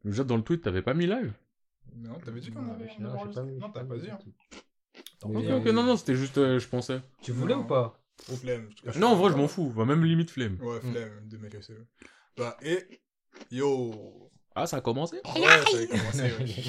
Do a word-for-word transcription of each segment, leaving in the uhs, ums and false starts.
Déjà, dans le tweet, t'avais pas mis live? Non, t'avais dit qu'on Non, avait je- on non, avait j'ai pas enregistré. mis- Non, j'ai t'as pas pas mis dit. du Hein. tout. Attends, Mais, Ok, viens. ok, non, non, c'était juste, euh, je pensais. Tu voulais Non. ou pas? Flemme. je te cache Non, en pas. vrai, je m'en fous. Va même limite flemme. Ouais, Mm. flemme de mettre le C E. Bah, et. Yo. Ah, ça a commencé? Ouais, ça avait commencé.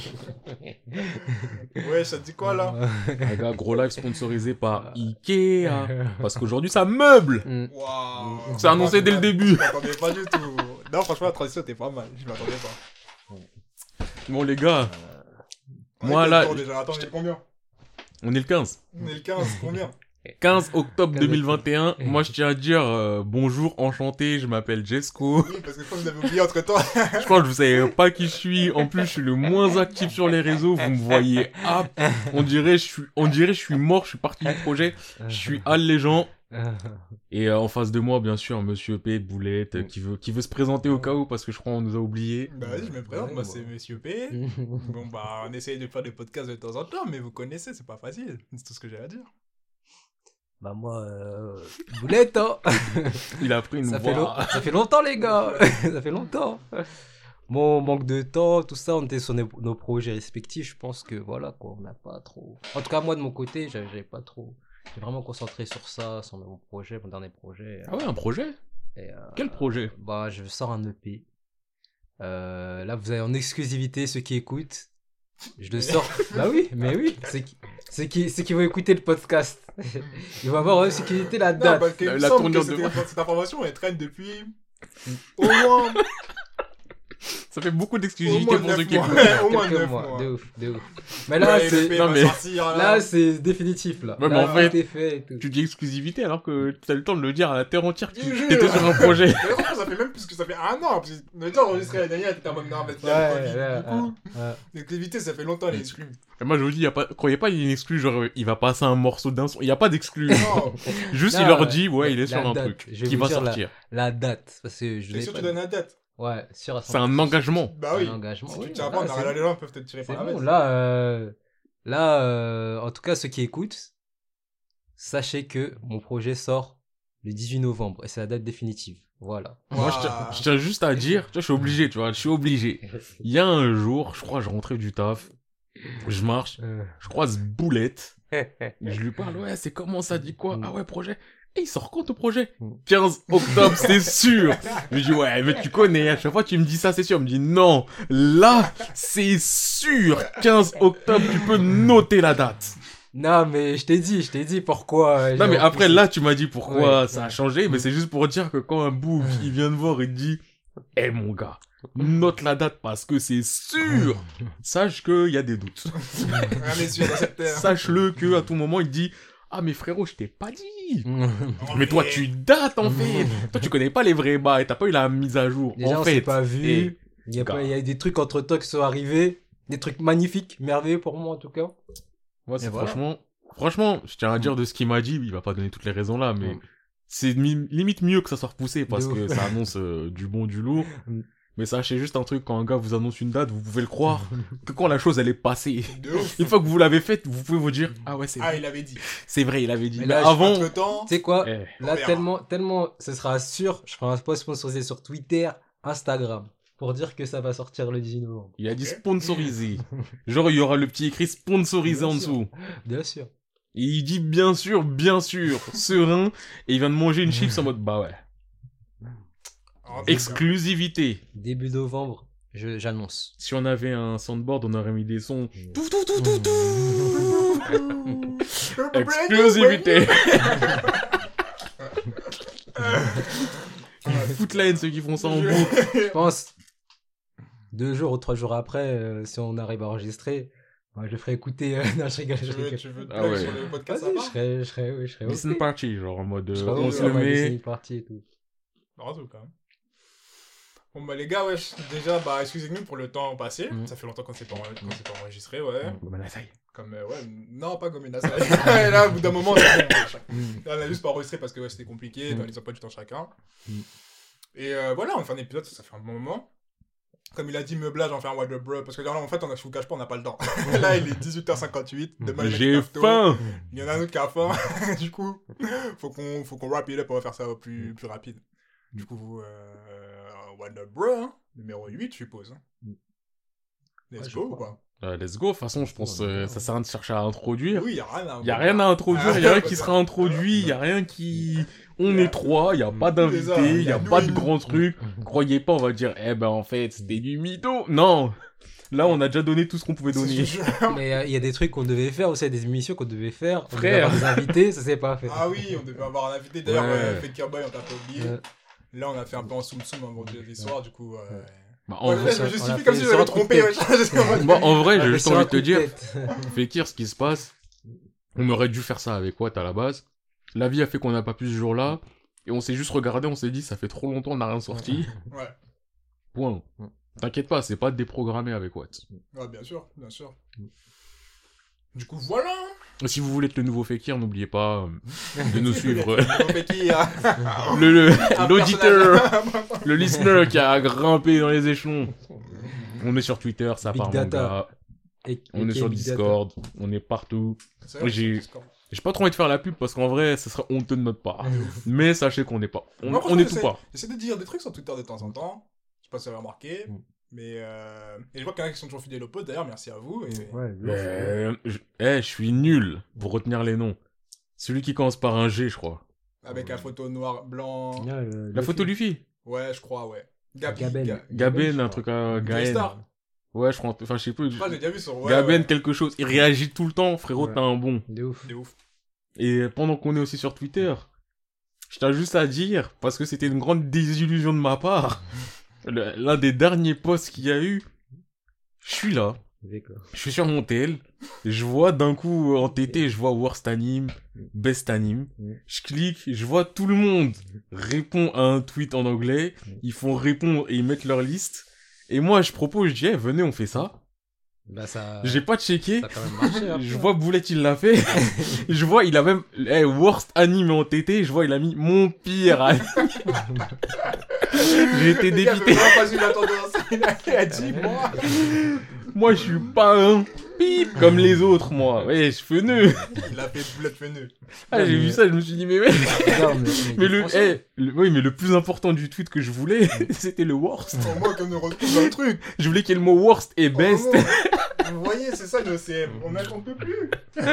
Ouais, ouais ça te dit quoi là? Les gars, gros live sponsorisé par Ikea. Parce qu'aujourd'hui, ça meuble. Mm. Waouh. C'est annoncé dès le début. Je m'attendais pas du tout. Non, franchement, la transition était pas mal. Je m'attendais pas. Bon, les gars, On Moi, est quel là, jour, déjà, attends, on est combien? on est le quinze. On est le quinze, combien? quinze octobre deux mille vingt et un. octobre. Moi, je tiens à dire euh, bonjour, enchanté, je m'appelle Jesco. Oui, parce que je pense que vous avez oublié entre temps. Je pense que vous savez pas qui je suis. En plus, je suis le moins actif sur les réseaux. Vous me voyez hop. On dirait, je suis, on dirait, je suis mort. Je suis parti du projet. Je suis Al les gens. Et euh, en face de moi, bien sûr, Monsieur P, Boulette, euh, qui veut, qui veut se présenter au cas où parce que je crois qu'on nous a oubliés. Bah vas-y, je me présente, Ouais, moi bon. c'est Monsieur P. Bon bah, on essaye de faire des podcasts de temps en temps, mais vous connaissez, c'est pas facile. C'est tout ce que j'ai à dire. Bah moi, euh... boulette, hein. Il a pris une ça, fait long- voix. ça fait longtemps, les gars. Ça fait longtemps. Bon, manque de temps, tout ça, on était sur nos, nos projets respectifs. Je pense que voilà, quoi, on n'a pas trop. En tout cas, moi, de mon côté, j'avais j'avais pas trop. J'étais vraiment concentré sur ça, sur mon projet, mon dernier projet. Ah ouais, un projet? Et, euh, Quel projet? Bah, je sors un E P. Euh, là, vous avez en exclusivité ceux qui écoutent. Je le sors. Bah oui, mais oui. Ceux qui, ceux qui, ceux qui vont écouter le podcast. Ils vont avoir aussi qui était la Non, date. parce qu'il La- me la semble que tournure de c'était- voix. cette information, elle traîne depuis au moins, Ça fait beaucoup au d'exclusivité moins pour ceux neuf qui mois. écoutent. Ouais, au moins Quelques neuf mois. mois. De ouf, de ouf. Mais là, Ouais, c'est. le P non, va mais- sortir, là. Là, c'est définitif, là. Ouais, mais Là, en fait, tout est fait et tout. Tu dis exclusivité alors que tu as le temps de le dire à la terre entière que Je tu jure. étais sur un projet. Mais franchement, ça fait même plus que ça fait un an. Parce que on a déjà enregistré l'année dernière, t'étais en mode non, mais il y Ouais, a le Covid. ouais, Du coup, ouais, ouais. l'exclusivité, ça fait longtemps les exclus. Et moi je vous dis, y a pas, croyez pas il y a une exclu, genre il va passer un morceau d'un son. Il y a pas d'exclu. Non, Juste Non, il leur ouais. dit, ouais, il est La sur un date, truc je vais qui vous va dire la- sortir. La date. Parce que je t'es l'ai sûr que pas tu donnes la date? Ouais, sûr à C'est un engagement. Bah oui. Un engagement. Si oui, tu tiens voilà, pas, on c'est- a les gens peuvent te tirer C'est par la bon, veste. là, euh, là euh, en tout cas, ceux qui écoutent, sachez que mon projet sort le dix-huit novembre et c'est la date définitive. Voilà. Moi je tiens, je tiens juste à dire, tu vois, je suis obligé, tu vois, je suis obligé. Il y a un jour, je crois, je rentrais du taf, je marche, je croise Boulette, je lui parle, ouais, c'est comment ça, dit quoi? Ah ouais, projet. Et il sort quand ton projet? quinze octobre, c'est sûr. Je lui dis, ouais, mais tu connais, à chaque fois tu me dis ça, c'est sûr. Il me dit, non, là, c'est sûr. quinze octobre, tu peux noter la date. Non, mais je t'ai dit, je t'ai dit pourquoi. euh, Non, j'ai mais après, repoussé. là, tu m'as dit pourquoi Ouais. ça a changé, mais c'est juste pour dire que quand un bouffe, il vient te voir et te dit, eh, mon gars, note la date parce que c'est sûr. Sache qu'il y a des doutes. Rien n'est sûr dans cette terre. Sache-le que à tout moment, il dit, ah, mais frérot, je t'ai pas dit. En Mais toi, vrai. tu dates, en fait. Toi, tu connais pas les vrais bails. T'as pas eu la mise à jour. Déjà, en on fait. s'est pas vu. Et- Il y a gars. pas, il y a des trucs entre temps qui sont arrivés. Des trucs magnifiques, merveilleux pour moi en tout cas. Moi, c'est Et voilà. franchement, franchement, je tiens à dire de ce qu'il m'a dit. Il va pas donner toutes les raisons là, mais Mm. c'est mi- limite mieux que ça soit repoussé parce De que ouf. ça annonce euh, du bon, du lourd. Mm. Mais sachez juste un truc, quand un gars vous annonce une date, vous pouvez le croire que quand la chose elle est passée. De ouf. Une fois que vous l'avez faite, vous pouvez vous dire, ah ouais, c'est Ah, vrai. il avait dit. C'est vrai, il avait dit. Mais Mais, là, avant, Entre temps, Tu sais quoi? eh, On Là, verra. tellement, tellement, ce sera sûr, je ferai un post sponsorisé sur Twitter, Instagram, pour dire que ça va sortir le dix novembre. il a dit Ok. sponsorisé. Genre, il y aura le petit écrit sponsorisé Bien en sûr. dessous. Bien sûr. Et il dit bien sûr, bien sûr, serein, et il vient de manger une chips en mode, bah ouais. en tout cas. Exclusivité. Début novembre, je, j'annonce. Si on avait un soundboard, on aurait mis des sons. Tout, Tout, tout, tout, tout, tout. Exclusivité. Foot la haine, ceux qui font ça en boucle. Je pense, deux jours ou trois jours après, euh, si on arrive à enregistrer, moi, je ferai écouter. euh, non, je rigole, je Tu veux, rigole. tu veux te Ah plug ouais. sur le podcast à Vas-y, je part? serai, je serai, oui, je serai. Listen ok. party, genre en mode, Je euh, serai on ok, se on le va met. listening party et tout. En tout cas. Bon bah les gars, wesh, déjà, bah excusez-nous pour le temps passé. Mm. Ça fait longtemps qu'on s'est pas, qu'on s'est pas enregistré, ouais. Bon, ben là, ça y est. Comme, euh, ouais, non, pas comme une asso. Et là, au bout d'un moment, c'est bon, wesh. Mm. Là, on a juste pas enregistré parce que ouais, c'était compliqué, Mm. dans les emplois du temps chacun. Mm. Et euh, voilà, on fait un épisode, ça, ça fait un bon moment. Comme il a dit, meublage, on fait un What the Bro. Parce que là, en fait, on a, je vous cache pas, on n'a pas le temps. Là, il est dix-huit heures cinquante-huit. Demain, le mec, J'ai cafeto. faim. Il y en a un autre qui a faim. Du coup, faut qu'on, faut qu'on wrap it up pour faire ça au plus, plus rapide. Du coup, euh, What the Bro, hein, numéro huit, je suppose. hein. Let's Ouais, je go ou crois. pas? Euh, let's go. De toute façon, je pense Ouais, euh, ouais. ça sert à rien de chercher à introduire. Oui, y a rien à Il y a rien à introduire, il y a rien qui sera introduit, il y a rien qui... On Yeah. est trois, il y a pas ça, d'invités, il y y a a nous pas et de nous. grands trucs. Croyez pas, on va dire, eh ben en fait, c'était du mytho. Non. Là, on a déjà donné tout ce qu'on pouvait C'est- donner. je- Mais euh, il y a des trucs qu'on devait faire aussi, il y a des émissions qu'on devait faire. On devait Frère. avoir des invités, ça s'est pas fait. Ah oui, on devait avoir un invité. D'ailleurs, Ouais. euh, Fakir Boy, on t'a pas oublié. Euh, Là, on a fait un peu en soum soum un vendredi soir, du coup. euh, Bah, en Ouais, vrai, là, je me on a justifie fait comme si sur j'avais un coup de trompé. tête. Ouais. Je sais pas. Moi, en vrai, on a j'ai fait juste sur un envie de coup te dire, tête. Fekir, ce qui se passe, on aurait dû faire ça avec Watt à la base. La vie a fait qu'on n'a pas pu ce jour-là. Et on s'est juste regardé, on s'est dit, ça fait trop longtemps, on n'a rien sorti. Ouais. Point. T'inquiète pas, c'est pas déprogrammé avec Watt. Ouais, bien sûr, bien sûr. Du coup, voilà. Si vous voulez être le nouveau Fekir, n'oubliez pas euh, de nous suivre. Mon Fakir. le, le- Un l'auditeur, personnage. le listener qui a grimpé dans les échelons. On est sur Twitter, ça Big part data. manga. Et- On et est sur Big Data. Discord, on est partout. C'est vrai, J'ai- c'est Discord. J'ai pas trop envie de faire la pub parce qu'en vrai, ce serait honteux de notre part. Mais sachez qu'on n'est pas. On, Moi, on franchement, est tout j'essaie- part. J'essaie de dire des trucs sur Twitter de temps en temps. Je sais pas si vous avez remarqué. Mm. Mais euh... Et je vois qu'il y en a qui sont toujours fidèles au pote. D'ailleurs, merci à vous. Et... Ouais, Euh, je... Eh, je suis nul pour retenir les noms. Celui qui commence par un G, je crois. Avec la photo noir, blanc. Ouais, le- La le photo film. Luffy. Ouais, je crois, ouais. Gabi. Gaben. Ga- Gaben, je un crois. truc à Joey Gaël. Star. Ouais, je crois. Enfin, je sais plus. Je crois que j'ai déjà vu sur. Ouais, Gaben, ouais. quelque chose. Il réagit tout le temps, frérot, Ouais. t'as un bon. De ouf. C'est ouf. Et pendant qu'on est aussi sur Twitter, je t'ai juste à dire, parce que c'était une grande désillusion de ma part, le- l'un des derniers posts qu'il y a eu, je suis là, D'accord. je suis sur mon tel, je vois d'un coup en T T, je vois Worst Anime, Best Anime, je clique, je vois tout le monde répond à un tweet en anglais, ils font répondre et ils mettent leur liste, et moi je propose, je dis, eh, venez on fait ça, Bah ça. j'ai pas checké, Ça a quand même marché. hein. je vois Boulette, il l'a fait. Je vois, il a même, eh, worst anime en T T, je vois, il a mis mon pire anime. J'ai été Le gars, dépité. j'avais vraiment pas suivi la tendance. Il a- il a dit, moi. Moi, je suis pas un pip comme les autres, moi. Ouais, je fais nœud. Il a fait boulette feneux. Ah, j'ai vu ça, je me suis dit, mais ouais. Non, mais, Mais le, franchement, eh, le- oui, mais le plus important du tweet que je voulais, c'était le worst. Pour moi, qu'on nous retrouve dans le truc. Je voulais qu'il y ait le mot worst et best. Oh, non. Vous voyez, c'est ça le C M. On a qu'on peut plus.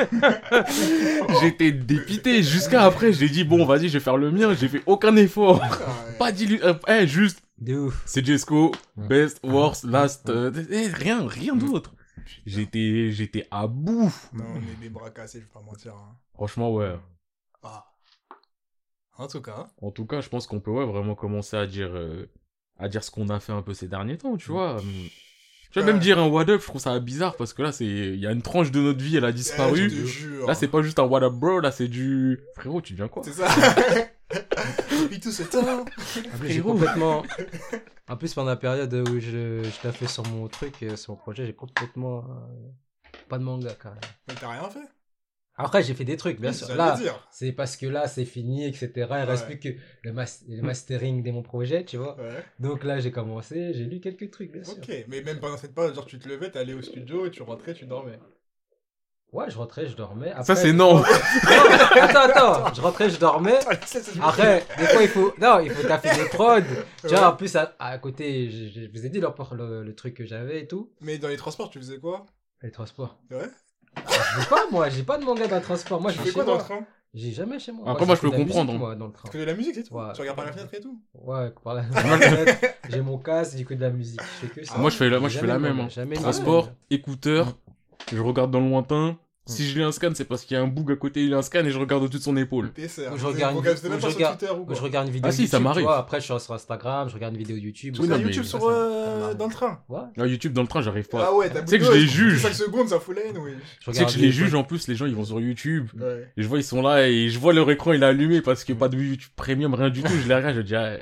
J'étais dépité. Jusqu'à après, j'ai dit, bon, vas-y, je vais faire le mien. J'ai fait aucun effort. Ah, ouais. Pas d'illu... euh, eh, juste, de ouf. c'est Jesco, Ouais. best, worst, last, euh, eh, rien, rien d'autre. J'étais, j'étais à bout. Non, on est des bras cassés, je vais pas mentir. Hein. Franchement, ouais. Ah. En tout cas. En tout cas, je pense qu'on peut ouais, vraiment commencer à dire, euh, à dire ce qu'on a fait un peu ces derniers temps, tu vois. Je vais Ouais. même dire un what up, je trouve ça bizarre parce que là, c'est, il y a une tranche de notre vie, elle a Eh, disparu. je te jure. Là, c'est pas juste un what up bro, là, c'est du, frérot, tu deviens quoi? C'est ça. Depuis tout ce temps. En plus, j'ai Frérot. complètement. En plus, pendant la période où je, je l'ai fait sur mon truc, euh, sur mon projet, j'ai complètement. euh, Pas de manga, carrément. Mais t'as rien fait. Après, j'ai fait des trucs, bien Oui, sûr. j'allais Là, dire. c'est parce que là, c'est fini, et cetera. Il reste Ouais. plus que le, mas- le mastering de mon projet, tu vois. Ouais. Donc là, j'ai commencé, j'ai lu quelques trucs, bien sûr. Ok. Mais même pendant cette pause, genre, tu te levais, t'allais au studio et tu rentrais, tu dormais. Ouais, je rentrais, je dormais. Après, Ça, c'est des non. fois- Non, attends, attends. Je rentrais, je dormais. Après, des fois, il faut. Non, il faut taffer des prods. Tu vois, Ouais. en plus, à, à côté, je, je vous ai dit le, le, le truc que j'avais et tout. Mais dans les transports, tu faisais quoi? Les transports. Ouais. Je veux pas, moi, j'ai pas de manga dans le transport. Moi, Tu je fais vais quoi chez dans le moi. train? J'ai jamais chez moi. Après, Moi, moi, je j'écoute peux de la comprendre, musique, hein. moi, dans le train. Tu fais de la musique, c'est tout? Ouais. Tu regardes par la fenêtre et tout? Ouais, par la fenêtre, j'ai mon casque, j'écoute de la musique. Je fais que ça. Moi, je fais la, moi, je J'ai fais la jamais même, manga, hein. jamais Transport, manga. écouteur, je regarde dans le lointain. Si je lis un scan, c'est parce qu'il y a un bug à côté, il y a un scan et je regarde au-dessus de son épaule. P C R. Ou je regarde une Vous regardez vidéo- même ou pas je sur regarde- Twitter ou Ou quoi? je regarde une vidéo Ah si, YouTube, ça tu m'arrive. vois, après, je suis sur Instagram, je regarde une vidéo YouTube. Tu Oui, non, regardes mais- YouTube sur, ça, ça euh, m'arrive. dans le train? Ouais. Ah, YouTube dans le train, j'arrive pas. Ah ouais, t'as Tu sais que je les juge. cinq secondes, ça fout la haine, oui. Je Tu sais que je regarde les des- juge en plus, les gens ils vont sur YouTube. Ouais. Et je vois ils sont là et je vois leur écran il est allumé parce que pas de YouTube Premium, rien du tout. Je les regarde, je dis ah,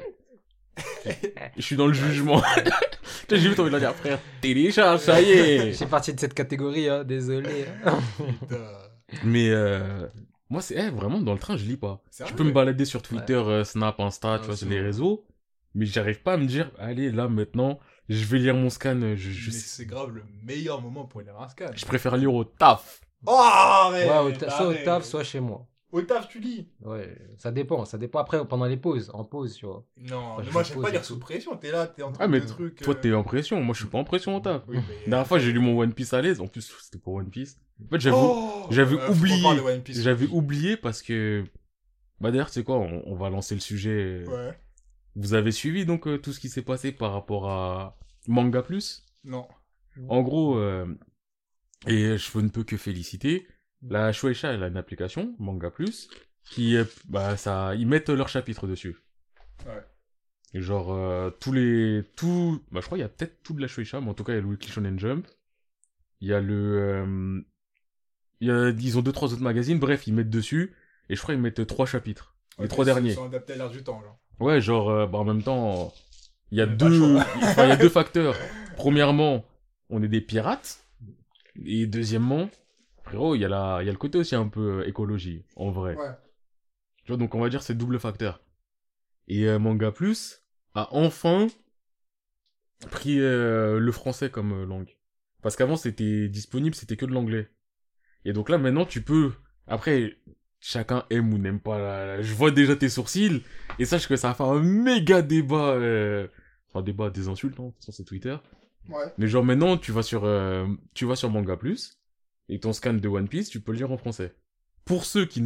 je suis dans le jugement. Tu sais, j'ai vu envie de leur dire frère, télécharge, ça y Je est. fais partie de cette catégorie, hein, désolé. Putain. Mais euh, moi c'est eh, vraiment dans le train je lis pas. Je Sérieux? peux me balader sur Twitter, euh, Snap, Insta, tu Ah, vois, c'est sur les vrai. réseaux. Mais j'arrive pas à me dire allez là maintenant je vais lire mon scan. Je, je, Mais c'est grave le meilleur moment pour lire un scan. je préfère lire au taf. Oh, arrête! Ouais, au ta- soit au arrête. taf, soit chez moi. Au taf, tu lis. Ouais, ça dépend, ça dépend après pendant les pauses, en pause, tu vois. Non, Enfin, mais je moi, me j'aime pose pas et lire tout. sous pression. T'es là, t'es en train Ah, mais de trucs. toi, euh, t'es en pression. Moi, je suis pas en pression au taf. Oui, mais. La dernière fois, j'ai lu mon One Piece à l'aise. En plus, c'était pour One Piece. En fait, j'avais, Oh j'avais Euh, faut qu'on oublié. parle de One Piece. J'avais oublié parce que. Bah, d'ailleurs, tu sais quoi, on, on va lancer le sujet. Ouais. Vous avez suivi donc euh, tout ce qui s'est passé par rapport à Manga Plus? Non. En gros, euh, et je ne peux que féliciter, la Shueisha, elle a une application, Manga Plus, qui, euh, bah, ça, ils mettent leurs chapitres dessus. Ouais. Et genre, euh, tous les, tout, bah, je crois qu'il y a peut-être tout de la Shueisha, mais en tout cas, il y a le Weekly Shonen Jump. Il y a le, euh, il y a, ils ont deux, trois autres magazines, bref, ils mettent dessus, et je crois qu'ils mettent trois chapitres. Les Ok, trois ils derniers. sont adaptés à l'air du temps, genre. Ouais, genre, euh, bah, en même temps, il y a Il y a pas le deux, choix. enfin, il y a deux facteurs. Premièrement, on est des pirates. Et deuxièmement, frérot, il y a la, il y a le côté aussi un peu euh, écologie, en vrai. Ouais. Tu vois, donc on va dire c'est double facteur. Et euh, Manga Plus a enfin pris euh, le français comme euh, langue. Parce qu'avant, c'était disponible, c'était que de l'anglais. Et donc là, maintenant, tu peux... Après, chacun aime ou n'aime pas. La... la- Je vois déjà tes sourcils. Et sache que ça a fait un méga débat. Euh... Enfin, débat des insultes, hein, sur c'est Twitter. Ouais. Mais genre maintenant, tu vas sur, euh, tu vas sur Manga Plus. Et ton scan de One Piece, tu peux le lire en français. Pour ceux qui ne...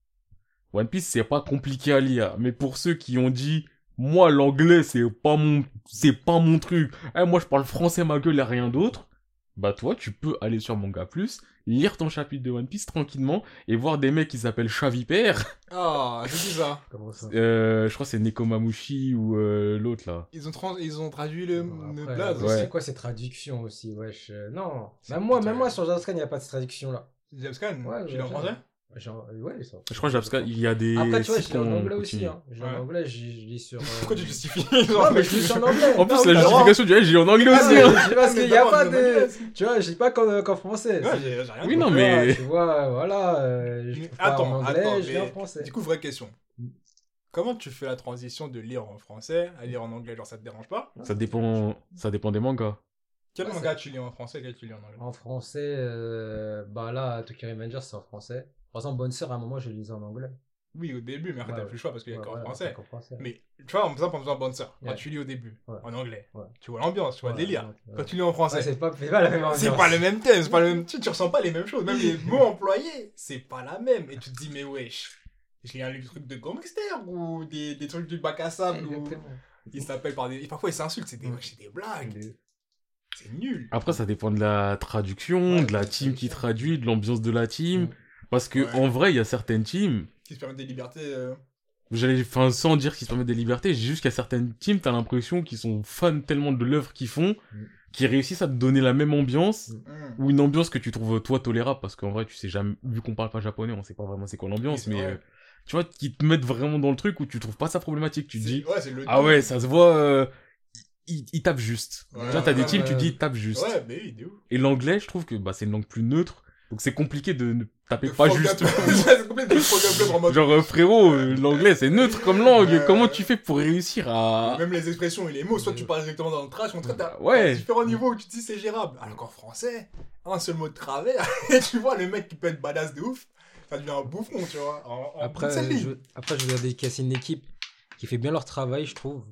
One Piece, c'est pas compliqué à lire. Mais pour ceux qui ont dit... Moi, l'anglais, c'est pas mon, c'est pas mon truc. Eh, moi, je parle français, ma gueule, et rien d'autre. Bah, toi, tu peux aller sur Manga Plus, lire ton chapitre de One Piece tranquillement, et voir des mecs qui s'appellent Chavipère. Ah, j'ai dit ça. Comment ça Euh, je crois que c'est Nekomamushi ou euh, l'autre, là. Ils ont, trans... ils ont traduit le, Bon, le après, blaze euh, Ouais. C'est quoi ces traductions aussi, wesh euh, Non, C'est même moi, putain. même moi sur Javascan, il n'y a pas de traduction là. James Caan, Ouais, tu l'as en ouais. français Genre, euh, ouais, ça. Je crois que Javska, il y a des Après, tu vois, je sites lis en qu'on anglais aussi. continue. Hein. Je lis Ouais. en anglais, je, je lis sur. euh, Pourquoi tu justifies Non, mais je lis sur en anglais. En plus, Non, la t'as le droit. justification du hey, j'ai en anglais Ah, aussi, mais hein. c'est parce Mais qu'il n'y a d'abord, pas je lis en anglais de. aussi. Tu vois, je dis pas qu'en qu'en français. Ouais, j'ai j'ai rien Oui, dit. non, Tu mais- vois, Tu vois, voilà. euh, je Mais trouve pas attends, en anglais, attends, je lis en mais- français. Du coup, vraie question. Comment tu fais la transition de lire en français à lire en anglais? Genre, ça te dérange pas? Ça dépend, ça dépend des mangas. Quel Ouais, manga tu lis en français et quel tu lis en anglais? En français, euh, bah là, Tokyo Revengers, c'est en français. Par exemple, Bonne Sœur, à un moment, je le lisais en anglais. Oui, au début, mais après, Ouais, t'as ouais. plus le choix parce qu'il y a Ouais, qu'en ouais, français. qu'en français. Mais tu vois, en exemple, en faisant Bonne Sœur, quand Ouais. tu lis au début, Ouais. en anglais, Ouais. tu vois l'ambiance, tu vois Ouais, le délire. ouais, ouais. Quand tu lis en français, Ouais, c'est pas, c'est pas la même c'est ambiance. pas le même thème, c'est pas le même. Tu, tu ressens pas les mêmes choses. Même les mots employés, c'est pas la même. Et tu te dis, mais wesh, je lis un truc de gangster ou des, des trucs du bac à sable où Exactement. ils s'appellent par des. Et parfois ils s'insultent, c'est des, Ouais. c'est des blagues. De- C'est nul. Après, ça dépend de la traduction, Ouais, de la de la team qui traduction. traduit, de l'ambiance de la team. Ouais. Parce que, Ouais. en vrai, il y a certaines teams, Qui se permettent des libertés. euh, j'allais, enfin, sans dire qu'ils se permettent des libertés, j'ai juste qu'à certaines teams, t'as l'impression qu'ils sont fans tellement de l'œuvre qu'ils font, Mm. qu'ils réussissent à te donner la même ambiance, Mm. hum. ou une ambiance que tu trouves, toi, tolérable, parce qu'en vrai, tu sais jamais, vu qu'on parle pas japonais, on sait pas vraiment c'est quoi l'ambiance, Oui, c'est mais, vrai. euh, tu vois, qui te mettent vraiment dans le truc où tu trouves pas ça problématique, tu te C'est- dis, Ouais, c'est le ah ouais, ça se voit, euh, ils ils tapent juste. Ouais, tu vois, t'as des ouais, teams, ouais. tu dis, ils tapent juste. Ouais, mais oui, de ouf. Et l'anglais, je trouve que bah, c'est une langue plus neutre, donc c'est compliqué de ne taper De pas fuck juste. up. C'est compliqué de fuck up en mode. Genre, euh, frérot, euh, l'anglais c'est neutre comme langue, Ouais. comment tu fais pour réussir à... Même les expressions et les mots, soit tu parles directement dans le trash, soit t'as Ouais. t'as différents niveaux où tu te dis c'est gérable. Alors qu'en français, un seul mot de travers, et tu vois le mec qui peut être badass de ouf, ça devient un bouffon, tu vois. En, en Après, toute sa vie. je, après, je voudrais dédicacer une équipe qui fait bien leur travail, je trouve.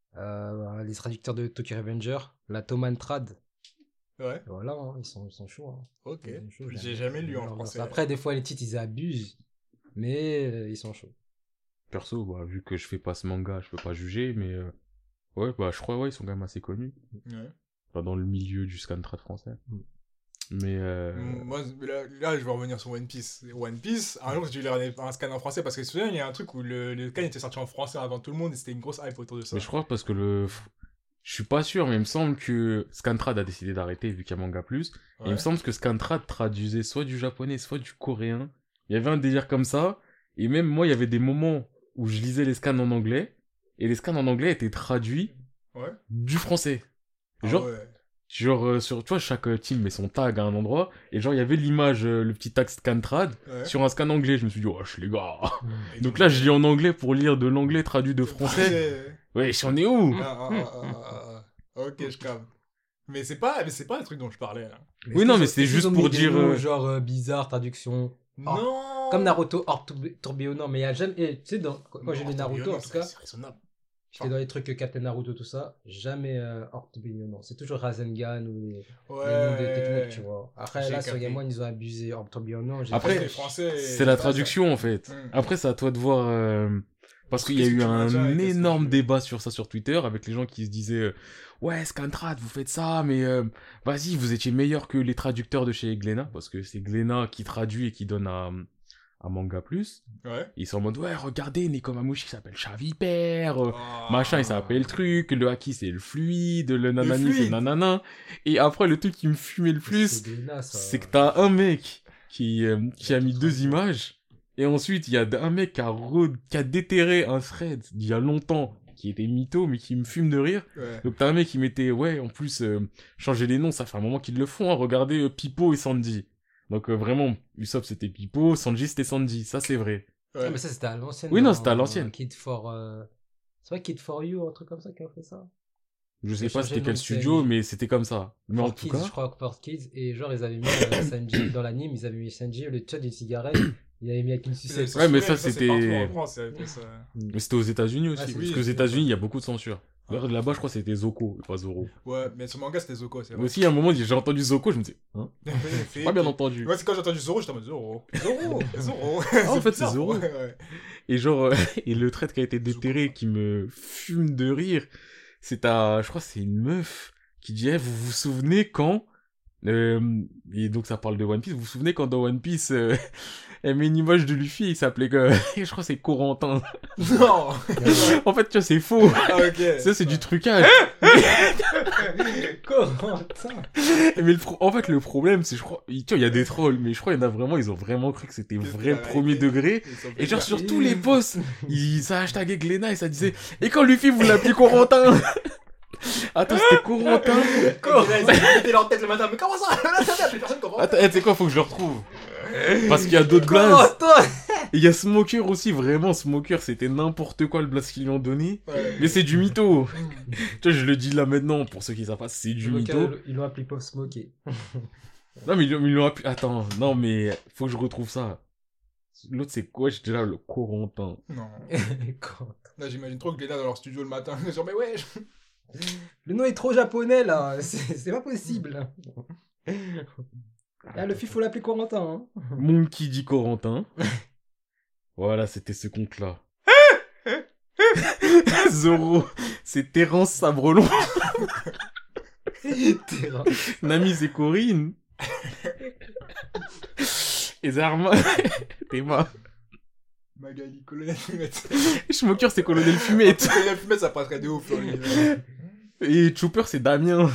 Euh, les traducteurs de Tokyo Revenger, la Toman Trad. Ouais, Voilà, hein, ils, sont, ils sont chauds. Hein. ok. Ils sont chauds, J'ai j'aime- jamais j'aime lu bien en leur français. version. Après, des fois, les titres, ils abusent. Mais euh, ils sont chauds. Perso, bah, vu que je fais pas ce manga, je peux pas juger, mais... euh, Ouais, bah je crois, ouais, ils sont quand même assez connus. Ouais. Enfin, dans le milieu du scantrad français. Mm. Mais... Euh... Mm, Moi, là, là, je vais revenir sur One Piece. One Piece, un jour, j'ai dû lire un, un scan en français parce que tu te souviens, il y a un truc où le, le scan était sorti en français avant tout le monde et c'était une grosse hype autour de ça. Mais je crois parce que le... Je suis pas sûr, mais il me semble que Scantrad a décidé d'arrêter vu qu'il y a Manga Plus. Et il me Ouais. semble que Scantrad traduisait soit du japonais, soit du coréen. Il y avait un délire comme ça. Et même moi, il y avait des moments où je lisais les scans en anglais. Et les scans en anglais étaient traduits Ouais. du français. Ah Genre, ouais. genre euh, sur, tu vois, chaque euh, team met son tag à un endroit. Et genre, il y avait l'image, euh, le petit tag Scantrad Ouais. sur un scan anglais. Je me suis dit, wesh les gars. Et Donc là, je lis en anglais pour lire de l'anglais traduit de français. Français. Ouais, j'en ai où? Ah, ah, ah, ah, ah, ah. Ok, je capte. Mais c'est pas, mais c'est pas le truc dont je parlais là. Oui, non, mais est-ce c'est qu'ils juste ont pour mis des dire, mots euh, genre euh, bizarre, traduction. Non. Comme Naruto hors tourbi- tourbillonnant, mais il y a jamais. et tu sais, dans... quand quand j'ai lu Non, Naruto, en tourbillonnant, tout c'est- cas, C'est raisonnable. j'étais dans les trucs que Captain Naruto, tout ça, jamais euh, hors tourbillonnant. C'est toujours Rasengan ou les, Ouais. les noms de techniques, tu vois. Après, J'ai là, sur capté. Game One, ils ont abusé hors tourbillonnant. j'ai Après, fait- les Français. C'est la ça, traduction, en fait. Mm. Après, c'est à toi de voir... euh, Parce qu'il y a Qu'est-ce que eu tu maintiens un et qu'est-ce que énorme tu- débat sur ça sur Twitter avec les gens qui se disaient euh, ouais, Scantrad, vous faites ça, mais euh, vas-y, vous étiez meilleur que les traducteurs de chez Glénat, parce que c'est Glénat qui traduit et qui donne à, à Manga Plus. Ouais. Ils sont en mode ouais, regardez, Nekomamushi il s'appelle Chat Vipère, euh, Ah. machin il s'appelle truc, le haki c'est le fluide, le nanani c'est fluide. nanana. Et après, le truc qui me fumait le plus, C'est Glénat, ça. c'est que t'as un mec qui, euh, qui a mis deux images, et ensuite il y a un mec qui a, re- qui a déterré un thread d'il y a longtemps, qui était mytho, mais qui me fume de rire. Ouais. Donc t'as un mec qui mettait, ouais, en plus, euh, changer les noms, ça fait un moment qu'ils le font, hein. Regardez euh, Pipo et Sanji. Donc euh, vraiment, Usopp c'était Pipo, Sanji c'était Sanji, ça c'est vrai. Ah, Ouais. mais ça, c'était à l'ancienne. Oui, non, dans- c'était à l'ancienne. Kid for. euh, C'est pas Kid for You, un truc comme ça qui a fait ça. Je sais Ils pas ont changé c'était le quel nom de studio, série. mais c'était comme ça. Mais en For tout Kids, cas, je crois, For Kids. Et genre, ils avaient mis euh, Sanji dans l'anime, ils avaient mis Sanji, le chat des cigarettes, ils avaient mis avec une sucette. Ouais, mais ça, c'est c'était- partout en France, c'est fait ça. mais c'était aux États-Unis aussi. Ah, c'est- parce oui, qu'aux c'est États-Unis, vrai. il y a beaucoup de censure. D'ailleurs, là-bas, je crois que c'était Zoko, pas Zoro. Ouais, mais sur manga, c'était Zoko, c'est Mais vrai. aussi, à un moment, j'ai entendu Zoko, je me dis, hein, C'est pas bien entendu. Ouais, c'est quand j'ai entendu Zoro, j'étais en mode Zoro. Zoro Zoro Ah, en fait, c'est bizarre. Zoro. Ouais, ouais. Et genre, euh, et le trait qui a été déterré, qui me fume de rire, c'est à, je crois que c'est une meuf qui dit, Eh, vous vous souvenez quand, euh, et donc ça parle de One Piece, vous vous souvenez quand dans One Piece, euh, elle met une image de Luffy, il s'appelait, que je crois que c'est Corentin. Non En fait, tu vois, c'est faux. Ah, ok. Ça, c'est du trucage. Corentin. Mais le pro- en fait, le problème, c'est, je crois, tu vois, il y a des trolls, mais je crois, il y en a vraiment, ils ont vraiment cru que c'était Que vrai c'était la premier réalité. degré. Ils sont Et genre, bizarres. sur tous les posts, ils, ça hashtagait Glénat et ça disait, et quand Luffy, vous l'appelez Corentin? Attends, c'était Corentin? Quand il a essayé de péter leur tête le matin, mais comment ça Plus personne comprend. Attends, eh, tu sais quoi, faut que je le retrouve. Parce qu'il y a d'autres blases. Corentin. Et il y a Smoker aussi, vraiment, Smoker, c'était n'importe quoi le blast qu'ils lui ont donné. Ouais. Mais c'est du mytho. Tu vois, je le dis là maintenant, pour ceux qui savent pas, c'est du Donc, mytho. euh, Ils l'ont appelé Pop Smoky. Non, mais ils l'ont- ils l'ont appelé. Attends, non, mais faut que je retrouve ça. L'autre, c'est quoi? J'étais là, le Corentin. Non. Corentin. Là, j'imagine trop que Glénat dans leur studio le matin. Genre, mais ouais. je- Le nom est trop japonais là, c'est c'est pas possible. Ah, le fils faut l'appeler Corentin. Hein. Monkey dit Corentin. Voilà, c'était ce compte-là. Zoro, c'est Terence Sabrelon. Terrain. Nami, c'est Corinne. Et Zarma, Théma. Magali, colonel Fumette. Schmoker, c'est Colonel Fumette. Colonel Fumette, ça passerait de ouf. Là, Et Chopper, c'est Damien.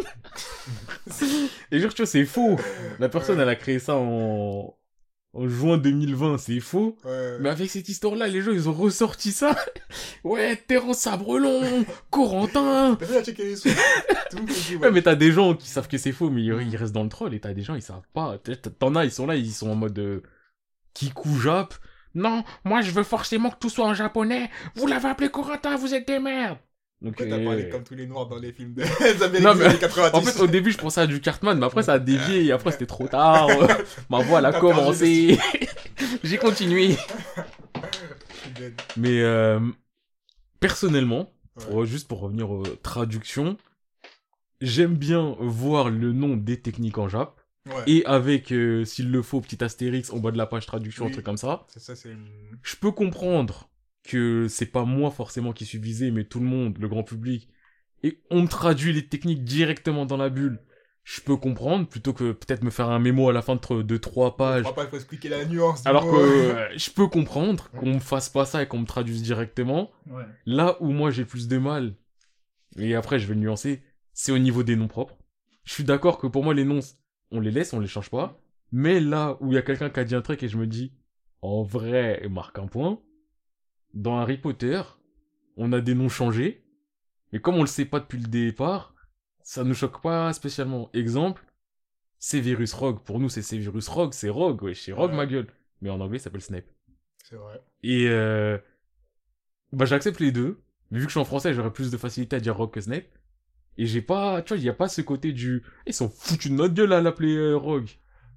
Et genre, tu vois, c'est faux. La personne, elle a créé ça en, en juin deux mille vingt, c'est faux. ouais. Mais avec cette histoire-là, les gens, ils ont ressorti ça. Ouais, Terence Sabrelon, Corentin. Personne a checké les sous. Tout le monde dit, Ouais, mais t'as des gens qui savent que c'est faux, mais ils ils restent dans le troll, et t'as des gens, ils savent pas. T'en as, ils sont là, ils sont en mode euh, Kiku Jap. Non, moi je veux forcément que tout soit en japonais. Vous l'avez appelé Corentin, vous êtes des merdes. Donc, Pourquoi t'as euh, parlé comme tous les noirs dans les films de... des Américains Non, des mais- années quatre-vingt-dix? En fait, au début, je pensais à du Cartman, mais après, ça a dévié, et après, c'était trop tard. Ma voix, elle a T'as perdu commencé. J'ai continué. Je suis dead. Mais, euh, personnellement, Ouais. pour- juste pour revenir aux traductions, j'aime bien voir le nom des techniques en Jap. Ouais. Et avec, euh, s'il le faut, petit astérix en bas de la page traduction, un Oui. truc comme ça. C'est ça, c'est... une- Je peux comprendre que c'est pas moi forcément qui suis visé, mais tout le monde, le grand public. Et on me traduit les techniques directement dans la bulle. Je peux comprendre, plutôt que peut-être me faire un mémo à la fin de, de trois pages. On va pas expliquer la nuance. du Alors mot. que euh, je peux comprendre qu'on me fasse pas ça et qu'on me traduise directement. Ouais. Là où moi j'ai plus de mal, et après je vais le nuancer, c'est au niveau des noms propres. Je suis d'accord que pour moi les noms, on les laisse, on les change pas. Mais là où il y a quelqu'un qui a dit un truc et je me dis, en vrai, marque un point. Dans Harry Potter, on a des noms changés. Mais comme on le sait pas depuis le départ, ça nous choque pas spécialement. Exemple, Severus Rogue. Pour nous c'est Severus Rogue, c'est Rogue, ouais, c'est Rogue Ouais. ma gueule. Mais en anglais ça s'appelle Snape. C'est vrai. Et euh, bah j'accepte les deux. Mais vu que je suis en français, j'aurais plus de facilité à dire Rogue que Snape. Et j'ai pas, tu vois, il y a pas ce côté du, ils sont foutus de notre gueule à l'appeler euh, Rogue.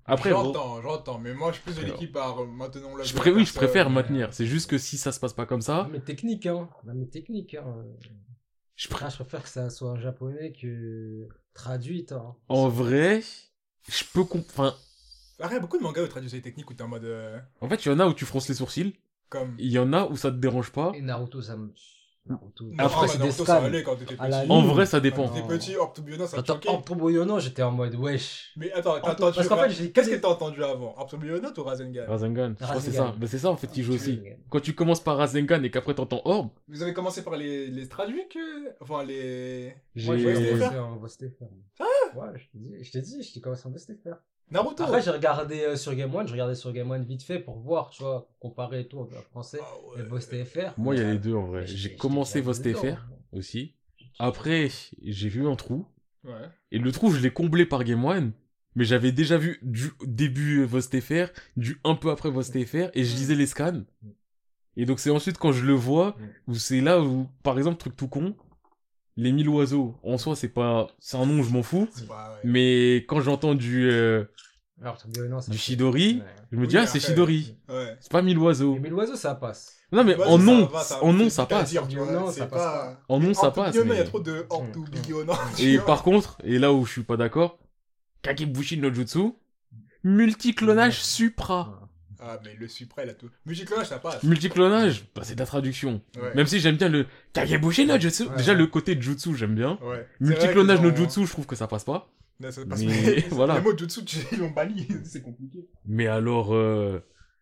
Après, j'entends, j'entends, mais moi je suis plus de l'équipe à maintenant là. Je pré... Oui, je préfère maintenir. C'est juste que si ça se passe pas comme ça. Non, mais technique, hein. Non, mais technique, hein. Je, pr... ah, je préfère que ça soit en japonais que traduit, hein. En vrai, je peux comprendre. Enfin... Arrête, beaucoup de mangas où traduisent les techniques où t'es en mode. Euh... En fait, il y en a où tu fronces les sourcils. Comme. Il y en a où ça te dérange pas. Et Naruto, ça me. Naruto. Non, Après, ah, c'est bah, des Naruto, scans. ça allait quand t'étais petit. En vrai, ça dépend. Quand t'étais petit, Ortobiono, ça te Attends, choquait. Ortobiono, j'étais en mode wesh. Mais attends, t'as Orto- entendu. parce qu'en fait, j'ai- Qu'est-ce que t'as entendu avant? Ortobiono ou Rasengan? Rasengan, je crois que c'est Rasengan. ça. Mais c'est ça en fait qui joue aussi. Rasengan. Quand tu commences par Rasengan et qu'après t'entends Orb, Vous avez commencé par les, les traduits que. Enfin, les. j'ai. Moi, j'ai Ouais, c'était commencé faire. en Voss T F R. Ah Ouais, je t'ai dit, je t'ai dit, j'ai commencé en Voss T F R. Naruto. Après, j'ai regardé euh, sur Game One, je regardais sur Game One vite fait pour voir, tu vois, comparer et tout en français Ah et ouais. Voss T F R. Moi, il y a Mais, les euh, deux en vrai. mais J'ai j'étais- commencé j'étais Voss T F dedans. R aussi. Après, j'ai vu un trou. Ouais. Et le trou, je l'ai comblé par Game One. Mais j'avais déjà vu du début Voss T F R, du un peu après Voss T F R, et je lisais les scans. Et donc c'est ensuite quand je le vois, où c'est là où, par exemple, truc tout con, les mille oiseaux, en soi c'est pas, c'est un nom, je m'en fous. C'est pas. Ouais. Mais quand j'entends du, euh, Alors, Ortobiono, ça du fait- Shidori, Ouais. je me Oui, dis, ah mais c'est après, Shidori. Ouais. C'est pas mille oiseaux. Mais l'oiseau, ça passe. Non mais Ouais, en ça nom, va, ça- en nom c'est ça vite à passe. dire, tu vois, Non, c'est ça passe pas- En nom ça passe. Ortobiono, il y a mais- trop de Ortobiono. Et par contre, et là où je suis pas d'accord, Kagebushi no Jutsu, multiclonage supra. Ah, mais le supra, il a tout. Multiclonage, ça passe. Multiclonage, bah c'est de la traduction. Ouais. Même si j'aime bien le Kagebushi no Jutsu, Ouais, déjà ouais. le côté jutsu j'aime bien. Ouais. Multiclonage C'est vrai no qu'ils ont- Jutsu, je trouve que ça passe pas. Non, ça passe Mais pas. voilà. Les mots jutsu, tu- ils l'ont banni. C'est compliqué. Mais alors, euh,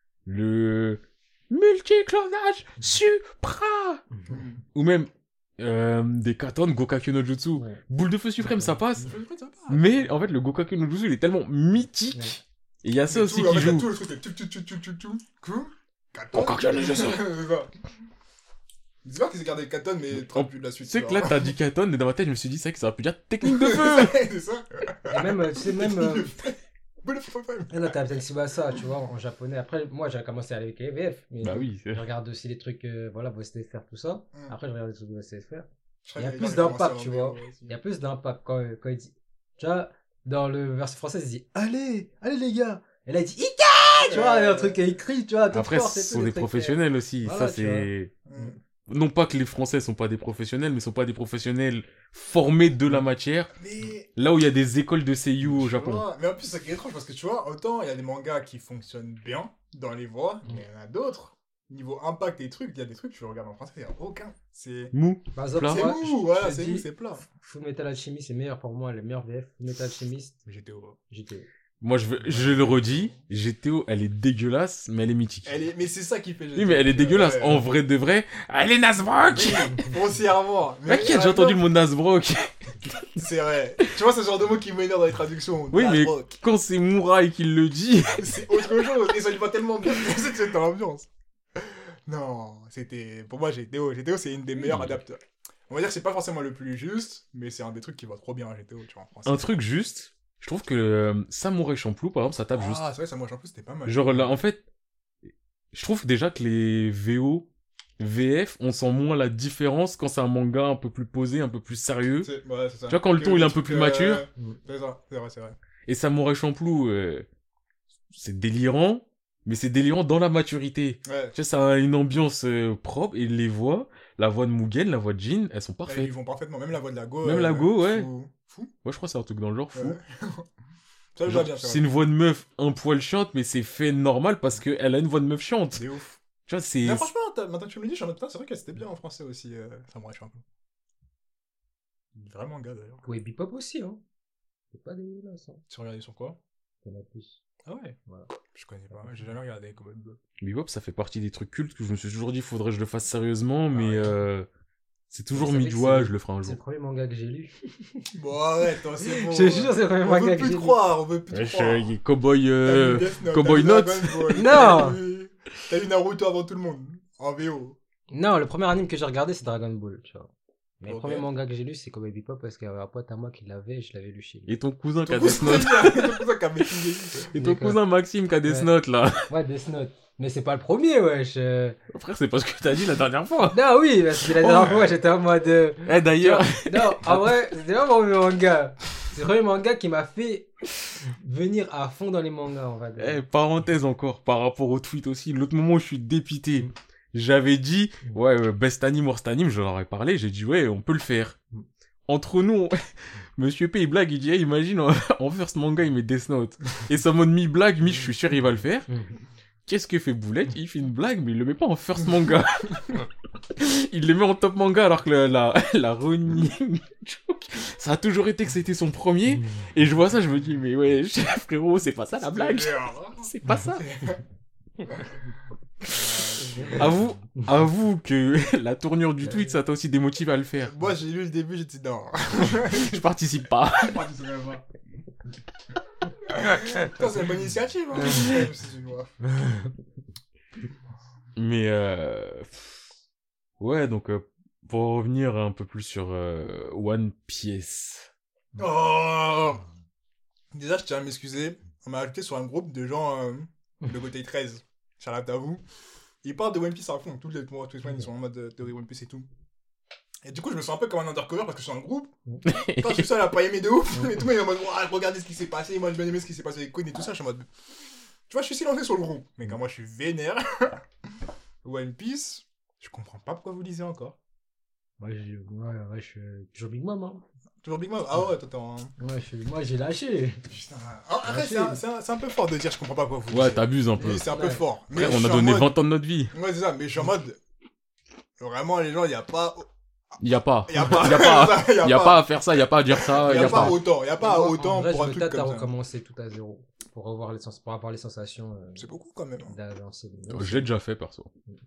le multiclonage supra, ou même euh, des katons Gokakyu no Jutsu, Ouais. boule de feu suprême, ça passe. Ça passe. Mais en fait, le Gokakyu no Jutsu, il est tellement mythique. Ouais. Et il y a ça Mais aussi tout, en qui fait, t'as joue. tout le truc, c'est tout, tout, tout, tout, tout, tout, tout. Katon. Gokakyu no Jutsu. C'est ça. C'est pas qu'ils aient gardé le katon, mais traduit de la suite. Tu sais tu que là, vois. t'as dit katon, et dans ma tête, je me suis dit, c'est vrai que ça aurait pu dire technique de feu. C'est ça. Et même, euh, tu sais, même. euh, Boule de feu. Ah non, t'as peut-être Tsubasa, tu vois, en japonais. Après, moi, j'ai commencé avec les V F. Mais Bah oui. Je regarde aussi les trucs, euh, voilà, Voss T F R, tout ça. Mm. Après, je regarde les trucs de Voss T F R. Je Il y a crois plus qu'il d'impact, commencé tu en vois. V O aussi. Il y a plus d'impact quand, quand il dit. Tu vois, dans le version française, il dit allez, allez les gars. Et là, il dit Ika. Tu vois, il y a un truc écrit, tu vois. tout Après, fort, ce c'est sont tout, des les trucs, professionnels aussi. Voilà, Ça, tu vois. c'est. Mm. Non pas que les Français sont pas des professionnels, mais sont pas des professionnels formés de la matière. Mais. Là où il y a des écoles de seiyuu au Tu Japon. vois, mais en plus, c'est étrange parce que tu vois, autant il y a des mangas qui fonctionnent bien dans les voix, mais il y en a d'autres. Niveau impact et trucs, il y a des trucs, tu le regardes en français, il n'y a aucun. C'est. Mou. Par exemple, Plat. C'est moi, mou, je- voilà, je c'est dis, mou, c'est plat. Full Metal Alchemist, c'est meilleur pour moi, le meilleur V F. Full Metal Alchemist, Mais j'étais au. j'étais. Moi, je, veux, je le redis, G T O, elle est dégueulasse, mais elle est mythique. Elle est... Mais c'est ça qui fait. Oui, mais elle est dégueulasse. Ouais. En vrai de vrai, elle est Nasbrock. Grossièrement. Mais T'inquiète, j'ai en entendu même le mot Nasbrock. temps, C'est vrai. Tu vois, c'est ce genre de mot qui m'énerve dans les traductions. Oui, mais Nasbrock. quand c'est Mouraï qui le dit. C'est autre chose. Et ça lui va tellement bien que c'est dans l'ambiance. Non, c'était. Pour moi, G T O. G T O, c'est une des meilleurs Oui. adapteurs. On va dire que c'est pas forcément le plus juste, mais c'est un des trucs qui va trop bien à G T O, tu vois, en français. Un truc juste, je trouve que euh, Samurai Champloo, par exemple, ça tape juste. Ah, c'est vrai, ça, moi, j'en plus, c'était pas mal. Genre là, en fait, je trouve déjà que les V O, V F, on sent moins la différence quand c'est un manga un peu plus posé, un peu plus sérieux. C'est- Ouais, c'est ça. Tu vois, quand le Que ton, il est un les peu trucs, plus mature. euh, C'est ça, c'est vrai, c'est vrai. Et Samurai Champloo, euh, c'est délirant, mais c'est délirant dans la maturité. Ouais. Tu vois, ça a une ambiance euh, propre, et les voix, la voix de Mugen, la voix de Jin, elles sont Ouais, parfaites. ils vont parfaitement. Même la voix de la Go. Même euh, la Go, ouais. Fou. Fou. Moi, je crois que c'est un truc dans le genre fou. Ouais. Ça, je Genre, vois bien, c'est c'est une voix de meuf un poil chiante, mais c'est fait normal parce qu'elle a une voix de meuf chiante. C'est ouf. Tu vois, c'est... Mais franchement, t'as- maintenant que tu me le dis, je suis en mode, putain, c'est vrai que c'était bien en français aussi, euh, Samurai Champloo. Vraiment gars d'ailleurs. Ouais, Bebop aussi, hein. C'est pas dégueulasse, hein. Tu regardais sur quoi? T'en as plus. Ah ouais? Voilà. Je connais pas, j'ai jamais regardé Cowboy Bebop. Bebop, ça fait partie des trucs cultes que je me suis toujours dit, faudrait que je le fasse sérieusement, mais ouais. euh, c'est toujours Vous savez mis que joie, c'est- je le ferai un C'est le jour. premier manga que j'ai lu. Bon, arrête, toi, c'est bon. Je te jure, c'est le premier On manga veut que plus j'ai te lu. croire, on veut plus te Wesh, croire. euh, y a Cowboy, T'as euh, lu Death Note, Cowboy t'as lu Note. Dragon Ball, Non. t'as lu- T'as lu Naruto avant tout le monde, en V O. Non, le premier anime que j'ai regardé, c'est Dragon Ball, tu vois. Mais le Ok. premier manga que j'ai lu, c'est Cowboy Bebop parce qu'il y avait un pote à moi qui l'avait et je l'avais lu chez lui. Et ton cousin qui a Ton Death cousin, Note. ton cousin qui a Making Game. Et ton D'accord. cousin Maxime qui a Death Ouais. Note, là. Ouais, Death Note. Mais c'est pas le premier, wesh. euh. Frère, c'est pas ce que t'as dit la dernière fois. Non, oui, parce que la dernière fois, j'étais en mode. euh, Eh, d'ailleurs, Non, en vrai, c'était pas mon manga. C'est le premier manga qui m'a fait venir à fond dans les mangas, on va dire. Eh, parenthèse encore, par rapport au tweet aussi, l'autre moment où je suis dépité, j'avais dit, ouais, euh, best anime, worst anime, je leur ai parlé, j'ai dit, ouais, on peut le faire. Entre nous, on... Monsieur P, il blague, il dit, hey, imagine, en, en first manga, il met Death Note. Et ça mode mi-blague, mi, je suis sûr, il va le faire. Qu'est-ce que fait Boulette? Il fait une blague, mais il le met pas en first manga. Il le met en top manga, alors que la, la, la running joke, ça a toujours été que c'était son premier. Et je vois ça, je me dis, mais ouais, frérot, c'est pas ça la blague. C'est pas ça. Avoue, avoue que la tournure du tweet, ça t'a aussi démotivé à le faire. Moi, j'ai lu le début, j'ai dit non. Je participe pas. Je participe pas. Putain, c'est une bonne initiative, hein. C'est une loi. Mais, euh... ouais, donc, euh, pour revenir un peu plus sur euh, One Piece. Oh Déjà, je tiens à m'excuser. On m'a ajouté sur un groupe de gens euh, de côté treize. Shout-out à vous. Ils parlent de One Piece à fond. Tous les mois, tous les semaines, ils sont en mode euh, théorie One Piece et tout. Et du coup, je me sens un peu comme un undercover parce que je suis dans le groupe. Quand je suis seul à pas aimer de ouf. Et tout le monde est en mode, ouais, regardez ce qui s'est passé. Moi, j'ai bien aimé ce qui s'est passé avec Queen et tout ça. Je suis en mode, tu vois, je suis silencieux sur le groupe. Mais quand moi, je suis vénère. One Piece, je comprends pas pourquoi vous lisez encore. Moi, je, ouais, ouais, je suis toujours Big Mom. Hein. Toujours Big Mom? Ah ouais, attends. Ouais, je suis... Moi, j'ai lâché. Putain. Ah, après, c'est un, c'est, un, c'est un peu fort de dire je comprends pas pourquoi vous lisez. Ouais, t'abuses un peu. Oui, c'est un peu Ouais. fort. Mais Frère, je on a suis en donné mode- vingt ans de notre vie. Ouais, c'est ça. Mais je suis en mode, vraiment, les gens, il y a pas... Y a pas. Y a pas. Y a pas. Y a Y a pas. pas à faire ça, y a pas à dire ça, Il y n'y a, a pas pas. autant, il n'y a pas Moi, autant en vrai, pour un je me truc tâte à comme ça. recommencer tout à zéro. Pour, avoir les sens... pour avoir les sensations euh, C'est beaucoup quand même. hein. d'avancer. Je l'ai déjà fait, perso.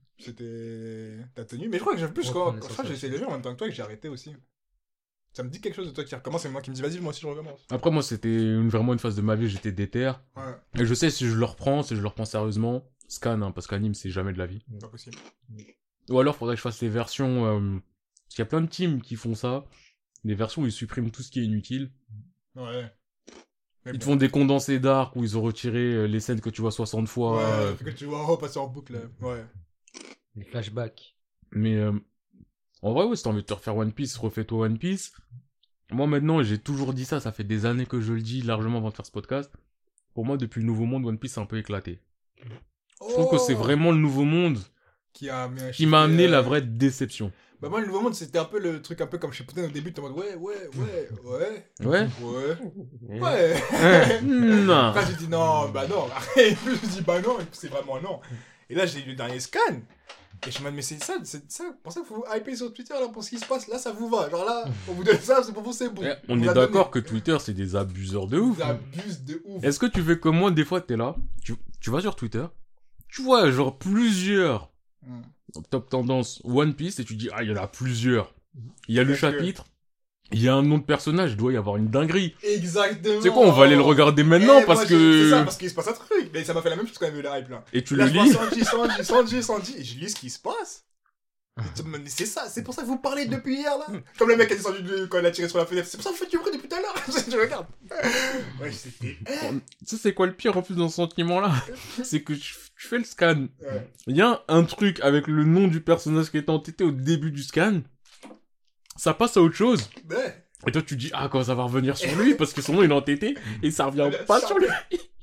C'était ta tenue. Mais je crois que j'ai plus, Reprendre quand, les je crois que j'ai essayé de lire en même temps que toi et que j'ai arrêté aussi. Ça me dit quelque chose de toi qui recommence, c'est moi qui me dis vas-y, moi aussi je recommence. Après, moi, c'était une, vraiment une phase de ma vie, j'étais déter. Ouais, Et je sais, si je le reprends, si je le reprends sérieusement, scan, hein, parce qu'anime, c'est jamais de la vie. pas possible. Ou alors, faudrait que je fasse les versions, euh, parce qu'il y a plein de teams qui font ça. Des versions où ils suppriment tout ce qui est inutile. Ouais. Mais Ils te bon. font des condensés d'arc où ils ont retiré euh, les scènes que tu vois soixante fois. Ouais, euh, que tu vois repasser en boucle. là. Ouais. Les flashbacks. Mais, euh, en vrai, ouais, si t'as envie de te refaire One Piece, refais-toi One Piece. Moi, maintenant, j'ai toujours dit ça, ça fait des années que je le dis, largement avant de faire ce podcast. Pour moi, depuis le Nouveau Monde, One Piece c'est un peu éclaté. Je trouve que c'est vraiment le Nouveau Monde Qui a amené un qui m'a chiffre, amené euh, la vraie déception. Bah, moi, le Nouveau Monde, c'était un peu le truc un peu comme chez Poutin au début. T'es en mode ouais, ouais, ouais, ouais. Ouais? Ouais. Ouais. Non. Après, j'ai dit non, bah non. Après, je me dis bah non, et puis c'est vraiment non. Et là, j'ai eu le dernier scan. Et je me dis, mais c'est ça, c'est ça. Pour ça, faut vous hyper sur Twitter là, pour ce qui se passe. Là, ça vous va. Genre là, on vous donne ça, c'est pour vous, c'est bon. Eh, On vous est a d'accord donné. que Twitter, c'est des abuseurs de ouf. Vous abusez de ouf. Est-ce que tu fais comme moi, des fois, t'es là, tu, tu vas sur Twitter, tu vois, genre, plusieurs Mm. top tendance One Piece, et tu dis, ah, il y en a plusieurs. Il y a le Parce que- chapitre, il y a un nom de personnage, il doit y avoir une dinguerie. Exactement. C'est quoi, on va aller le regarder maintenant, Eh, parce moi, j'ai- C'est ça, que... parce qu'il se passe un truc. Mais ça m'a fait la même chose quand même, eu la hype là. Et tu Là, le je vois lis. Sanji, Sanji, Sanji, Sanji, et je lis ce qui se passe. Mais c'est ça, c'est pour ça que vous parlez depuis hier là. Comme le mec a dit Sanji de- quand il a tiré sur la fenêtre. C'est pour ça que vous faites du bruit depuis tout à l'heure. Je regarde. Ouais, c'était. Ça, c'est quoi le pire en plus dans ce sentiment-là? C'est que tu, tu fais le scan. Ouais. Il y a un truc avec le nom du personnage qui est entêté au début du scan. Ça passe à autre chose. Ouais. Et toi, tu dis, ah, quand ça va revenir sur lui, parce que son nom il est entêté, et ça revient pas sur lui.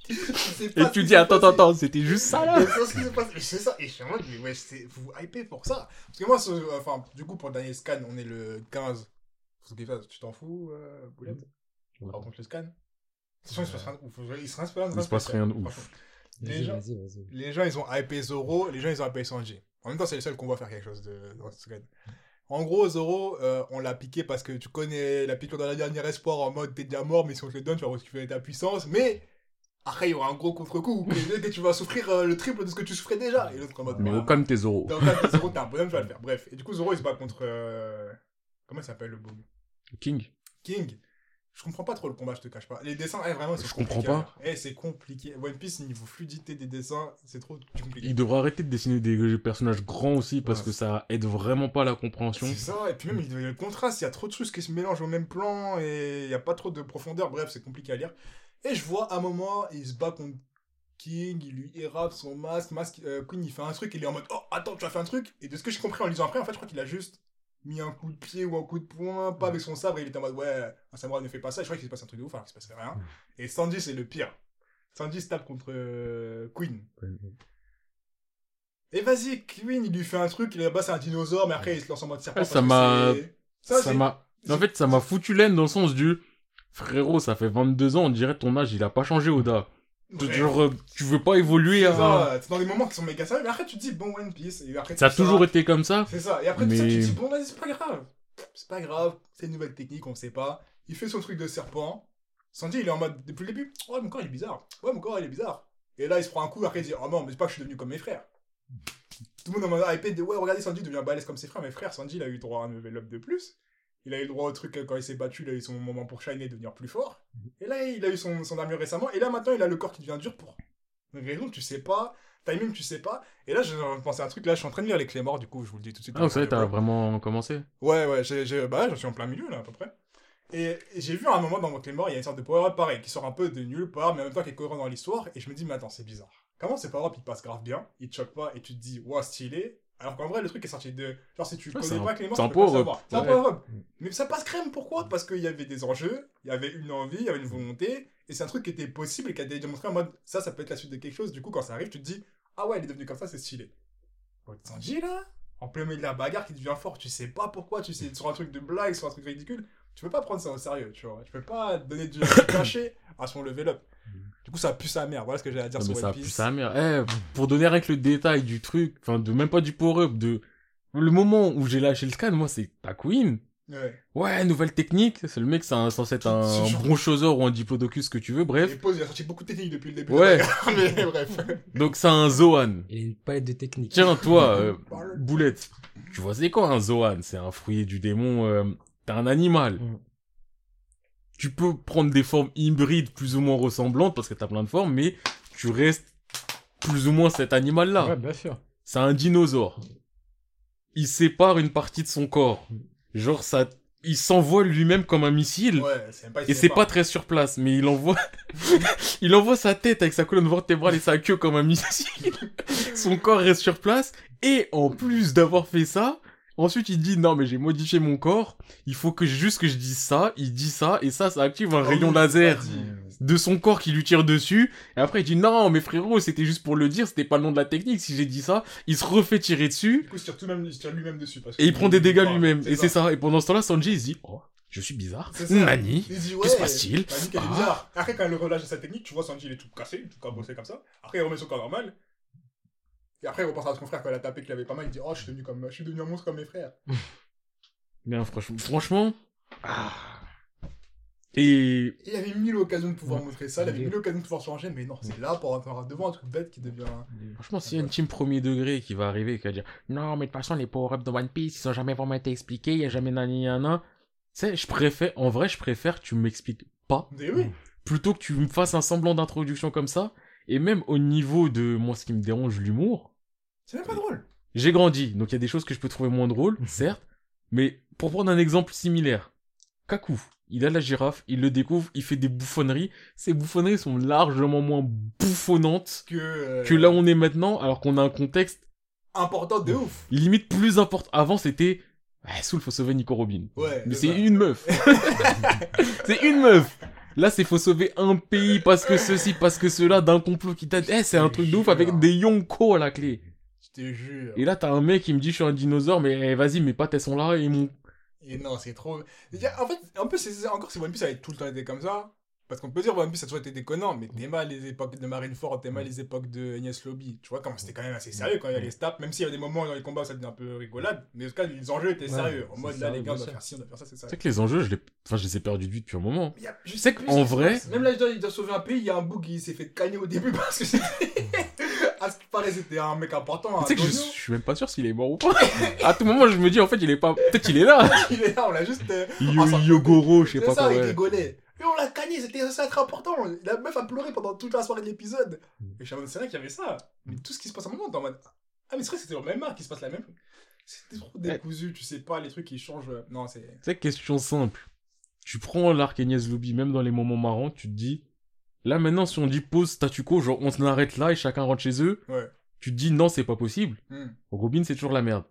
Et tu dis, attends, attends, attends, c'était juste ça là. Mais c'est ce qui se passe. Mais c'est ça. Et je suis en mode, mais ouais, c'est- vous vous hypez pour ça. Parce que moi, ce- enfin, du coup, pour le dernier scan, on est le quinze. Faut qu'il fasse. Tu t'en fous, euh, Boulette? Par contre, le scan. De toute façon, il se passe rien de ouf. Il se passe rien de Il se passe rien de ouf. Franchement. Vas-y, Déjà- vas-y, vas-y. Les gens, ils ont hypé Zoro, les gens, ils ont hypé Sanji. En même temps, c'est le seul qu'on voit faire quelque chose de, dans ce scan. En gros, Zoro, euh, on l'a piqué parce que tu connais la piqûre dans la dernière espoir en mode t'es déjà mort, mais si on te le donne, tu vas récupérer ta puissance. Mais après, il y aura un gros contre-coup que, que tu vas souffrir euh, le triple de ce que tu souffrais déjà. Et l'autre en mode. Mais voilà, au calme tes euros. Dans le cas de Zoro, t'es un bonhomme, tu vas le faire. Bref. Et du coup, Zoro, il se bat contre. euh, Comment il s'appelle le bug King. King. Je comprends pas trop le combat, je te cache pas. Les dessins, eh, vraiment, c'est Je compliqué comprends à pas. lire. Eh, c'est compliqué. One Piece, niveau fluidité des dessins, c'est trop compliqué. Il devrait arrêter de dessiner des personnages grands aussi, parce Ouais. que ça aide vraiment pas à la compréhension. C'est ça, et puis même il y a le contraste, il y a trop de choses qui se mélangent au même plan et il n'y a pas trop de profondeur, bref, c'est compliqué à lire. Et je vois à un moment, il se bat contre King, il lui érape son masque, masque euh, Queen il fait un truc, il est en mode oh attends, tu as fait un truc, et de ce que j'ai compris en lisant après, en fait, je crois qu'il a juste mis un coup de pied ou un coup de poing, pas avec son sabre, et il était en mode, ouais, un samouraï ne fait pas ça. Je crois qu'il se passe un truc de ouf alors qu'il se passait rien. Et Sanji, c'est le pire. Sanji se tape contre euh, Queen. Et vas-y, Queen, il lui fait un truc, il là-bas, c'est un dinosaure, mais après, il se lance en mode serpent. Ouais, ça m'a... Ça, ça m'a... En fait, ça m'a foutu l'aine dans le sens du... Frérot, ça fait vingt-deux ans, on dirait ton âge, il a pas changé, Oda. Ouais. Genre, tu veux pas évoluer à... Ça, c'est dans des moments qui sont méga sérieux, mais après, tu te dis, bon, One Piece, et après... Ça a toujours ça... été comme ça. C'est ça, et après, mais... ça, tu te dis, bon, vas-y, c'est pas grave. C'est pas grave, c'est une nouvelle technique, on sait pas. Il fait son truc de serpent. Sanji, il est en mode, depuis le début, ouais, mon corps, il est bizarre. Ouais, mon corps, il est bizarre. Et là, il se prend un coup, après, il dit, oh non, mais c'est pas que je suis devenu comme mes frères. Tout le monde en mode hypé de, ouais, regardez, Sanji devient balèze comme ses frères. Mes frères, Sanji, il a eu droit à un level up de plus. Il a eu le droit au truc quand il s'est battu, il a eu son moment pour shiner, devenir plus fort. Et là, il a eu son, son armure récemment. Et là, maintenant, il a le corps qui devient dur pour une raison que tu sais pas. Timing, tu sais pas. Et là, je pensais à un truc. Là, je suis en train de lire les clés morts, du coup, je vous le dis tout de suite. Ah, vous savez, t'as vraiment commencé? Ouais, ouais, j'ai, j'ai, bah, j'en suis en plein milieu, là, à peu près. Et, et j'ai vu à un moment dans mon clé mort, il y a une sorte de power-up pareil, qui sort un peu de nulle part, mais en même temps qui est cohérent dans l'histoire. Et je me dis, mais attends, c'est bizarre. Comment ces power-up, ils passent grave bien, ils te choquent pas, et tu te dis, wow, stylé. Alors qu'en vrai, le truc est sorti de. Genre, si tu ouais, connais pas Clément, tu peux pas savoir. C'est un power-up. Mais ça passe crème, pourquoi? Parce qu'il y avait des enjeux, il y avait une envie, il y avait une volonté, et c'est un truc qui était possible et qui a été démontré en mode ça, ça peut être la suite de quelque chose. Du coup, quand ça arrive, tu te dis ah ouais, elle est devenue comme ça, c'est stylé. Sanji là, en plein milieu de la bagarre qui devient fort, tu sais pas pourquoi, tu sais, sur un truc de blague, sur un truc ridicule, tu peux pas prendre ça au sérieux, tu vois. Tu peux pas donner du cachet à son level up. Du coup, ça a pu sa mère. Voilà ce que j'ai à dire non, sur One Piece. Ça a pu sa mère. Eh, pour donner rien que le détail du truc, enfin, de même pas du power-up, de le moment où j'ai lâché le scan, moi, c'est ta Queen. Ouais. Ouais, nouvelle technique. C'est le mec, c'est un, censé être un bronchosaure ou un diplodocus, ce que tu veux, bref. Et pause, il a sorti beaucoup de techniques depuis le début. Ouais. De mais bref. Donc, c'est un Zoan. Il a une palette de techniques. Tiens, toi, euh, Boulette. Tu vois, c'est quoi un Zoan? C'est un fruit du démon, euh, t'es un animal. Mm. Tu peux prendre des formes hybrides plus ou moins ressemblantes parce que t'as plein de formes, mais tu restes plus ou moins cet animal-là. Ouais, bien sûr. C'est un dinosaure. Il sépare une partie de son corps. Genre, ça, il s'envole lui-même comme un missile. Ouais, c'est même pas, et c'est pas très sur place, mais il envoie, il envoie sa tête avec sa colonne vertébrale et sa queue comme un missile. Son corps reste sur place. Et en plus d'avoir fait ça, ensuite, il dit, non, mais j'ai modifié mon corps, il faut que juste que je dise ça, il dit ça, et ça, ça active un oh, rayon laser de son corps qui lui tire dessus, et après, il dit, non, mais frérot, c'était juste pour le dire, c'était pas le nom de la technique, si j'ai dit ça, il se refait tirer dessus. Du coup, il se tire, tout même, il se tire lui-même dessus. Parce et il prend des dégâts lui-même, et c'est ça, et pendant ce temps-là, Sanji, il se dit, oh, je suis bizarre, Nani, il dit, ouais, que se passe-t-il? Nani, qu'elle est bizarre. Après, quand elle relâche sa technique, tu vois, Sanji, il est tout cassé, tout cabossé comme ça, après, il remet son corps normal. Et après, il repense à son frère quand elle a tapé qu'il avait pas mal. Il dit oh, je suis devenu comme, je suis devenu un monstre comme mes frères. Bien, franchement, franchement. Ah. Et il avait mille occasions de pouvoir montrer ça. Il avait mille occasions de pouvoir se ranger, mais non, c'est là pour avoir devant un truc bête qui devient. Franchement, s'il y a une team premier degré qui va arriver, qui va dire non, mais de toute façon, les power-ups de One Piece, ils ont jamais vraiment été expliqués. Il y a jamais nani nana. Tu sais, je préfère, en vrai, je préfère que tu m'expliques pas. Mais oui. Plutôt que tu me fasses un semblant d'introduction comme ça. Et même au niveau de moi, ce qui me dérange, l'humour. C'est même pas drôle. J'ai grandi, donc il y a des choses que je peux trouver moins drôles, certes. Mais pour prendre un exemple similaire, Kaku, il a la girafe, il le découvre, il fait des bouffonneries. Ces bouffonneries sont largement moins bouffonnantes que, euh... que là où on est maintenant, alors qu'on a un contexte important de ouf. Limite plus important. Avant, c'était ah, Soul, faut sauver Nico Robin. Ouais. Mais c'est ça. Une meuf. C'est une meuf. Là, c'est faut sauver un pays parce que ceci, parce que cela, d'un complot qui t'aide. Eh, c'est un truc de ouf avec des Yonko à la clé. Je te jure. Et là, t'as un mec qui me dit, je suis un dinosaure, mais eh, vas-y, mes pattes, elles sont là, et mon... Et non, c'est trop... En fait, un peu, c'est encore si One Piece avait tout le temps été comme ça, parce qu'on peut dire One Piece, ça a toujours été déconnant, mais t'es mal les époques de Marineford, t'es mal les époques de Enies Lobby. Tu vois, comme c'était quand même assez sérieux quand il y a les stats, même s'il y a des moments dans les combats où ça devient un peu rigolade, mais en tout cas, les enjeux étaient sérieux. En mode, là, les gars, on doit faire ci, on doit faire ça, c'est ça. C'est que les enjeux, je les, enfin, je les ai perdus de vue depuis un moment. A... Je sais qu'en vrai... Même là, il doit, il doit sauver un pays, il y a un bouc qui s'est fait cagner au début parce que c'était... À ce qui paraît, c'était un mec important. Tu sais que je, je suis même pas sûr s'il est mort ou pas. À tout moment, je me dis, en fait, il est pas... Peut-être qu'il est là. Il est là, on l'a juste... Euh... Yo, oh, Yogoro, je sais pas quoi. C'est ça, il rigolait. Et on l'a cagné, c'était ça être important. La meuf a pleuré pendant toute la soirée de l'épisode. Et je suis en mode, c'est vrai qu'il y avait ça. Mais tout ce qui se passe à un moment, t'es en mode... Ah, mais c'est vrai que c'était le même arc qui se passe la même... C'était trop décousu, tu sais pas, les trucs qui changent... Non, c'est... Tu sais, question simple. Tu prends l'arc Enies Lobby, même dans les moments marrants, tu te dis... Là, maintenant, si on dit pause statu quo, genre on s'arrête là et chacun rentre chez eux... Ouais. Tu te dis non, c'est pas possible. Mm. Robin, c'est toujours la merde.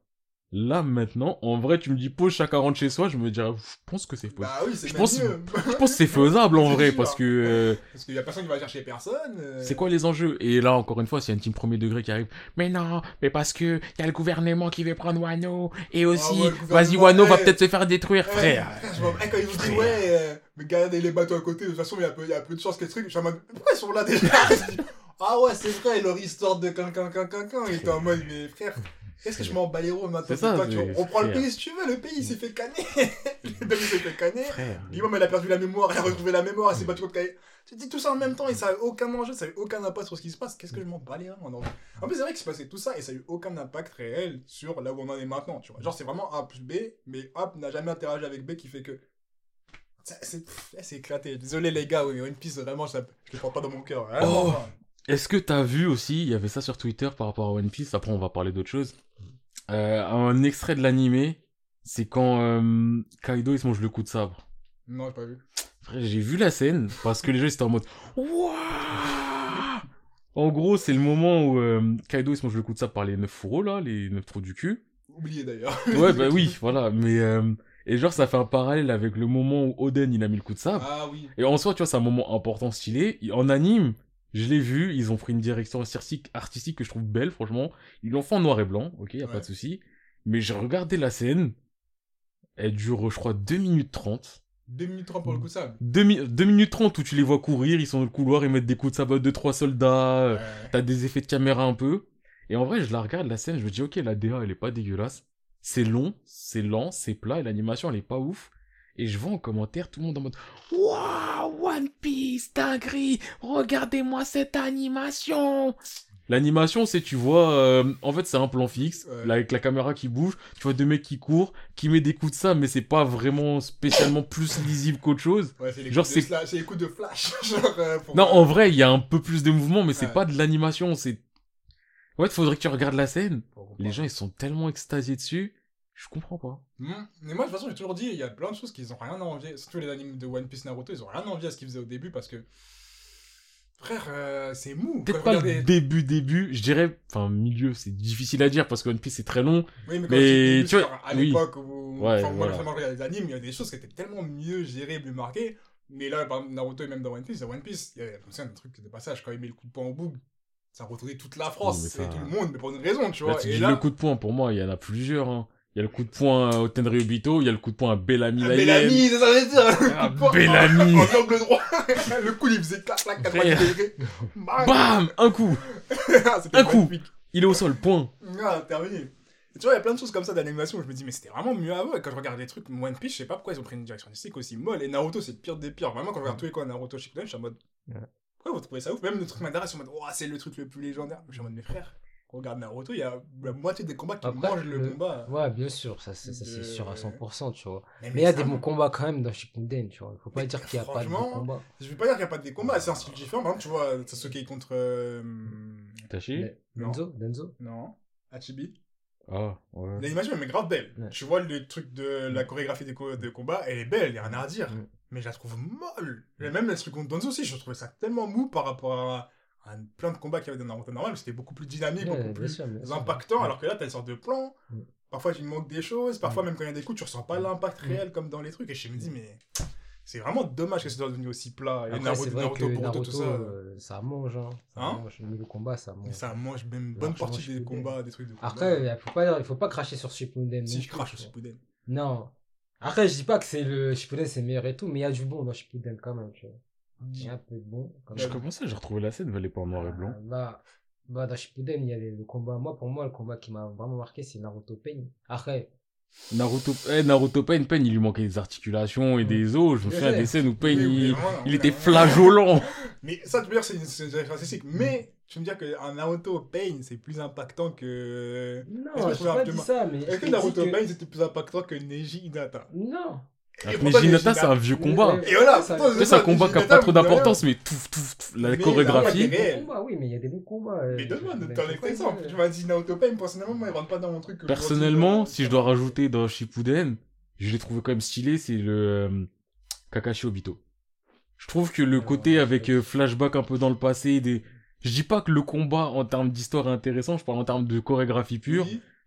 Là, maintenant, en vrai, tu me dis pause chacun rentre chez soi, je me dirais, je pense que c'est possible. Bah oui, c'est Je même pense- mieux. Je pense que c'est faisable en C'est vrai, sûr. parce que euh, Parce qu'il y a personne qui va chercher personne. euh. c'est quoi les enjeux? Et là, encore une fois, s'il y a une team premier degré qui arrive, mais non, mais parce que il y a le gouvernement qui veut prendre Wano, et aussi, Ah ouais, le vas-y, gouvernement, Wano va ouais. peut-être se faire détruire, Eh, frère. frère, je vois après quand ils nous disent Frère. ouais, euh, mais gardez les bateaux à côté, de toute façon il y a peu, il y a peu de chances que ce truc. Je suis en mode, pourquoi ils sont là déjà? Je dis, ah ouais, c'est vrai, leur histoire de quelqu'un, quelqu'un, quelqu'un. Il était en mode, mais frère, qu'est-ce que je m'en bats les roues maintenant? C'est ça, Toi, tu c'est- reprends le frère. pays si tu veux, le pays il s'est fait canner. Le pays s'est fait canner. Frère. Guillaume elle a perdu la mémoire, elle a retrouvé la mémoire, elle s'est battue contre Kaï. Tu dis tout ça en même temps et ça a aucun enjeu, ça a eu aucun impact sur ce qui se passe. Qu'est-ce que je m'en bats les reins en vrai? En plus, c'est vrai qu'il s'est passé tout ça et ça a eu aucun impact réel sur là où on en est maintenant, tu vois. Genre, c'est vraiment A plus B, mais A n'a jamais interagi avec B qui fait que. Ça, C'est pff, c'est éclaté. Désolé les gars, oui, One Piece, vraiment, ça- je le porte pas dans mon cœur. Vraiment, Oh. hein. Est-ce que t'as vu aussi, il y avait ça sur Twitter par rapport à One Piece, après on va parler d'autre chose. Euh, un extrait de l'animé, c'est quand euh, Kaido il se mange le coup de sabre. Non, j'ai pas vu. Frère, j'ai vu la scène parce que les gens ils étaient en mode Wouah. En gros, c'est le moment où euh, Kaido il se mange le coup de sabre par les neuf fourreaux là, les neuf trous du cul. Oublié d'ailleurs. Ouais, bah oui, voilà. Mais euh, et genre ça fait un parallèle avec le moment où Oden il a mis le coup de sabre. Ah oui. Et en soi, tu vois, c'est un moment important, stylé. En anime, je l'ai vu, ils ont pris une direction artistique, artistique que je trouve belle, franchement. Ils l'ont fait en noir et blanc, ok, y a Ouais. pas de souci. Mais j'ai regardé la scène, elle dure, je crois, deux minutes trente. deux minutes trente pour le coup de sable. deux minutes trente où tu les vois courir, ils sont dans le couloir, ils mettent des coups de sabre à deux trois soldats, euh, Ouais. t'as des effets de caméra un peu. Et en vrai, je la regarde, la scène, je me dis, ok, la D A, elle est pas dégueulasse. C'est long, c'est lent, c'est plat, et l'animation, elle est pas ouf. Et je vois en commentaire tout le monde en mode Waouh, One Piece, dinguerie, regardez-moi cette animation. L'animation, c'est, tu vois, euh, en fait, c'est un plan fixe, Ouais. là, avec la caméra qui bouge, tu vois deux mecs qui courent, qui met des coups de sabre, mais c'est pas vraiment spécialement plus lisible qu'autre chose. Ouais, c'est les, Genre, coups de c'est- sla- c'est les coups de flash. Genre, euh, pour- Non, en vrai, il y a un peu plus de mouvement, mais c'est Ouais. pas de l'animation, c'est... Ouais, faudrait que tu regardes la scène. Les gens, ils sont tellement extasiés dessus, je comprends pas. Hmm. Mais moi, de toute façon, j'ai toujours dit, il y a plein de choses qu'ils ont rien à envier. Surtout les animes de One Piece Naruto, ils ont rien à envier à ce qu'ils faisaient au début parce que. Frère, euh, c'est mou. Peut-être Quand pas vous regardez- le début, début, je dirais, enfin, milieu, c'est difficile à dire parce que One Piece c'est très long. Oui, mais, quand Mais tu début, tu vois, genre, à oui. l'époque où. Ouais, enfin, moi, voilà. personnellement, je regardais les animes, il y a des choses qui étaient tellement mieux gérées, mieux marquées. Mais là, par exemple, Naruto et même dans One Piece, dans One Piece, il y a un truc de passage, quand il met le coup de poing au bout, ça retournait toute la France Oui, mais ça- et tout le monde, mais pour une raison, tu Là, vois. tu Et dis là, le coup de poing, pour moi, il y en a plusieurs. Hein. Il y a le coup de poing au Tenryubito, il y a le coup de poing à Bellamy ah, la Bellamy, hyène. c'est ça que je veux dire. Le Ah, coup de poing Bellamy. En angle droit. Le coup, il faisait clac, clac, quatre-vingt-dix Frère. degrés. Bam. Bam, un coup, C'était un coup. magnifique. il est au sol, point. Ah, terminé. Et tu vois, il y a plein de choses comme ça d'animation où je me dis, mais c'était vraiment mieux avant. Et quand je regarde les trucs, One Piece, je sais pas pourquoi ils ont pris une direction artistique aussi molle. Et Naruto, c'est le pire des pires. Vraiment, quand je regarde tous les coins de Naruto Shippuden, je suis en mode, Ouais. pourquoi vous trouvez ça ouf? Même le truc Madara, je suis en mode, oh, c'est le truc le plus légendaire. Je suis en mode, mes frères, regarde Naruto, il y a la moitié des combats qui Après, mangent le, le- combat. Ouais, bien sûr, ça, c'est ça, c'est De- sûr à cent pour cent, tu vois. Mais, Mais il y a ça- des bons combats quand même dans Shippuden, tu vois. Faut pas Mais dire qu'il y a pas de bons franchement, combats. Je vais pas dire qu'il y a pas des combats, c'est un style différent. Par exemple, tu vois, Sasuke contre. euh, Tachi Mais- Denzo, Denzo. Non, Hachibi. Ah, ouais. L'animation, elle est grave belle. Ouais. Tu vois le truc de la chorégraphie des, co- des combats, elle est belle, y a rien à redire. Mm. Mais je la trouve molle. Et même le truc contre Danzo aussi, je trouvais ça tellement mou par rapport à, à plein de combats qu'il y avait dans Naruto normal, mais c'était beaucoup plus dynamique, Ouais, beaucoup bien plus sûr, bien sûr. impactant, Ouais. alors que là, t'as une sorte de plan. Mm. Parfois, il manque des choses, parfois, Mm. même quand il y a des coups, tu ressens pas l'impact Mm. réel comme dans les trucs. Et je me dis, mais c'est vraiment dommage que ce soit devenu aussi plat. Et Après, Naruto, c'est vrai Naruto, que Boruto, Naruto, tout ça. euh, ça mange, hein. Ça Hein mange. Niveau combat, ça mange. Et ça mange même une bonne Largement partie des Shippuden. combats, des trucs de combat. Après, il faut pas, il faut pas cracher sur Shippuden. si non je plus, crache tu sur vois. Shippuden. Non. Après, je dis pas que c'est le Shippuden c'est meilleur et tout, mais il y a du bon dans Shippuden quand même, tu vois. Il y a un peu de bon. Quand Je même. commençais, j'ai retrouvé la scène, mais elle est pas en noir et blanc. Euh, bah, bah, dans Shippuden, il y a les- le combat. Moi, pour moi, le combat qui m'a vraiment marqué, c'est Naruto Pain. Après, Naruto, eh, Naruto Pain, Pain, il lui manquait des articulations et des os. Je me Je souviens sais. des scènes où Pain, Oui, oui, il, vraiment, il oui, était vraiment. flageolant. Mais ça, tu veux dire, c'est une, c'est une direction artistique. Mais tu me dire qu'un Naruto Pain, c'est plus impactant que. non, Est-ce que j'ai tu pas vois, dit tu ça, mais. Est-ce je que te Naruto dis que- Pain, c'était plus impactant que Neji Hinata? Non. Et Alors, pourtant, mais Hinata, Neji c'est un vieux combat. Mais- Et voilà, ça- pourtant, Tu sais, c'est un combat qui a pas trop Hinata, d'importance, mais tout, tout, tout, la Mais chorégraphie. Il y a des bons réel. combats, oui, mais il y a des bons combats. euh, Mais donne-moi je- de je- ton je- je- exemple. Tu m'as dit Naruto Pain, personnellement, moi, il rentre pas dans mon truc. que Personnellement, je dis, si je dois rajouter dans Shippuden, je l'ai trouvé quand même stylé, c'est le euh, Kakashi Obito. Je trouve que le Ouais, côté ouais, avec ouais. euh, flashback un peu dans le passé, des... je dis pas que le combat en termes d'histoire est intéressant, je parle en termes de chorégraphie pure. Oui.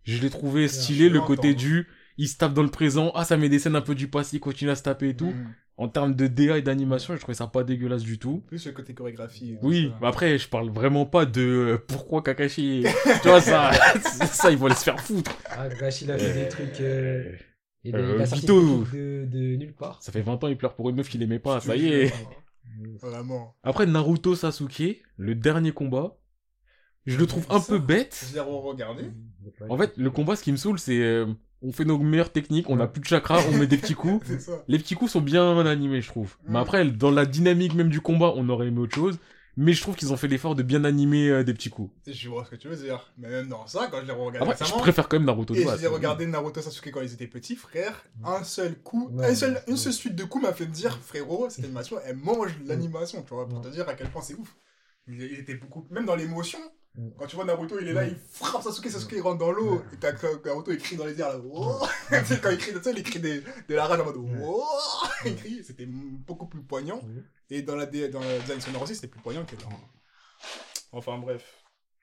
Je l'ai trouvé je stylé, le l'entends. côté du, il se tape dans le présent, ah, ça met des scènes un peu du passé, il continue à se taper et tout. Mm. En termes de D A et d'animation, je trouvais ça pas dégueulasse du tout. Plus le côté chorégraphie. Oui, ça. bah après, je parle vraiment pas de euh, pourquoi Kakashi. Tu vois, ça, ça, ils vont se faire foutre. Ah, Kakashi, il a fait Euh, des trucs. euh, Il, a- euh, il a sorti Vito. des trucs de, de nulle part. Ça fait vingt ans, il pleure pour une meuf qu'il aimait pas, Je ça te y est. jure. Vraiment. Après, Naruto Sasuke, le dernier combat, je le trouve un Ça, peu bête. Je l'ai regardé. En fait, le combat, ce qui me saoule, c'est euh, on fait nos meilleures techniques, on a plus de chakra, on met des petits coups. C'est ça. Les petits coups sont bien animés, je trouve. Mais Mm. après, dans la dynamique même du combat, on aurait aimé autre chose. Mais je trouve qu'ils ont fait l'effort de bien animer euh, des petits coups. Je vois ce que tu veux dire. Mais même dans ça, quand je l'ai regardé Après, je récemment, préfère quand même Naruto de et je base. l'ai regardé Naruto Sasuke quand ils étaient petits, frère, un seul coup, Ouais, un seul, ouais. une seule suite de coups m'a fait me dire, frérot, cette animation, elle mange l'animation, tu vois, pour Ouais. te dire à quel point c'est ouf. Il, il était beaucoup, même dans l'émotion, Ouais. quand tu vois Naruto, il est là, Ouais. il frappe Sasuke, Sasuke il rentre dans l'eau, et t'as Naruto il crie dans les airs, là, oh tu sais, quand il crie, tu sais, il crie des- de la rage en mode, oh il crie, c'était beaucoup plus poignant, Ouais. et dans la, dé- dans le design sonore aussi, c'était plus poignant que dans... Enfin bref.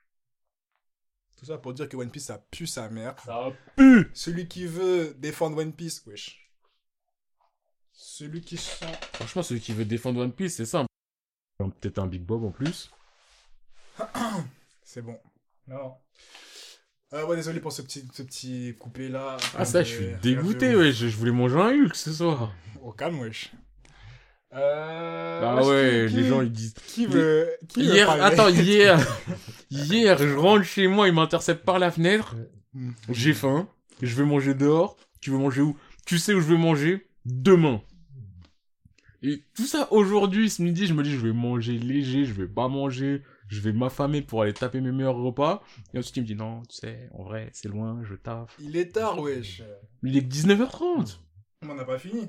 Tout ça pour dire que One Piece, ça pue sa mère. Ça pue. Celui qui veut défendre One Piece, wesh. Celui qui sent... Franchement, celui qui veut défendre One Piece, c'est simple. Peut-être un Big Bob en plus. C'est bon. Non. Euh, ouais, désolé pour ce petit, ce petit coupé là. Ah, ça, Euh, je suis rien dégoûté, de ouf. ouais. Je, je voulais manger un Hulk ce soir. Au calme, wesh. Euh... Ah wesh, ouais, qui- les qui- gens ils disent. Qui veut... Qui veut Hier, parler attends, hier, hier, je rentre chez moi, il m'intercepte par la fenêtre. Hmm. J'ai faim, je vais manger dehors. Tu veux manger où? Tu sais où je vais manger? Demain. Et tout ça aujourd'hui, ce midi, je me dis, je vais manger léger, je vais pas manger, je vais m'affamer pour aller taper mes meilleurs repas. Et ensuite, il me dit, non, tu sais, en vrai, c'est loin, je taffe. Il est tard, wesh. Il est que dix-neuf heures trente. On n'a pas fini.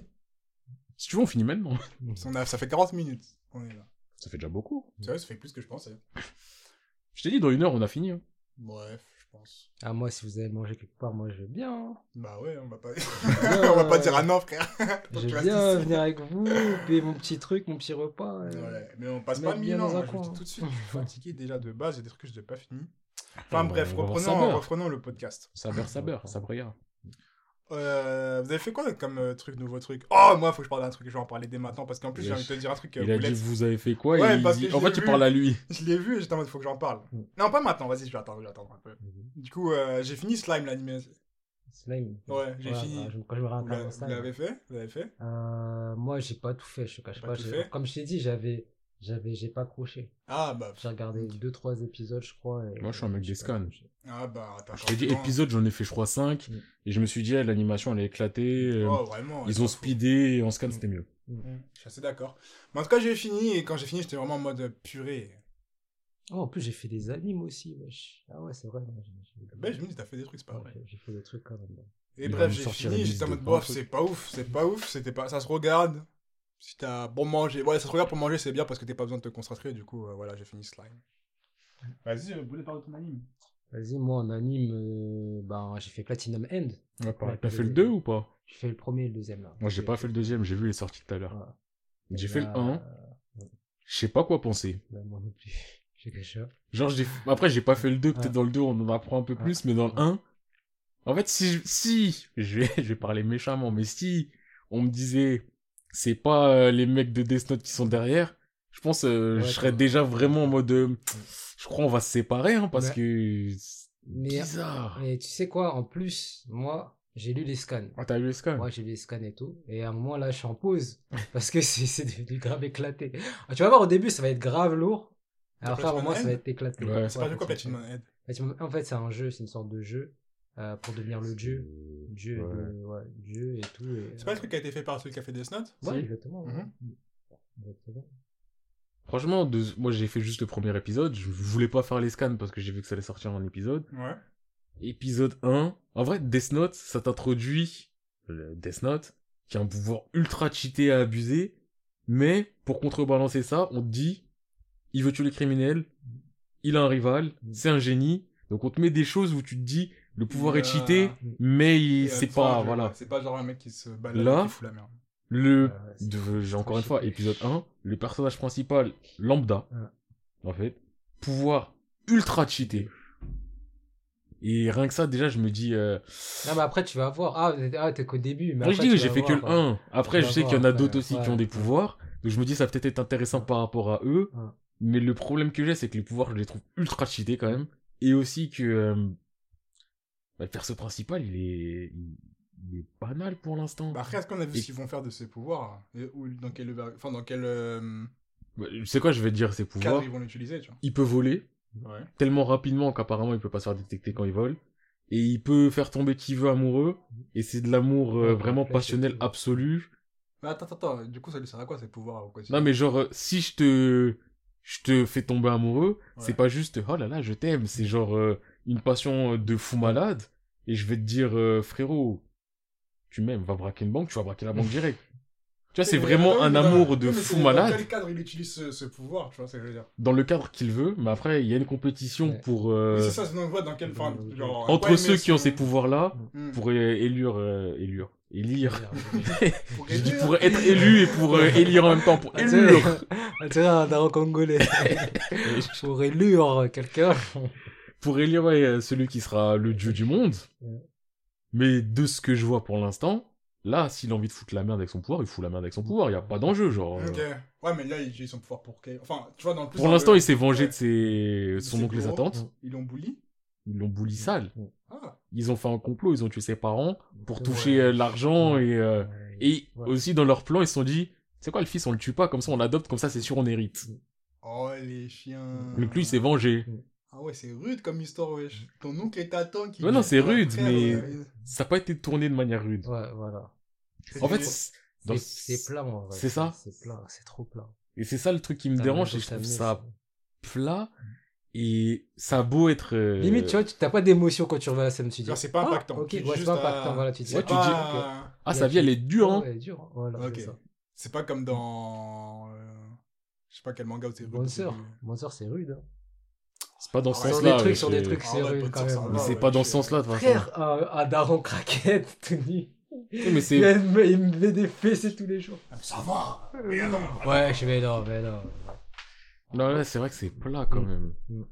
Si tu veux, on finit maintenant. On a... Ça fait quarante minutes. On est là. Ça fait déjà beaucoup. Tu vois, ça fait plus que je pensais. Je t'ai dit, dans une heure, on a fini. hein. Bref, je pense. Ah, moi, si vous allez manger quelque part, moi, je veux bien. hein. Bah ouais, on va pas... bien, on va pas euh, dire ah non, frère. Je Tu veux restes bien ici. venir avec vous, payer mon petit truc, mon petit repas. euh. Ouais, mais on passe Mettre pas bien mille ans, dans un moi, je vous coin, dis hein. tout de suite, je suis fatigué déjà de base, j'ai des trucs que je n'ai pas fini. Enfin On bref, va voir ça reprenons, bien. reprenons le podcast. Ça beurre, ça beurre, ça brilla. Euh, vous avez fait quoi comme euh, truc, nouveau truc? Oh, moi, faut que je parle d'un truc, je vais en parler dès maintenant, parce qu'en plus, j'ai Wesh. envie de te dire un truc. euh, Il a Boulette. dit, vous avez fait quoi? Ouais, Et il parce dit- que je En l'ai fait, tu vu. parles à lui. Je l'ai vu et j'étais en mode, faut que j'en parle. Mm. Non, pas maintenant, vas-y, je vais attendre, je vais attendre un peu. Du coup, euh, j'ai fini Slime, l'anime. Slime. Ouais, j'ai fini. bah, je- quand je me Vous réincarne l'a- en vous slime. l'avez fait? Vous l'avez fait? Euh, moi, j'ai pas tout fait, je te cache Pas pas. tout j'ai- fait Comme je t'ai dit, j'avais, j'avais, j'ai pas accroché. Ah, bah. J'ai regardé deux, trois épisodes, je crois. et- Moi, je suis un mec j'ai des pas scans. accroché. Ah, bah, attends. Je t'ai dit, épisode, j'en ai fait, je crois, cinq. Mm. Et je me suis dit, ah, l'animation, elle est éclatée. euh, Oh, vraiment. Ils c'est ont pas faux. speedé et en scan, c'était mieux. Mm, Je suis assez d'accord. Mais en tout cas, j'ai fini et quand j'ai fini, j'étais vraiment en mode purée. Oh, en plus, j'ai fait des animes aussi, wesh. Ah ouais, c'est vrai. moi, j'ai- j'ai- Ben, je me dis, t'as fait des trucs, c'est pas vrai. Ouais, j'ai fait des trucs quand même. Et Il va bref, nous j'ai sortir fini, une j'étais en liste mode de bof, vingt c'est pas ouf, c'est pas ouf, c'était pas, ça se regarde. Si t'as bon manger, ouais, ça se regarde pour manger, c'est bien parce que t'as pas besoin de te concentrer, du coup, euh, voilà, j'ai fini Slime. Vas-y, euh, Boulet, parle de ton anime. Vas-y, moi, en anime, euh, ben, j'ai fait Platinum End. Ouais, pareil. Ouais, T'as fait le j'ai- deux ou pas? J'ai fait le premier et le deuxième, là. Moi, j'ai pas fait le deuxième, j'ai vu les sorties tout à l'heure. Voilà. J'ai Et fait le là, un. euh, Je sais pas quoi penser. ben, moi non plus. J'ai quelque chose. Genre, j'ai... après, j'ai pas fait le deux, peut-être Ouais. dans le deux, on en apprend un peu Ouais. plus, mais dans le un, en fait, si, je- si, je vais, je vais parler méchamment, mais si on me disait, c'est pas euh, les mecs de Death Note qui sont derrière, je pense, euh, Ouais, je serais quoi. déjà vraiment en mode, euh, je crois on va se séparer, hein, parce Mais- que, c'est Mais, bizarre. mais tu sais quoi, en plus, moi, j'ai lu les scans. Ah, t'as eu le scan? Moi, j'ai lu les scans et tout. Et à un moment, là, je suis en pause. Parce que c'est c'est devenu grave éclaté. Ah, tu vas voir, au début, ça va être grave lourd. Et après, à un moment, ça va être éclaté. Ouais. C'est pas du quoi, Platinum Platinum Head. Platinum- En fait, c'est un jeu, c'est une sorte de jeu. euh, pour devenir le dieu. Dieu, Ouais. de- ouais, dieu et tout. et, C'est pas euh, le truc qui a été fait par celui qui a fait Death Note? Ouais, Si. exactement. ouais. Mhm. Exactement. Franchement, de... moi, j'ai fait juste le premier épisode, je voulais pas faire les scans parce que j'ai vu que ça allait sortir en épisode. Ouais. Épisode un. En vrai, Death Note, ça t'introduit le Death Note, qui a un pouvoir ultra cheaté à abuser, mais pour contrebalancer ça, on te dit, il veut tuer les criminels, il a un rival, c'est un génie, donc on te met des choses où tu te dis, le pouvoir est Euh, cheaté, mais il- Et, c'est euh, pas, enfin, je- voilà. C'est pas genre un mec qui se balade Là, et qui fout la merde. Le, Ouais, ouais, c'est- de- j'ai c'est encore trop une fois, cheaté. épisode un, le personnage principal, lambda, Ouais. en fait, pouvoir ultra cheaté. Et rien que ça, déjà, je me dis... Euh... Non, mais après, tu vas voir. Ah, ah t'es qu'au début. Mais Moi, après, je dis, tu j'ai vas fait voir, que le ouais. un. Après, Tu je vas sais voir qu'il y en a après, d'autres aussi ouais, qui ont des ouais. pouvoirs. Donc, je me dis, ça va peut-être être intéressant par rapport à eux. Ouais. Mais le problème que j'ai, c'est que les pouvoirs, je les trouve ultra cheatés quand même. Et aussi que... Euh... Bah, le perso principal, il est... Il... il est banal pour l'instant. Bah après, est-ce qu'on a vu Et- ce qu'ils vont faire de ces pouvoirs? Et ou dans quel, enfin, dans quel euh, Bah, tu sais quoi, je vais te dire ses cadre pouvoirs. ils vont l'utiliser, tu vois? Il peut voler. Ouais. Tellement rapidement qu'apparemment il peut pas se faire détecter quand il vole. Et il peut faire tomber qui veut amoureux. Et c'est de l'amour euh, Ouais, vraiment flèche et passionnel tout. absolu. Mais attends, attends, attends, du coup, ça lui sert à quoi ces pouvoirs au quotidien? Non mais genre, euh, si je te, je te fais tomber amoureux, Ouais. c'est pas juste oh là là je t'aime. C'est genre euh, une passion de fou malade. Et je vais te dire euh, frérot, tu m'aimes, va braquer une banque, tu vas braquer la banque direct. Tu vois, c'est Mais vraiment attends, un mais dans- amour oui, de mais fou c'est malade. Dans quel cadre il utilise ce, ce pouvoir, tu vois ce que je veux dire? Dans le cadre qu'il veut, mais après il y a une compétition Ouais. pour euh, Oui, c'est ça, sinon on voit dans quel. Enfin, genre, entre ouais, ceux mais qui ont son- ces pouvoirs-là Hmm. pour euh, élire, euh, élire, élire. Pour J'ai dit élire. pour être élu et pour euh, élire en même temps, pour Ah, élire. On dirait un daron congolais. Pour élire quelqu'un. Pour élire ouais, euh, celui qui sera le dieu du monde. Ouais. Mais de ce que je vois pour l'instant, là, s'il a envie de foutre la merde avec son pouvoir, il fout la merde avec son pouvoir. Il y a pas d'enjeu, genre. euh. Ok. Ouais, mais là, il utilise son pouvoir pour quel. Enfin, tu vois, dans le plus. Pour dans l'instant, le- il s'est vengé ouais, de ses... de son ses oncle les bourreaux. attentes. Ils l'ont bully. Ils l'ont bouli sale. Ah. Ils ont fait un complot, ils ont tué ses parents pour Ouais. toucher euh, l'argent et euh, et Ouais. aussi dans leur plan, ils se sont dit, c'est quoi le fils, on le tue pas, comme ça on l'adopte, comme ça c'est sûr on hérite. Oh, les chiens. Donc lui, il s'est vengé. Ah ouais, c'est rude comme histoire, wesh. Ton oncle et ta tante qui. Ouais, non, c'est Ouais, rude, frère, mais euh, ça n'a pas été tourné de manière rude. Ouais, voilà. En fait, c'est- c'est- dans- C'est c'est plat, en vrai. c'est ça. C'est plat, c'est trop plat. Et c'est ça le truc qui me Ça dérange, me c'est que je trouve s'amener, ça plat et ça a beau être. euh, Limite, tu vois, tu t'as pas d'émotion quand tu revois la scène, tu dis. Genre, c'est pas ah, impactant. ok, Tu ouais, dis c'est juste pas à- impactant, voilà, tu dis. Ouais, C'est tu dis- pas. Ah, sa vie elle est dure, hein. Ouais, elle est dure, voilà, Ok. c'est ça. C'est pas comme dans. euh, Je sais pas quel manga où c'est rude. Bonne c'est sœur. du- Bonne sœur, c'est rude. Hein. C'est pas dans ce Ah ouais, Sur sens-là. des trucs, ouais, sur des c'est- trucs, Ah c'est ouais, rude bonne quand sœur, ça même. va, Mais c'est ouais, pas dans je- ce sens-là, de toute façon. Frère, un, un daron craquette, Tony. Oui, mais Il, c'est. me- il me met des fessées tous les jours. Ça va. Mais non. Ouais, je vais là, mais là. Non, là, c'est vrai que c'est plat quand Mm. même. Mm.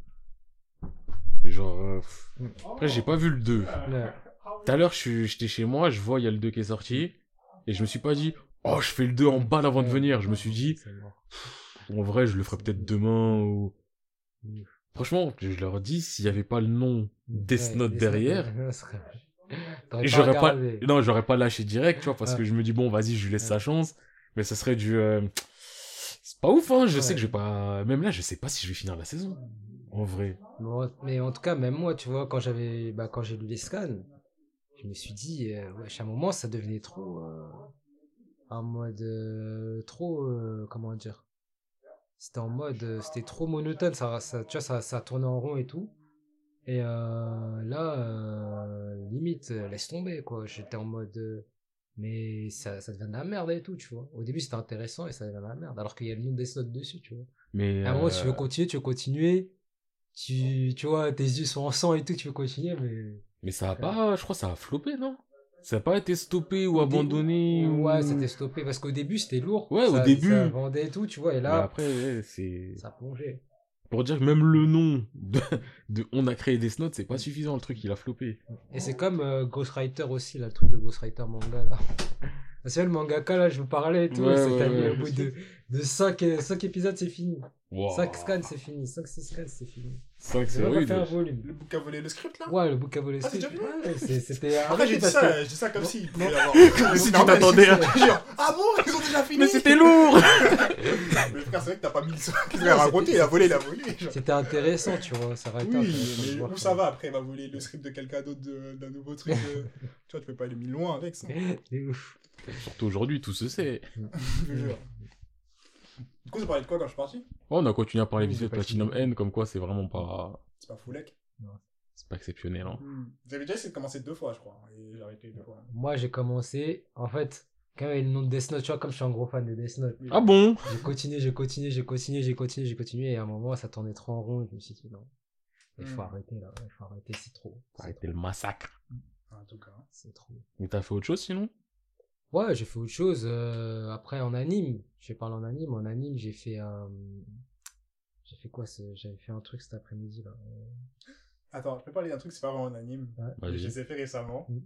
Genre. euh, pff. Après, j'ai pas vu le deux. Ouais. Tout à l'heure, je suis- j'étais chez moi, je vois, il y a le deux qui est sorti. Et je me suis pas dit, oh, je fais le deux en balle avant de venir. Je me suis dit, C'est mort. en vrai, je le ferai peut-être demain ou. Mm. Franchement, je leur dis, s'il y avait pas le nom Death Ouais, Note Death derrière, Note, ça serait- T'aurais et j'aurais pas, regardé. non, j'aurais pas lâché direct, tu vois, parce Ouais. que je me dis, bon, vas-y, je lui laisse Ouais. sa chance. Mais ça serait du, euh, c'est pas ouf, hein, je Ouais. sais que je vais pas, même là, je sais pas si je vais finir la saison. En vrai. Bon, mais en tout cas, même moi, tu vois, quand j'avais, bah, quand j'ai lu les scans, je me suis dit, euh, ouais, à un moment, ça devenait trop, euh, en mode, euh, trop, euh, comment dire, c'était en mode, euh, c'était trop monotone, ça, ça, tu vois, ça, ça tournait en rond et tout. Et euh, là, euh, limite, euh, laisse tomber, quoi. J'étais en mode, euh, mais ça, ça devient de la merde et tout, tu vois. Au début, c'était intéressant et ça devient de la merde, alors qu'il y a le nom des slots dessus, tu vois. Mais, À un moment, euh, tu veux continuer, tu veux continuer. Tu, tu vois, tes yeux sont en sang et tout, tu veux continuer, mais. mais ça a pas, je crois, que ça a floppé, non? Ça a pas été stoppé ou Au dé- abandonné ou... Ouais, c'était stoppé parce qu'au début, c'était lourd. Ouais, au Ça- début. Ça vendait et tout, tu vois, et Mais là, après, ouais, c'est... ça a plongé. Pour dire que même le nom de, de On a créé Death Note, c'est pas suffisant, le truc, il a floppé. Et c'est comme euh, Ghostwriter aussi, là, le truc de Ghostwriter manga, là. C'est le mangaka, là, je vous parlais et tout, Ouais, c'est ouais, t'as ouais. dit, au bout de, de cinq épisodes, c'est fini. Wow. cinq scans, c'est fini. cinq six scans, c'est fini. cinq, J'ai c'est même pas rude. fait un volume. Le bouc a volé le script là. Ouais, le bouc à voler Ah, c'est script. déjà Ouais, c'est- c'était Après, j'ai dit parce ça, que- j'ai dit ça comme Bon, s'il pouvait bon. y avoir. Si tu Non, mais t'attendais c'est- à- je jure, ah bon, ils ont déjà fini. Mais c'était lourd. Mais frère, c'est vrai que t'as pas mis le son. Qu'est-ce qu'il a raconté? Il a volé, il a volé. genre. C'était intéressant, tu vois, ça aurait été Oui, intéressant de mais voir où ça va après? Il va voler le script de quelqu'un d'autre, de- d'un nouveau truc. de- Tu vois, tu peux pas aller mis loin avec ça. C'est ouf. Surtout aujourd'hui, tout se sait. Je te jure. Du coup, ça parlait de quoi quand je suis parti? Ouais, on a continué à parler Oui, vite fait j'ai de pas Platinum fini. N, comme quoi c'est vraiment pas... C'est pas Foulek. C'est pas exceptionnel, hein. Vous avez déjà essayé de commencer deux fois, je crois. Et j'ai arrêté deux fois. Moi, j'ai commencé, en fait, quand il y avait le nom de Death Note, tu vois, comme je suis un gros fan de Death Note, Ah bon? j'ai continué, j'ai continué, j'ai continué, j'ai continué, j'ai continué, et à un moment, ça tournait trop en rond, et je me suis dit, non, il faut Hmm. arrêter, là, il faut arrêter, c'est trop. C'est Arrêtez le massacre. En tout cas. trop, c'est trop. Mais t'as fait autre chose sinon? Ouais, j'ai fait autre chose, euh, après, en anime, j'ai parlé en anime, en anime, j'ai fait, euh, j'ai fait quoi, c'est- j'avais fait un truc cet après-midi, là. Attends, je peux parler d'un truc, c'est pas vraiment un anime. Ouais. Mais Vas-y. je les ai fait récemment. Mm.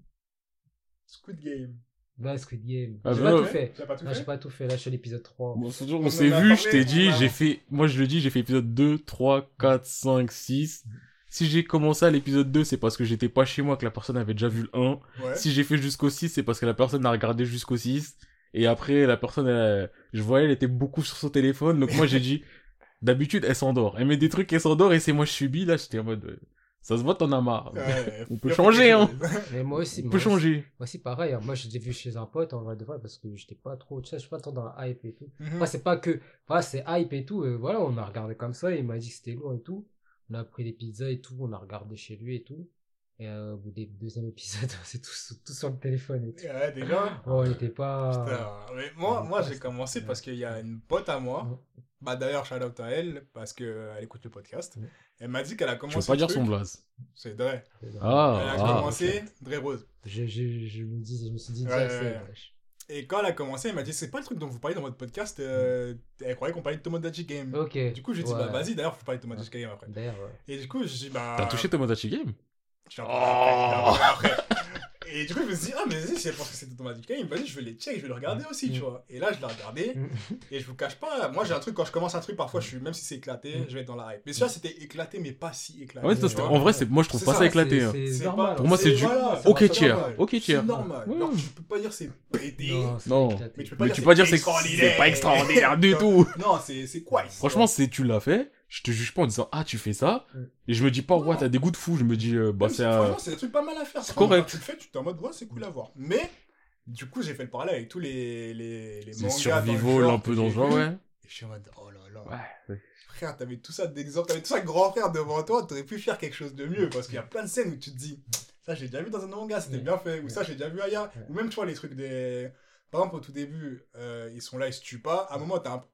Squid Game. Bah, Squid Game. Ah, j'ai bah, pas ouais. tout fait. Tu as pas tout Non, fait j'ai pas tout fait. Là, je suis à l'épisode trois. Bon, c'est toujours- On on s'est en a vu, parlé, je t'ai dit, on a- j'ai fait, moi je le dis, j'ai fait épisode deux, trois, quatre, cinq, six. Si j'ai commencé à l'épisode deux, c'est parce que j'étais pas chez moi, que la personne avait déjà vu le un. Ouais. Si j'ai fait jusqu'au six, c'est parce que la personne a regardé jusqu'au six. Et après, la personne, elle, je voyais, elle était beaucoup sur son téléphone. Donc moi, j'ai dit, d'habitude, elle s'endort. Elle met des trucs, elle s'endort, et c'est moi, je subis. Là, j'étais en mode, euh, ça se voit, t'en as marre. Ouais, On peut faut changer, quelque hein. chose. Mais moi aussi, On moi peut aussi, changer. moi aussi, pareil. hein. Moi, je l'ai vu chez un pote, en vrai de vrai, parce que j'étais pas trop, tu sais, je suis pas trop dans la hype et tout. Mhm. Après, c'est pas que, voilà, c'est hype et tout. Et voilà, on a regardé comme ça. Il m'a dit que c'était lourd et tout. On a pris des pizzas et tout. On a regardé chez lui et tout. Et euh, au bout des deuxième épisode, c'est tout, tout sur le téléphone et tout. Ouais, déjà. Bon, on était pas. Putain, mais moi, Ouais, moi ouais, j'ai c'est- commencé ouais. parce qu'il y a une pote à moi. Ouais. Bah d'ailleurs, shout out à elle parce qu'elle écoute le podcast. Ouais. Elle m'a dit qu'elle a Je commencé. veux pas le dire truc. son blaze. C'est Dre. Ah, Elle a ah, commencé ok. Dre Rose. Je, je, je me dis, je me suis dit, Ouais, direct, ouais, c'est- ouais. wesh. Et quand elle a commencé, elle m'a dit c'est pas le truc dont vous parlez dans votre podcast. euh, Elle croyait qu'on parlait de Tomodachi Game. Ok. Du coup, j'ai dit Ouais. bah vas-y, d'ailleurs, faut parler de Tomodachi Game après. D'ailleurs, ouais. Et du coup, j'ai dit bah. T'as touché Tomodachi Game? Je viens après, je viens après. Et du coup, je me suis dit, ah, mais vas-y, si elle pense que c'était Tomodachi Game, vas-y, je vais les check, je vais le regarder aussi, tu vois. Et là, je l'ai regardé. Et je vous cache pas, moi j'ai un truc, quand je commence un truc, parfois, je suis, même si c'est éclaté, je vais être dans la hype. Mais ça, c'était éclaté, mais pas si éclaté. Ah ouais, tu ça, c'était- vois. en vrai, c'est, moi, je trouve C'est pas ça, ça éclaté. C'est- hein. c'est C'est normal. pas- Pour moi, c'est du voilà, ok c'est tiers. normal. Ok C'est tiers. normal. Ouais. Alors, tu peux pas dire c'est pété. Non, c'est Non. éclaté. Mais tu peux pas Mais dire tu peux pas dire c'est c'est extraordinaire. c'est pas extraordinaire du tout. Non, c'est c'est quoi Franchement, c'est tu l'as fait, je te juge pas en disant ah tu fais ça Mm. et je me dis pas Non. ouais t'as des goûts de fou, je me dis euh, bah c'est un- Franchement, c'est des trucs pas mal à faire. c'est Franchement, correct. quand tu le fais, tu t'es en mode, ouais, c'est cool à voir. Mais, du coup, j'ai fait le parallèle avec tous les, les, les c'est mangas. survival dans le genre un peu que dans le j'ai genre vu. ouais. Et je suis en mode, oh là là. Ouais. Frère, t'avais tout ça d'exemple, t'avais tout ça grand frère devant toi, t'aurais pu faire quelque chose de mieux. Parce qu'il y a plein de scènes où tu te dis, ça j'ai déjà vu dans un manga, c'était Ouais. bien fait. Ou Ouais. ça j'ai déjà vu ailleurs. Ouais. Ou même, tu vois, les trucs des. Par exemple, au tout début, euh, ils sont là, ils se tuent pas. À un moment, t'as un.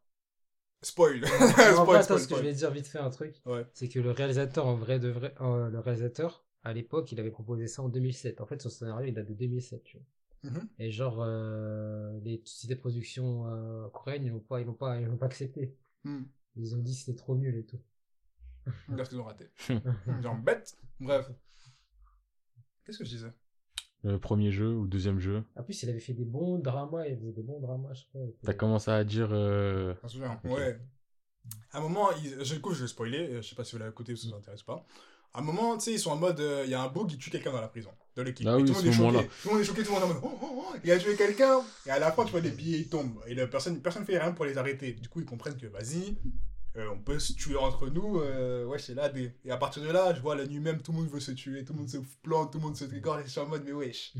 Spoil. En vrai, spoil, attends, spoil, ce que je spoil. vais dire vite fait un truc, Ouais. c'est que le réalisateur, en vrai de vrai, euh, le réalisateur, à l'époque, il avait proposé ça en deux mille sept. En fait, son scénario, il date de deux mille sept, tu vois. Mhm. Et genre, euh, les sociétés de production euh, coréennes, ils l'ont pas, ils l'ont pas, ils l'ont pas accepté. Hmm. Ils ont dit que c'était trop nul et tout. Là, ce qu'ils ont raté. Genre bête. Bref. Qu'est-ce que je disais? Le premier jeu ou deuxième jeu, En plus, il avait fait des bons dramas, il faisait des bons dramas, je crois. t'as commencé à dire euh... Je me souviens. Ok. Ouais. À un moment, ils... je, du coup, je vais spoiler, euh, je sais pas si vous l'avez écouté ou si ça vous intéresse pas. À un moment, tu sais, ils sont en mode, euh, il y a un bug, il tue quelqu'un dans la prison, de l'équipe. Ah Et oui, tout le monde est ce choqué. moment-là. Tout le monde est choqué, tout le monde est en mode, oh, oh, oh, il a tué quelqu'un. Et à la fin, tu vois, des billets, ils tombent. Et la personne, personne fait rien pour les arrêter. Du coup, ils comprennent que, vas-y, euh, on peut se tuer entre nous. Euh, ouais, c'est là. Des... Et à partir de là, je vois la nuit même, tout le monde veut se tuer, tout le monde se plante, tout le monde se tricorde. Et je suis en mode, mais wesh.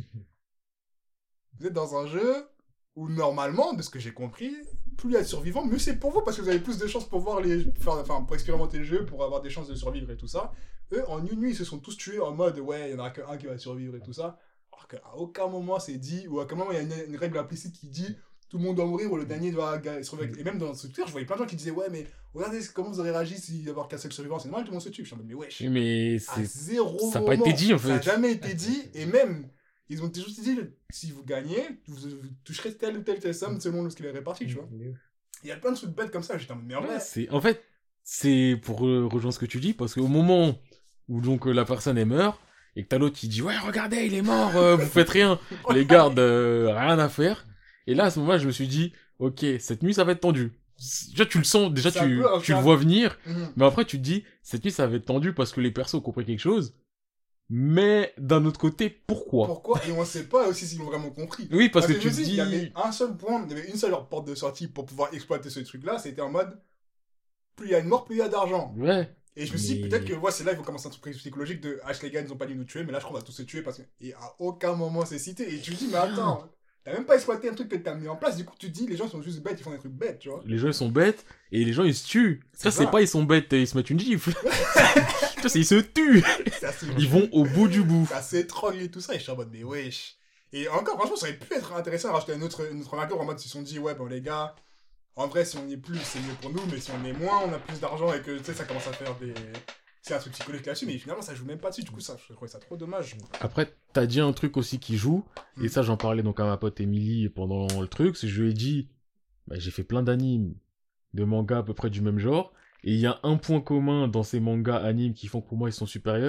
Vous êtes dans un jeu où, normalement, de ce que j'ai compris, plus il y a de survivants, mieux c'est pour vous parce que vous avez plus de chances pour voir les, faire, enfin, pour expérimenter le jeu, pour avoir des chances de survivre et tout ça. Eux, en une nuit, ils se sont tous tués en mode, ouais, il n'y en aura qu'un qui va survivre et tout ça. Alors qu'à aucun moment c'est dit, ou à aucun moment il y a une, une règle implicite qui dit, tout le monde doit mourir ou le dernier doit ga- survivre. Et même dans ce Twitter, je voyais plein de gens qui disaient, ouais, mais regardez comment vous aurez réagi s'il y avait qu'un seul survivant. C'est normal, tout le monde se tue. Je suis en mode, mais wesh. Oui, mais À c'est zéro ça a pas moment. été dit, en Ça n'a fait. jamais été dit. Et même, ils ont juste dit, si vous gagnez, vous, vous toucherez telle ou telle, telle somme selon ce qu'il est réparti, tu vois. Il y a plein de trucs bêtes comme ça. J'étais en mode, mais en Ouais, vrai, c'est en fait c'est pour euh, rejoindre ce que tu dis parce qu'au moment où donc euh, la personne est meurt et que t'as l'autre qui dit ouais regardez il est mort euh, vous faites rien les gardes euh, rien à faire et là à ce moment-là je me suis dit ok cette nuit ça va être tendu déjà tu le sens déjà C'est un tu peu un tu le cas- vois venir Mhm. mais après tu te dis cette nuit ça va être tendu parce que les persos ont compris quelque chose mais d'un autre côté pourquoi Pourquoi? Et on sait pas aussi s'ils l'ont vraiment compris. oui parce, que, je tu me te dis, dis il y avait un seul point, il y avait une seule porte de sortie pour pouvoir exploiter ce truc-là, c'était en mode, plus il y a une mort, plus il y a d'argent. ouais Et je me suis dit, Mais- peut-être que ouais, c'est là, ils vont commencer un truc psychologique de, ah, les gars, ils nous ont pas dit de nous tuer, mais là, je crois qu'on va tous se tuer parce que, et à aucun moment c'est cité. Et tu te dis, mais attends, t'as même pas exploité un truc que t'as mis en place, du coup, tu te dis, les gens sont juste bêtes, ils font des trucs bêtes, tu vois. les gens ils sont bêtes et les gens ils se tuent ça C'est c'est ça. pas ils sont bêtes et ils se mettent une gifle ça c'est ils se tuent C'est assez, ils vont au bout du bout c'est assez troll et tout ça, et je suis en mode, mais wesh. Et encore, franchement, ça aurait pu être intéressant à rajouter une autre, une autre marqueur en mode, ils se sont dit, ouais, bon, les gars, en vrai, si on y est plus, c'est mieux pour nous, mais si on est moins, on a plus d'argent et que, tu sais, ça commence à faire des. C'est un truc psychologique là-dessus, mais finalement, ça joue même pas dessus, du coup, ça, je trouvais ça trop dommage. Après, t'as dit un truc aussi qui joue, Mm. et ça j'en parlais donc à ma pote Emily pendant le truc, c'est que je lui ai dit, bah, j'ai fait plein d'animes, de mangas à peu près du même genre, et il y a un point commun dans ces mangas animes qui font que pour moi ils sont supérieurs,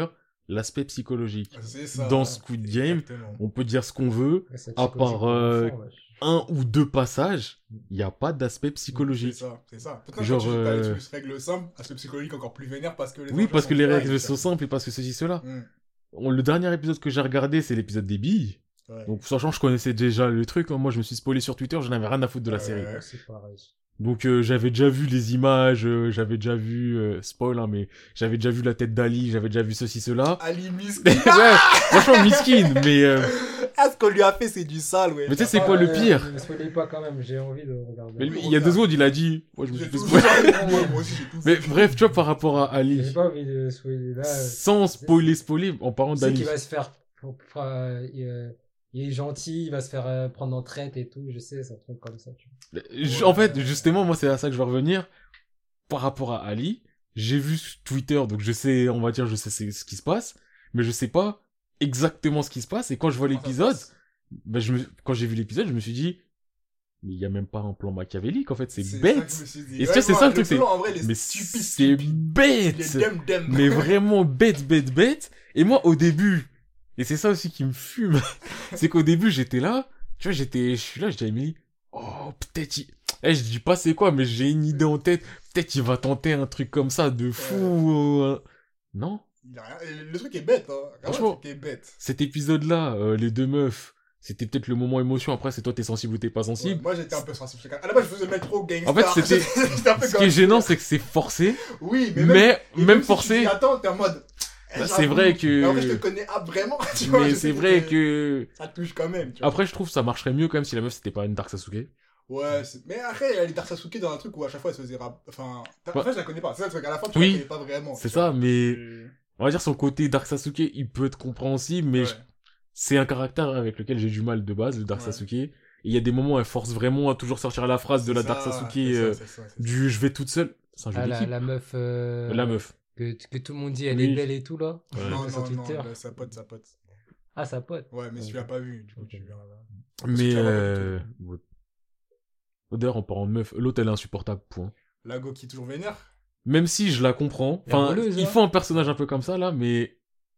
l'aspect psychologique. C'est ça. Dans Squid Game, Exactement. on peut dire ce qu'on veut, Ouais, c'est à psychologique part pour euh, l'enfant, ouais. un ou deux passages, il n'y a pas d'aspect C'est psychologique. ça, c'est ça. Peut-être Genre, quand tu euh, t'as les règles simples, aspect psychologique encore plus vénère parce que les Oui, enjeux parce sont que les plus règles high, sont simples et parce que ceci, cela. Mm. On- Le dernier épisode que j'ai regardé, c'est l'épisode des billes. Ouais. Donc, sachant que je connaissais déjà le truc, hein, moi je me suis spoilé sur Twitter, j'en avais rien à foutre de la Ouais, série. ouais. Ouais, c'est pareil. Donc euh, j'avais déjà vu les images, euh, j'avais déjà vu, euh, spoil, hein, mais j'avais déjà vu la tête d'Ali, j'avais déjà vu ceci, cela. Ali Misk. ouais, franchement, miskin, mais... euh, Ah, ce qu'on lui a fait, c'est du sale, ouais. Mais tu sais, c'est Ah, quoi le Ouais, pire Ne me spoilez pas quand même, j'ai envie de regarder. mais lui, il y a deux secondes, il a dit... Moi, je me J'ai suis fait tout spoiler. fait. Ouais, moi aussi, j'ai tout Mais fait. bref, tu vois, par rapport à Ali, J'ai pas envie de spoiler là. euh, sans spoiler, spoiler, en parlant Tu sais d'Ali. qu'il va se faire. euh, il, euh, il est gentil, il va se faire euh, prendre en traite et tout, je sais, c'est un truc comme ça. Tu vois. Je- En fait, justement, moi, c'est à ça que je veux revenir. Par rapport à Ali, j'ai vu sur Twitter, donc je sais, on va dire, je sais c'est- ce qui se passe, mais je sais pas exactement ce qui se passe. Et quand je vois Comment ça se l'épisode, passe ben, je me... quand j'ai vu l'épisode, je me suis dit, mais il y a même pas un plan machiavélique, en fait, c'est ça que bête. je me suis dit. Et tu Ouais, sais, c'est moi, ça le truc, c'est- plan, en vrai, il est Mais stupide, c'est stupide. Il est bête. dem dem. Mais vraiment bête, bête, bête. Et moi, au début, et c'est ça aussi qui me fume, c'est qu'au début, j'étais là, tu vois, j'étais, je suis là, je dis à Emily, oh, peut-être, il... eh, je dis pas c'est quoi, mais j'ai une idée en tête, peut-être il va tenter un truc comme ça de fou. euh. Non, Il a rien- et Le truc est bête, hein. Vraiment, Franchement. le truc est bête. cet épisode-là, euh, les deux meufs, c'était peut-être le moment émotion, après c'est toi t'es sensible ou t'es pas Ouais, sensible. moi, j'étais un peu sensible. À la base, je faisais le mec trop gangster. En fait, c'était- J'étais un peu Ce qui est gangster. gênant, c'est que c'est forcé, Oui, mais mais même, et même si forcé, tu dis, attends, t'es en mode. eh, bah, c'est j'avoue. vrai que... Mais en fait, je te connais ah, vraiment. Tu vois, mais je c'est sais vrai que que... ça touche quand même. Tu vois. Après, je trouve que ça marcherait mieux quand même si la meuf c'était pas une Dark Sasuke. Ouais, c'est- mais après, elle est Dark Sasuke dans un truc où à chaque fois elle se faisait rap. Enfin, t'as- en Ouais. fait, je la connais pas. C'est ça le truc. À la fin, tu Oui. la connais pas vraiment. C'est tu vois. ça, mais Et- on va dire son côté Dark Sasuke, il peut être compréhensible, mais Ouais. je- c'est un caractère avec lequel j'ai du mal de base, le Dark Ouais. Sasuke. Et il y a des moments où elle force vraiment à toujours sortir la phrase de la C'est Dark ça, Sasuke, c'est ça, euh, c'est ça, c'est ça. du je vais toute seule. C'est un jeu Ah, la, d'équipe. la meuf. euh, La meuf. Que, que tout le monde dit, elle Oui. est belle et tout là. Ouais. Non, sur non, non, Twitter. là, sa pote, sa pote. Ah, sa pote. Ouais, mais si tu l'as pas vu, du coup, Ok. tu verras. Mais tu vas voir euh... ouais. D'ailleurs, en parlant de meuf, l'autre elle est insupportable, point. La go qui est toujours vénère. Même si je la comprends. La Enfin, voleuse, il hein. faut un personnage un peu comme ça là, mais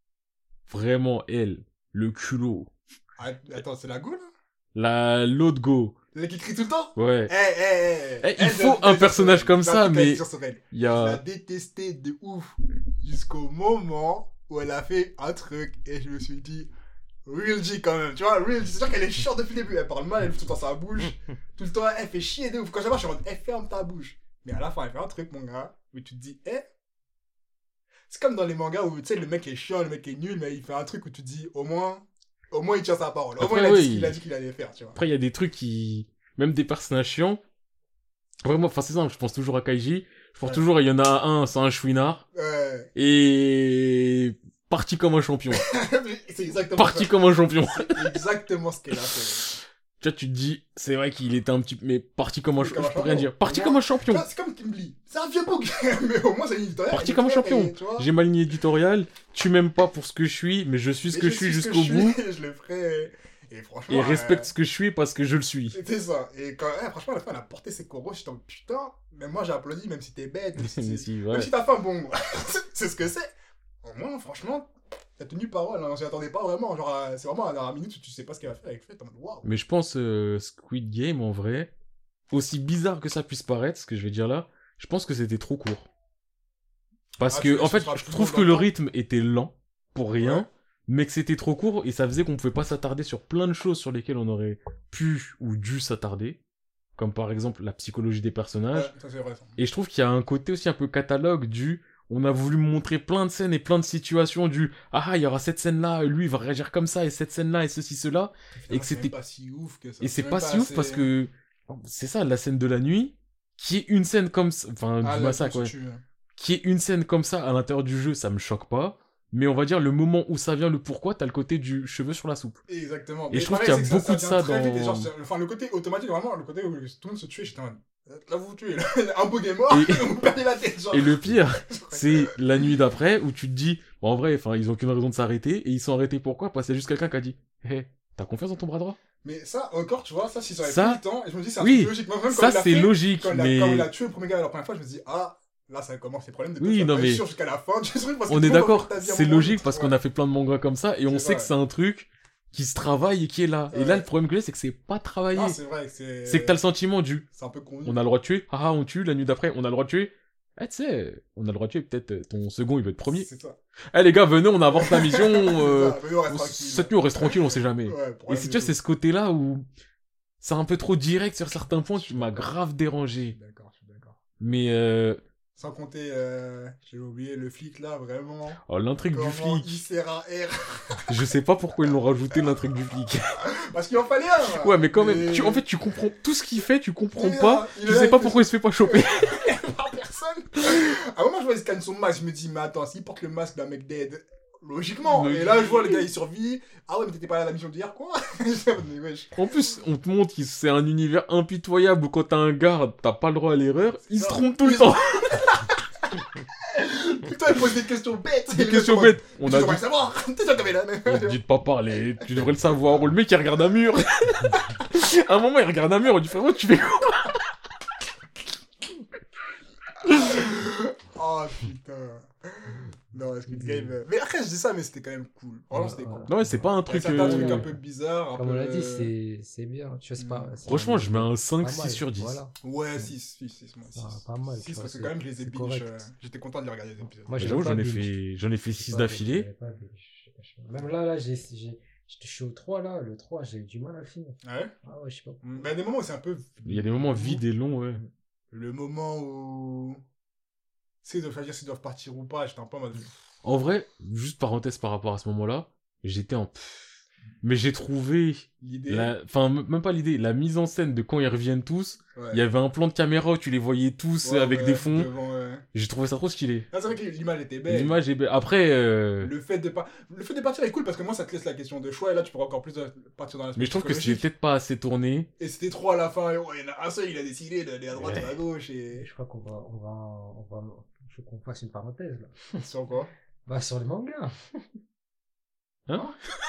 vraiment elle, le culot, Ah, attends, c'est la go là la l'autre go, Celle qui crie tout le temps. ouais. Eh, eh, eh, Eh, il elle, faut j'ai un dire personnage sur elle. comme J'ai un ça, truc à mais- dire sur elle. Il y Je a l'ai détesté de ouf jusqu'au moment où elle a fait un truc et je me suis dit Real G quand même, tu vois, Real G, c'est sûr qu'elle est chiante depuis le début, elle parle mal, elle fait tout le temps sa bouche, tout le temps elle fait chier de ouf. Quand je la vois, je suis en mode, eh, ferme ta bouche. Mais à la fin, elle fait un truc, mon gars, où tu te dis, eh. C'est comme dans les mangas où, tu sais, le mec est chiant, le mec est nul, mais il fait un truc où tu te dis, au moins, au moins il tient sa parole. Au Après, moins il a dit oui. ce qu'il a dit qu'il allait faire, tu vois. Après, il y a des trucs qui... Même des personnages chiants. Vraiment, enfin, c'est simple, je pense toujours à Kaiji. Je pense Ouais. toujours, il y en a un, c'est un chouinard. Ouais. Et... Parti comme un champion. c'est exactement Parti ça. comme un champion. C'est exactement ce qu'elle a fait. Tu vois, tu te dis, c'est vrai qu'il était un petit... Mais parti comme un Oui, champion, comme un je peux rien champion. dire. Parti Au comme moins, un Tu champion. vois, c'est comme Kimberly. C'est un vieux bouc, mais au moins c'est une éditoriale. Parti elle est comme un claire champion. et, tu vois, J'ai ma ligne éditoriale. Tu m'aimes pas pour ce que je suis, mais je suis ce mais que je suis ce que jusqu'au je bout. suis, je le ferai. Et franchement. Et respecte euh, ce que je suis parce que je le suis. C'était ça. Et quand, eh, franchement, à la fin, elle a porté ses coraux. J'étais en mode, putain. Même moi, j'ai applaudi, même si t'es bête. Même si, Mais c'est- si, même ouais. si t'as faim, bon. c'est ce que c'est. Au moins, franchement, t'as tenu parole. Hein. On s'y attendait pas vraiment. Genre, euh, c'est vraiment à la dernière minute où tu sais pas ce qu'elle va faire avec le fait. T'es en mode, waouh. Mais je pense euh, Squid Game, en vrai, aussi bizarre que ça puisse paraître, ce que je vais dire là, je pense que c'était trop court. Parce Ah, que, tu- en tu fait, seras je plus trouve dans que le le temps. rythme était lent, pour rien, Ouais. mais que c'était trop court, et ça faisait qu'on pouvait pas s'attarder sur plein de choses sur lesquelles on aurait pu ou dû s'attarder. Comme par exemple la psychologie des personnages. Ouais, ça c'est vrai. Ça. Et je trouve qu'il y a un côté aussi un peu catalogue du... On a voulu montrer plein de scènes et plein de situations du... Ah, il y aura cette scène-là, lui, il va réagir comme ça, et cette scène-là, et ceci, cela. Et que C'est c'était- même pas si ouf que ça. Et c'est même pas si ouf assez- parce que... C'est ça, la scène de la nuit, qui est une scène comme ça... Enfin, Ah, du là, massacre, tu ouais. tues. Qui est une scène comme ça à l'intérieur du jeu, ça me choque pas. Mais on va dire, le moment où ça vient, le pourquoi, t'as le côté du cheveu sur la soupe. Exactement. Et Mais je trouve pareil, qu'il y a c'est que beaucoup de vient ça très vite, dans- et genre, c'est- enfin, le côté automatique, vraiment, le côté où tout le monde se tuait, j'étais en mode, là vous vous tuez, là. Un bug est mort, Et- vous perdez la tête, genre. Et le pire, c'est la nuit d'après où tu te dis, bon, en vrai, enfin, ils ont qu'une raison de s'arrêter, et ils sont arrêtés pourquoi? Parce qu'il y a juste quelqu'un qui a dit, hé, t'as confiance dans ton bras droit? Mais ça, encore, tu vois, ça, si ça aurait Ça- pris le temps, et je me dis, c'est un Oui, truc logique. Moi, même quand Ça, il a c'est fait, logique, Quand, il a, mais... quand il a tué le premier gars la première fois, je me dis, ah, Là, ça commence les problèmes de Oui, toi, non, tu vas mais- être sûr jusqu'à la fin du truc. Parce que On tout est le monde va d'accord, faire ta vie à un c'est moment logique donné. parce qu'on Ouais. a fait plein de mangas comme ça et on C'est sait vrai. que c'est un truc qui se travaille et qui est là. Et Ouais. là, le problème que j'ai, c'est que c'est pas travaillé. Non, c'est vrai que c'est. C'est que t'as le sentiment du C'est un peu con. on a le droit de tuer, ah ah, on tue, la nuit d'après, on a le droit de tuer. Eh, tu sais, on a le droit de tuer, peut-être euh, ton second il va être premier. C'est ça. Eh les gars, venez, on avance la mission. euh, C'est ça, mais on reste tranquille. cette nuit, on reste tranquille, on sait jamais. Ouais, Et problème si de tu vois, tout. c'est ce côté-là où c'est un peu trop direct sur certains points Je qui suis m'a d'accord. grave Je dérangé. suis d'accord, je suis d'accord. Mais euh... Sans compter, euh, j'ai oublié le flic là, vraiment. oh, l'intrigue du Comment il flic, sert à R. je sais pas pourquoi ils l'ont rajouté l'intrigue du flic. Parce qu'il en fallait un. là. Ouais, mais quand même, Mais- tu- en fait, tu comprends tout ce qu'il fait, tu comprends Mais pas. là, il Tu est là, sais il pas fait- pourquoi il se fait pas choper. Par personne. À un moment, je vois, il scanne son masque, je me dis, mais attends, s'il porte le masque d'un mec dead, logiquement. Mais- Et là, je vois le gars, il survit. Ah ouais, mais t'étais pas là à la mission d'hier, quoi. Mais wesh. En plus, on te montre que c'est un univers impitoyable où quand t'as un garde, t'as pas le droit à l'erreur. Il se Non. trompe tout le Il- temps. Putain, il pose des questions bêtes. Des Et le questions mec, bêtes. On Tu a devrais dit, le savoir. T'es sûr que t'avais là. on te dit de pas parler, tu devrais le savoir. Ou le mec il regarde un mur. À un moment, il regarde un mur, on dit frérot, tu fais quoi? Oh putain. Non, Squid Game. euh, Mais après, je dis ça, mais c'était quand même cool. Vraiment, c'était cool. Non, ouais, c'est pas un Il y a truc. certains euh, trucs un ouais. peu bizarres. un Comme peu, on l'a dit, euh, c'est c'est bien. Tu vois, c'est pas. c'est Franchement, un- je mets un pas cinq, mal, six sur dix. Voilà. Ouais, six, six, six, moi, Ah, six. pas mal, tu six, vois, parce que c'est- quand même, je les ai c'est binge. correct. euh, J'étais content de les regarder, les épisodes. Moi, j'ai J'avoue, pas j'en ai binge. fait, j'en ai fait J'ai six pas- d'affilée. j'ai pas vu. Même là, là, j'ai, j'ai, je suis au trois, là. Le trois, j'ai eu du mal à le finir. Ah ouais. Ah ouais, je sais pas. Ben, il y a des moments où c'est un peu. Il y a des moments vides et longs, ouais. Le moment où. C'est de choisir s'ils doivent partir ou pas, j'étais un peu en mode. En vrai, juste parenthèse par rapport à ce moment-là, j'étais en pff. Mais j'ai trouvé L'idée. la, enfin, m- même pas l'idée, la mise en scène de quand ils reviennent tous. Ouais. Il y avait un plan de caméra où tu les voyais tous Ouais, euh, avec ouais, des fonds. devant, ouais. J'ai trouvé ça trop stylé. Ah, c'est vrai que l'image était belle. L'image est belle. Après, euh... Le fait de pas, le fait de partir est cool parce que moi ça te laisse la question de choix et là tu pourras encore plus de- partir dans la. mais je trouve que c'était peut-être pas assez tourné. Et c'était trop à la fin. Et ouais, il y en a un seul, il a décidé d'aller à droite Ouais. ou à gauche et. Et je crois qu'on va, on va, on va, il faut qu'on fasse une parenthèse, là. Sur quoi? Bah, sur les mangas. Hein?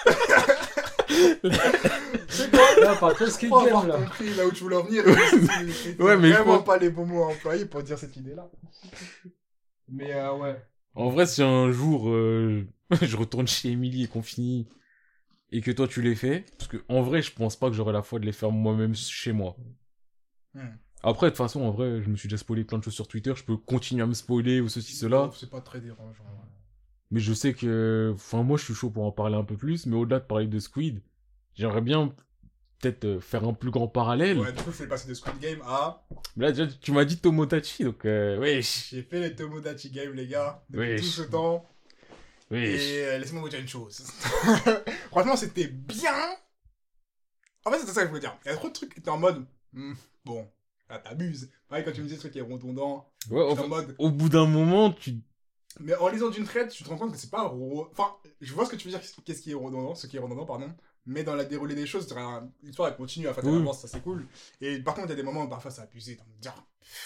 C'est quoi? Là, par contre, Je Squid crois Game, avoir là. compris là où tu voulais en venir. mais c'était Ouais, mais je vraiment pense- pas les bons mots à employer pour dire cette idée-là. Mais euh, ouais. En vrai, si un jour euh, je retourne chez Emily et qu'on finit et que toi tu les fais, parce que en vrai, je pense pas que j'aurai la foi de les faire moi-même chez moi. Hmm. Après, de toute façon, en vrai, je me suis déjà spoilé plein de choses sur Twitter. Je peux continuer à me spoiler ou ceci, cela. C'est pas très dérangeant. ouais. Mais je sais que, enfin, moi, je suis chaud pour en parler un peu plus. Mais au-delà de parler de Squid, j'aimerais bien peut-être euh, faire un plus grand parallèle. Ouais, du coup, c'est passé de Squid Game à. Là, déjà, tu m'as dit Tomodachi, donc euh, wesh, J'ai fait les Tomodachi Game, les gars, depuis Wesh. tout ce temps. wesh. Et euh, laissez-moi vous dire une chose. Franchement, c'était bien. En fait, c'était ça que je voulais dire. Il y a trop de trucs qui étaient en mode. hmm, bon, là, t'abuses. Pareil, quand tu me disais ce truc qui est redondant. Ouais, J'étais enfin, en mode. au bout d'un moment, tu... Mais en lisant d'une traite, tu te rends compte que c'est pas. re- Enfin, je vois ce que tu veux dire, qu'est-ce qui est redondant, ce qui est redondant, pardon. Mais dans la déroulée des choses, l'histoire elle continue à faire Oui. avance, ça c'est cool. Et par contre, il y a des moments où parfois ça a abusé. T'as envie de dire.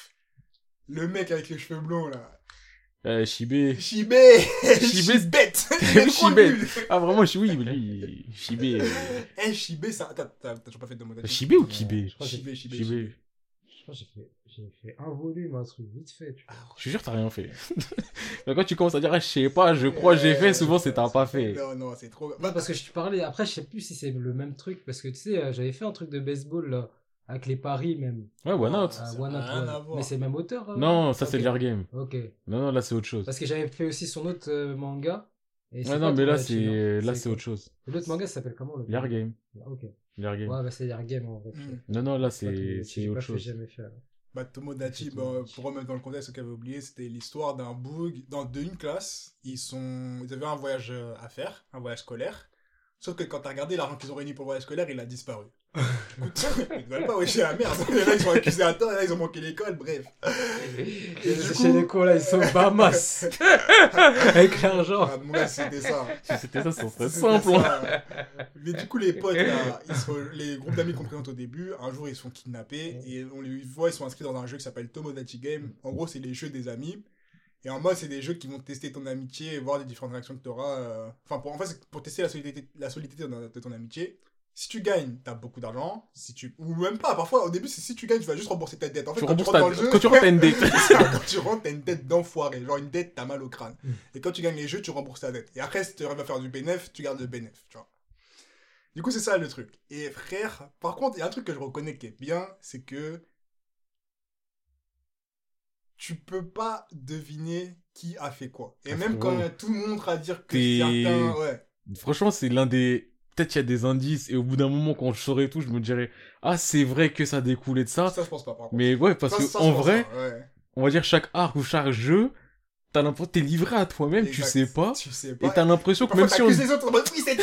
Le mec avec les cheveux blonds là. Euh, Shibé... Chibé Chibé, Chibette Il est trop Chibé. nul. Ah, vraiment, je... oui, mais lui, Shibé... euh, Eh, Chibé, ça. T'as t'as- t'as toujours pas fait de Tomodachi? Shibé ou Kibé? Je crois que j'ai- Chibé, Chibé. Shibé. je crois que j'ai fait, j'ai fait un volume, un truc vite fait, tu vois. Je suis sûr que t'as rien fait. Mais quand tu commences à dire, ah, je sais pas, je crois, j'ai fait, souvent c'est t'as pas fait. Non, non, c'est trop. Non, parce que je te parlais, après, je sais plus si c'est le même truc, parce que tu sais, euh, j'avais fait un truc de baseball, là, avec les paris même. Ouais, One Out. Ça à a One Out, rien ouais. à voir. Mais c'est le même auteur. euh Non, ça c'est Ok. l'Air Game. Ok. Non, non, là c'est autre chose. Parce que j'avais fait aussi son autre euh, manga. Et c'est Ouais, pas non, mais là Tomodachi, non. c'est là c'est quoi autre chose. Et l'autre manga, ça s'appelle comment le L'Air Game. Ok. L'Air Game. Ouais, bah c'est Air Game en vrai. Hmm. Non, non, là Pas c'est Tomodachi, c'est j'ai autre pas fait, chose. jamais fait. alors. Bah, Tomodachi, C'est bah, Tomodachi. pour remettre dans le contexte ce qu'avait oublié, c'était l'histoire d'un bug dans d'une classe. Ils sont, ils avaient un voyage euh, à faire, un voyage scolaire. Sauf que quand t'as regardé l'argent qu'ils ont réuni pour le voyage scolaire, il a disparu. Écoute, ils veulent pas wesh la merde. Et là, ils sont accusés à tort, et là, ils ont manqué l'école, bref. Et du chez coup- les cons là, ils sont Bahamas. Avec l'argent. Ah, moi, c'était ça. Si c'était ça, ça serait C'était simple. hein. ça. Mais du coup, les potes, là, ils se- les groupes d'amis qu'on présente au début, un jour, ils se font kidnapper et on les voit, ils sont inscrits dans un jeu qui s'appelle Tomodachi Game. En gros, c'est les jeux des amis. Et en mode, c'est des jeux qui vont tester ton amitié et voir les différentes réactions que tu auras. Enfin, pour, en fait, c'est pour tester la solidité, la solidité de, de ton amitié. Si tu gagnes, t'as beaucoup d'argent. Si tu... Ou même pas, parfois, au début, c'est si tu gagnes, tu vas juste rembourser ta dette. En fait, Tu quand tu rembourses rentres ta... dans le jeu... Quand tu rentres, t'as une dette. quand tu rentres, t'as une dette d'enfoiré. Genre une dette, t'as mal au crâne. Mm. Et quand tu gagnes les jeux, tu rembourses ta dette. Et après, si tu arrives à faire du bénéf, tu gardes le bénéf, tu vois. Du coup, c'est ça le truc. Et frère, par contre, il y a un truc que je reconnais qui est bien, c'est que tu peux pas deviner qui a fait quoi. Et Ah, même frérot. quand tout le monde à dire que T'es- certains... Ouais. Franchement, c'est l'un des... Peut-être qu'il y a des indices, et au bout d'un moment, quand je saurais tout, je me dirais, ah, c'est vrai que ça découlait de ça. Ça, je pense pas, par contre. Mais ouais, parce Ça, que ça, je en pense vrai, pas, ouais. on va dire chaque arc ou chaque jeu, t'as l'impression que t'es livré à toi-même, tu Exact. sais pas. Tu sais Et pas. t'as l'impression que Parfois, même si on... t'accuses les autres en mode, oui, c'est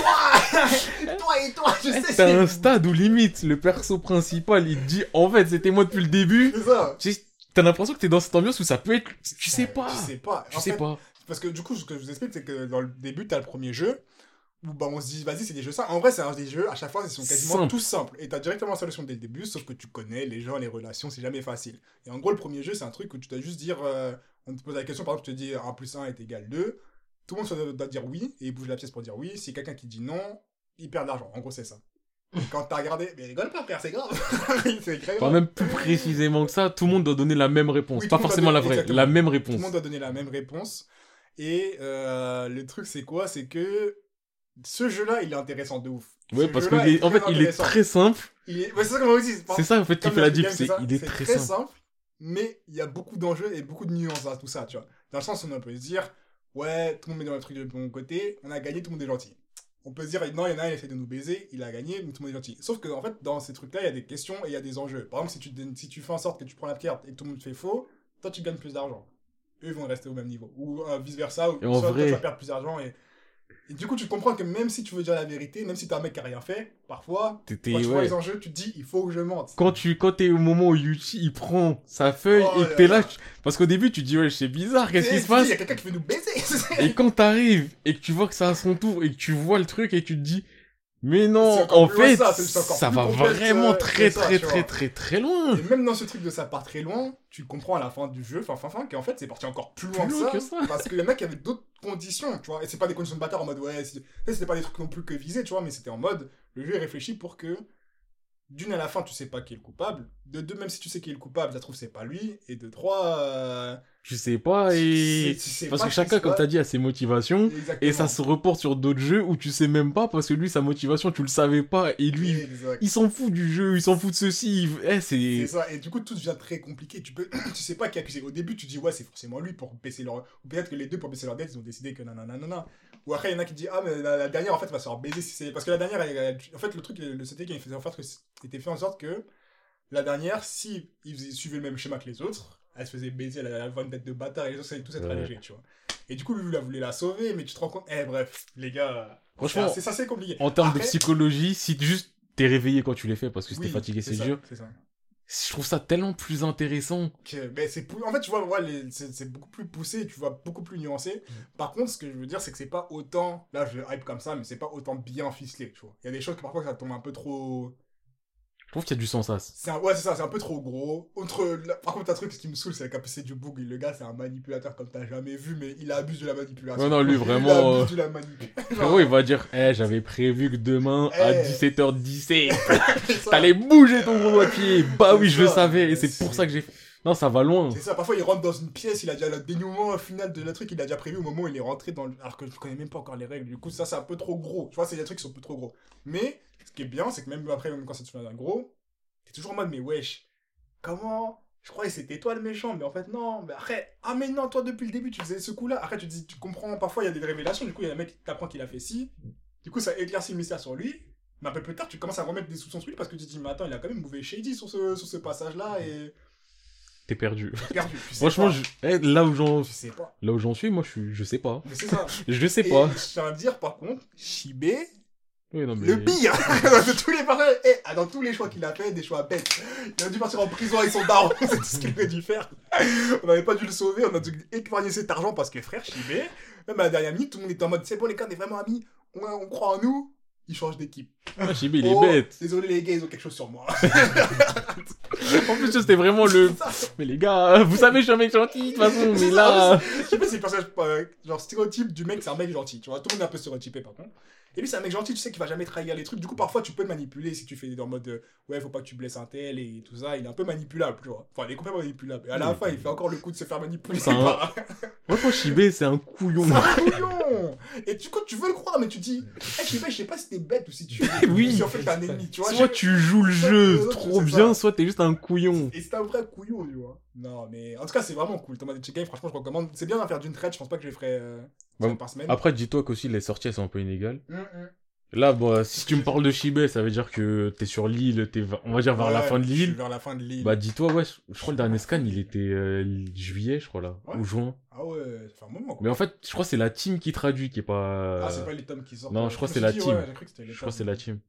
toi Toi et toi, je sais, T'as c'est un stade où limite, le perso principal, il te dit, en fait, c'était moi depuis le début. C'est ça. Tu sais, T'as l'impression que t'es dans cette ambiance où ça peut être... Tu sais pas. Tu sais pas. Tu En sais fait, pas. Parce que du coup, ce que je vous explique, c'est que dans le début, t'as le premier jeu, où bah, on se dit, vas-y, c'est des jeux simples. En vrai, c'est un des jeux, à chaque fois, ils sont quasiment Simple. tous simples. Et t'as directement la solution dès le début, sauf que tu connais les gens, les relations, c'est jamais facile. Et en gros, le premier jeu, c'est un truc où tu dois juste dire, euh, on te pose la question, par exemple, tu te dis un plus un est égal deux. Tout le monde doit, doit dire oui, et il bouge la pièce pour dire oui. Si quelqu'un qui dit non, il perd de l'argent. En gros, c'est ça. Et quand t'as regardé, mais rigole pas, frère, c'est grave. c'est très Enfin, grave. même plus précisément que ça, tout le monde doit donner la même réponse. Oui, pas tout le monde forcément doit la donner- vraie, exactement. la même Tout réponse. le monde doit donner la même réponse. Et euh, le truc, c'est quoi? C'est que ce jeu-là, il est intéressant de ouf. Ouais, Ce parce que jeu-là il est- est en fait, très il est intéressant. très simple. Il est... ouais, c'est ça que moi aussi. C'est ça, en fait, qui Comme fait la le diff. game, C'est, ça, il est c'est très, très simple. simple, mais il y a beaucoup d'enjeux et beaucoup de nuances à tout ça, tu vois. Dans le sens où on peut se dire, ouais, tout le monde met dans le truc de bon côté, on a gagné, tout le monde est gentil. On peut se dire, non, il y en a un, il essaie de nous baiser, il a gagné, mais tout le monde est gentil. Sauf que, en fait, dans ces trucs-là, il y a des questions et il y a des enjeux. Par exemple, si tu, si tu fais en sorte que tu prends la carte et que tout le monde fait faux, toi, tu gagnes plus d'argent. Eux, ils vont rester au même niveau. Ou euh, vice-versa, ou Et en soit vrai- toi, tu vas perdre plus d'argent. Et... et du coup, tu comprends que même si tu veux dire la vérité, même si t'es un mec qui a rien fait, parfois, T'es- t'es- quand tu vois ouais. les enjeux, tu te dis, il faut que je mente. Quand tu, quand t'es au moment où Yuchi, il prend sa feuille Oh et là que t'es là, là. tu- parce qu'au début, tu te dis, ouais, c'est bizarre, qu'est-ce qui se Il passe? y a quelqu'un qui veut nous baiser. Et quand t'arrives et que tu vois que c'est à son tour et que tu vois le truc et que tu te dis, mais non, C'est encore en plus loin fait, ça, c'est- c'est encore ça plus va complexe, vraiment euh, très, que ça, très, tu très, vois. très, très loin. Et même dans ce truc de ça part très loin, tu comprends à la fin du jeu, fin fin fin, qu'en fait c'est parti encore plus loin, Plus que, loin ça, que ça. parce que le mec avait d'autres conditions, tu vois, et c'est pas des conditions de bâtard en mode ouais, c'est- c'était pas des trucs non plus que visés, tu vois, mais c'était en mode, le jeu est réfléchi pour que, d'une à la fin tu sais pas qui est le coupable, de deux même si tu sais qui est le coupable, ça trouve c'est pas lui, et de trois, euh, Tu sais pas et... tu sais Parce pas que qui chacun, se comme bat. t'as dit, a ses motivations. Exactement. Et ça se reporte sur d'autres jeux où tu sais même pas parce que lui, sa motivation, tu le savais pas. Et lui, Exact. il s'en fout du jeu, il s'en fout de ceci. il- Eh, C'est c'est... ça, et du coup tout devient très compliqué. Tu peux, tu sais pas qui accuser. Au début, tu dis ouais, c'est forcément lui pour baisser leur. Ou peut-être que les deux pour baisser leur dette, ils ont décidé que nanana. nanana. Ou après, il y en a qui disent ah, mais la, la dernière en fait va se faire baiser si c'est. Parce que la dernière, elle- elle- en fait, le truc, le C T K, il faisait en sorte que c'était fait en sorte que la dernière, si ils faisaient- suivaient le même schéma que les autres, elle se faisait baiser, elle avait une tête de bâtard et les autres, ça allait tous être Ouais. allégés, tu vois. Et du coup, lui, il a voulu la sauver, mais tu te rends compte. Eh, bref, les gars. Franchement, c'est ça, c'est compliqué. En termes Après- de psychologie, si juste t'es réveillé quand tu l'as fait parce que c'était Oui, fatigué, c'est ça, dur. C'est ça. Je trouve ça tellement plus intéressant. Que, ben, c'est pou- en fait tu vois ouais, les- c'est c'est beaucoup plus poussé, tu vois beaucoup plus nuancé. Par contre ce que je veux dire c'est que c'est pas autant, là je hype comme ça, mais c'est pas autant bien ficelé, tu vois. Il y a des choses que parfois ça tombe un peu trop, Je trouve qu'il y a du sens à ça. c'est un... ouais c'est ça, c'est un peu trop gros. Autre la- par contre un truc ce qui me saoule c'est la capacité du bug. Le gars c'est un manipulateur comme t'as jamais vu, mais il abuse de la manipulation. Ouais, non, lui, Il vraiment, abuse de la manipulation. Frérot, il va dire, eh, j'avais prévu que demain, à Eh. dix-sept heures dix-sept, C'est ça. t'allais bouger ton gros doigt de pied. Bah C'est oui, je le ça. savais. Et C'est- c'est pour ça que j'ai fait. Non, ça va loin. C'est ça, parfois il rentre dans une pièce, il a déjà le dénouement final de le truc, il a déjà prévu au moment où il est rentré dans le... Alors que je connais même pas encore les règles, du coup ça c'est un peu trop gros. Tu vois, c'est des trucs qui sont un peu trop gros. Mais, ce qui est bien, c'est que même après, même quand ça devient gros, t'es toujours en mode, mais wesh, comment... Je croyais que c'était toi le méchant, mais en fait non, mais après, ah mais non, toi depuis le début tu faisais ce coup-là, après tu te dis, tu comprends, parfois il y a des révélations, du coup il y a un mec qui t'apprend qu'il a fait ci, du coup ça éclaircit le mystère sur lui, mais un peu plus tard tu commences à remettre des soupçons sur lui parce que tu te dis, mais attends, il a quand même mauvais shady sur ce, sur ce passage-là et... T'es perdu. Perdu, tu sais Franchement, pas. je... eh, là où j'en... Tu sais pas. là où j'en suis, moi, je suis, je sais pas. Mais c'est ça. Je sais Et pas. je tiens à dire, par contre, Shibé, Oui, non, mais... le pire de tous les pareils, et dans tous les choix qu'il a fait, des choix bêtes. Il a dû partir en prison avec son daron, c'est tout ce qu'il aurait dû faire. On n'avait pas dû le sauver, on a dû épargner cet argent parce que frère Shibé, même à la dernière minute, tout le monde était en mode c'est bon les gars, on est vraiment amis, on, on croit en nous. il change d'équipe. Ah, Shibé, il est Oh, bête. désolé les gars, ils ont quelque chose sur moi. En plus, c'était vraiment le. Mais les gars, vous savez, je suis un mec gentil, de toute façon, mais là. Je sais pas si c'est le personnage, euh, genre stéréotype du mec, c'est un mec gentil, tu vois. Tout le monde est un peu stéréotypé par contre. Et lui, c'est un mec gentil, tu sais qu'il va jamais trahir les trucs. Du coup, parfois, tu peux le manipuler si tu fais en mode euh, ouais, faut pas que tu blesses un tel et tout ça. Il est un peu manipulable, tu vois. Enfin, il est complètement manipulable. Et à la Oui. fin, il fait encore le coup de se faire manipuler. C'est un- par- Moi, je Shibé, c'est un couillon. C'est un couillon. Et tu, quand tu veux le croire, mais tu dis, hey, je sais pas, je sais pas si t'es bête ou si tu. Oui. Si en fait t'es un ennemi, tu vois. Soit je- tu joues le Soit- jeu soit- trop c'est bien, ça. soit t'es juste un couillon. Et c'est un vrai couillon, tu vois. Non, mais en tout cas, c'est vraiment cool. Tomodachi Game, franchement, je recommande. C'est bien d'en faire d'une traite. Je pense pas que je les ferai euh, Bon, semaine par semaine. Après, dis-toi qu'aussi les sorties elles sont un peu inégales. Hum, hum. Là, bon, si tu me parles de Shibé, ça veut dire que t'es sur l'île, t'es, va- on va dire vers la Ouais, fin de je suis l'île. Vers la fin de l'île. Bah, dis-toi, ouais, je je crois que le dernier scan, il était euh, juillet, je crois, là, Ouais. ou juin. Ah ouais, ça fait un moment quoi. Mais en fait, je crois que c'est la team qui traduit, qui est pas. Ah, c'est pas les tomes qui sortent. non, euh, je crois me que c'est suis la dit, team. ouais, j'ai cru que c'était les Je crois que tomes. c'est la team.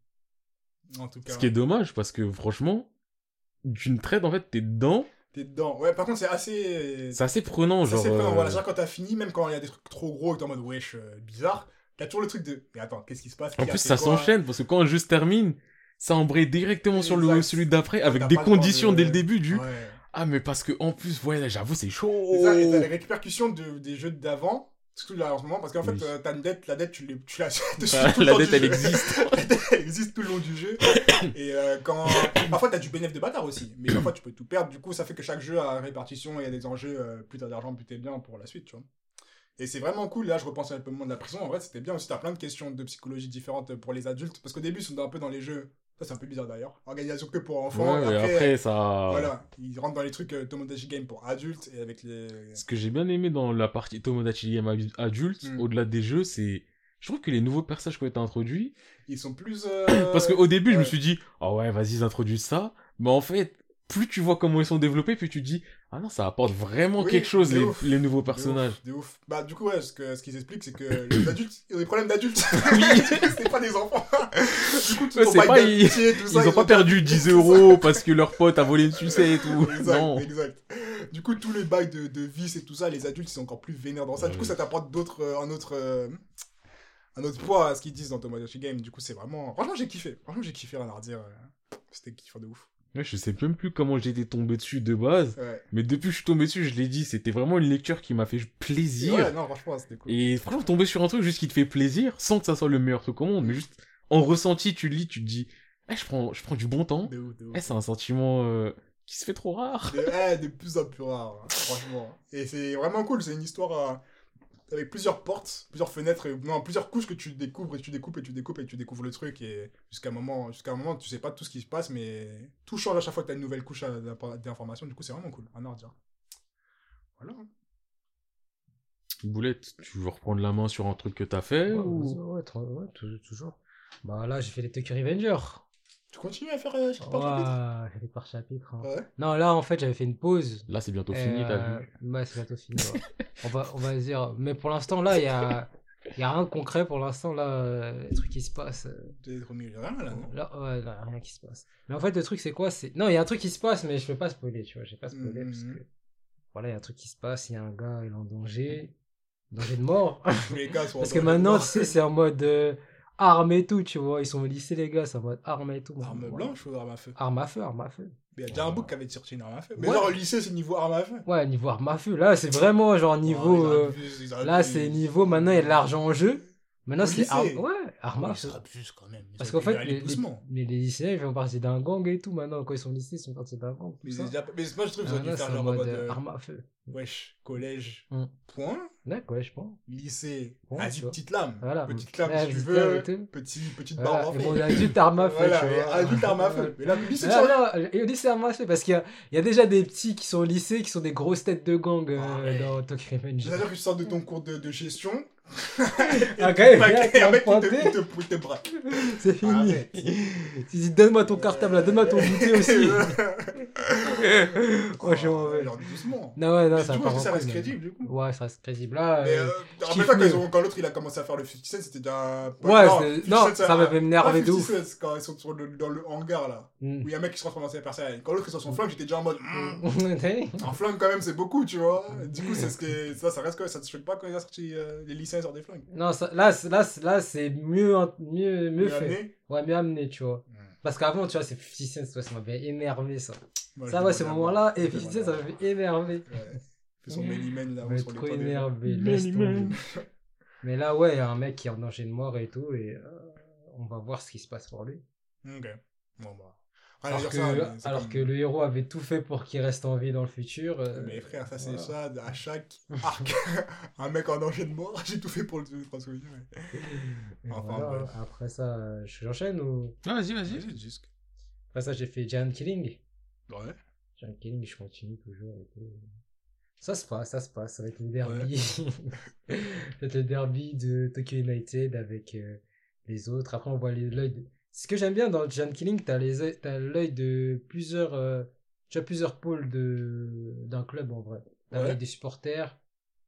En tout cas. Ce qui est dommage, parce que franchement, d'une traite, en fait, t'es dedans, T'es dedans. Ouais, par contre, c'est assez. c'est assez prenant, C'est genre. assez prenant. euh, Voilà, c'est-à-dire quand t'as fini, même quand il y a des trucs trop gros et t'es en mode wesh, euh, bizarre, t'as toujours le truc de. Mais attends, qu'est-ce qui se passe? En Qui a plus, fait ça quoi s'enchaîne, parce que quand un jeu se termine, ça embraye directement sur le, Exact. celui d'après, avec T'as des pas le temps conditions de- dès le début du. Ouais. Ah, mais parce que, en plus, ouais, là, j'avoue, c'est chaud. C'est ça, et t'as les répercussions de, des jeux d'avant, surtout là en ce moment, parce qu'en fait, Oui. euh, t'as une dette, la dette, tu, l'es- tu la dessus Bah, tout le la temps dette, du elle jeu. existe. La dette, elle existe tout le long du jeu. Et euh, quand. Parfois, t'as du bénéfice de bâtard aussi, mais parfois, tu peux tout perdre. Du coup, ça fait que chaque jeu a une répartition et il y a des enjeux, euh, plus t'as d'argent, plus t'es bien pour la suite, tu vois. Et c'est vraiment cool. Là, je repense un peu au moment de la prison. En vrai, c'était bien aussi. T'as plein de questions de psychologie différentes pour les adultes, parce qu'au début, ils sont un peu dans les jeux. Ça, c'est un peu bizarre d'ailleurs. Organisation que pour enfants. Ouais, et et après, après, ça. Voilà, ils rentrent dans les trucs euh, Tomodachi Game pour adultes et avec les. Ce que j'ai bien aimé dans la partie Tomodachi Game adu- adulte, Mm. au-delà des jeux, c'est. Je trouve que les nouveaux personnages qui ont été introduits. Ils sont plus. euh, Parce qu'au début, je me ouais. suis dit, ah ouais, vas-y, ils introduisent ça. Mais en fait, plus tu vois comment ils sont développés, plus tu dis, ah non, ça apporte vraiment Oui, quelque chose, de les, ouf. les nouveaux De personnages. ouf, de ouf. Bah, du coup, ouais, ce que- ce qu'ils expliquent, c'est que les adultes, ils ont des problèmes d'adultes. Oui. c'est pas des enfants. Du coup, tout Ouais, ton c'est bail pas- ils- d'amitié, tout ça, Ils ont pas perdu dix euros parce que leur pote a volé une sucette et tout. Exact, Non. exact. Du coup, tous les bails de, de vice et tout ça, les adultes, ils sont encore plus vénères dans ça. Du coup, Ouais. ça t'apporte d'autres, euh, un autre. euh, un autre poids à ce qu'ils disent dans Tomodachi Game. Du coup, c'est vraiment. Franchement, j'ai kiffé. Franchement, j'ai kiffé, rien à redire. euh, C'était kiffant de ouf. Ouais, je sais même plus comment j'étais tombé dessus de base. Ouais. Mais depuis que je suis tombé dessus, je l'ai dit, c'était vraiment une lecture qui m'a fait plaisir. Ouais, non, franchement, c'était cool. Et franchement, tomber sur un truc juste qui te fait plaisir, sans que ça soit le meilleur truc au monde, mais juste en ressenti, tu le lis, tu te dis, eh, je prends, je prends du bon temps. De ouf, de ouf. Eh, c'est un sentiment euh, qui se fait trop rare. De, ouais, de plus en plus rare, hein, franchement. Et c'est vraiment cool, c'est une histoire euh, avec plusieurs portes, plusieurs fenêtres, et, non, plusieurs couches que tu découvres et tu découpes et tu découpes et tu découvres le truc. Et jusqu'à un moment, jusqu'à un moment, tu sais pas tout ce qui se passe, mais tout change à chaque fois que tu as une nouvelle couche à- d'info- d'informations. Du coup, c'est vraiment cool, un ordre. Voilà. Boulette, tu veux reprendre la main sur un truc que t'as fait Ouais, ou... ouais, ouais, tra- ouais, toujours, toujours. Bah là, j'ai fait les Tokyo Revenger. Tu continues à faire euh, chapitre par chapitre Ouais, j'ai fait par chapitre. hein. Ouais. Non, là, en fait, j'avais fait une pause. Là, c'est bientôt Et, fini, t'as euh, vu. Ouais, c'est bientôt fini. ouais. on, va, on va dire. Mais pour l'instant, là, il y a, y a rien de concret pour l'instant. Là, euh, les trucs qui se passent. euh, T'es trop mieux, rien là, non Là, ouais, là, rien qui se passe. Mais en fait, le truc, c'est quoi c'est... Non, il y a un truc qui se passe, mais je vais pas spoiler, tu vois. Je vais pas spoiler Mhm. parce que. Voilà, il y a un truc qui se passe. Il y a un gars, il est en danger. Danger de mort. Tous les gars sont Parce en que danger de maintenant, mort. tu sais, c'est en mode euh, arme et tout, tu vois. Ils sont au lycée, les gars, c'est en mode arme et tout. Arme Ouais. blanche ou arme à feu Arme à feu, arme à feu. Mais il y a déjà un book qui avait sorti une arme à feu. Mais Ouais. genre, au lycée, c'est niveau arme à feu. Ouais, niveau arme à feu. Là, c'est vraiment genre niveau. Oh, ils euh, abusent, ils abusent. Là, c'est niveau. Maintenant, il y a de l'argent en jeu. Maintenant, Au c'est lycée. arme. Ouais, arme Ouais, à ils feu. se abusent quand même. Ils Parce auraient qu'en pu y fait, aller les, les, doucement. mais les lycéens, ils font partie d'un gang et tout. Maintenant, quand ils sont au lycée, ils sont partis d'un gang. Tout Mais, ça. déjà- mais moi, je trouve qu'ils Ah, auraient dû là, faire c'est en genre en mode mode. euh, euh, arme à feu. Wesh, collège, Hmm. point. D'accord, je pense. Lycée, Ouais, vas-y, tu vois. petite lame. Voilà. Petite lame Ouais, si tu petite lame veux. et tout. Petit, petite Voilà, barbe en et mon fait. adulte arme à feu, Voilà, tu et vois. adulte arme à feu. Mais là, le lycée, Ah, c'est non, et au lycée arme à feu, parce qu'il y a, il y a déjà des petits qui sont au lycée qui sont des grosses têtes de gang euh, Ouais. dans Tokyo Revenge. C'est-à-dire que tu sors de ton cours de, de gestion. Un gars, il vient, et un il mec, va il te, pointer. il te, il te braque. C'est fini. Arrête. Tu dis, donne-moi ton cartable là, donne-moi ton goûter aussi. Franchement, ouais. Genre doucement. Non, ouais, non, Mais ça du coup, part ça en reste couille, mais- crédible, du coup. Ouais, ça reste crédible. Là, Mais euh, euh, je rappelle-toi kiffe quand, mieux. ils ont- quand l'autre il a commencé à faire le cinquante Cent, c'était déjà. Ouais, non, c'était- cinquante non, Cent, ça m'avait énervé pas de ouf. cinquante Cent, quand ils sont sur le- dans le hangar là, Mm. où il y a un mec qui se transforme en Super Saiyan. Quand l'autre est sur son flingue, j'étais déjà en mode. mm, T'as vu Un flingue quand même, c'est beaucoup, tu vois. Du coup, c'est ce que ça, ça reste quoi, ça te choque pas quand il a sorti euh, les lycéens physiciens sortent des flingues. Non, ça, là, c'est- là, c'est- là, c'est mieux, hein, mieux, mieux Mais fait. amené, Ouais, mieux amené, tu vois. Mm. Parce qu'avant, tu vois, c'est fifty Cent, ouais, ça m'avait énervé, ça. moi, Ça, je ouais, l'ai ce pas moment-là, vu. et fifty Cent, ça m'avait énervé. Ouais. Fait son Many Men là, Ça où m'avait sur les trop toits des gens. énervé, Many laisse tomber. men. Mais là, ouais, il y a un mec qui est en danger de mort et tout, et euh, on va voir ce qui se passe pour lui. Ok. Bon, bah. Rien à Alors, dire que, ça, mais c'est alors comme- que le héros avait tout fait pour qu'il reste en vie dans le futur. euh, Mais frère, ça c'est voilà. ça, à chaque arc, un mec en danger de mort, j'ai tout fait pour le transformer. Et Enfin, voilà. bref. Après ça, euh, j'enchaîne ou. Ah, vas-y, vas-y. Vas-y, disque. Après ça, j'ai fait Giant Killing. Ouais. Giant Killing, je continue toujours et tout. Ça se passe, ça se passe avec le derby. Avec le derby de Tokyo United avec euh, les autres. Après, on voit les- l'œil de... Ce que j'aime bien dans Giant Killing, t'as les œils- t'as l'œil de plusieurs... euh, Tu as plusieurs pôles de... d'un club en vrai. T'as Ouais. l'œil des supporters,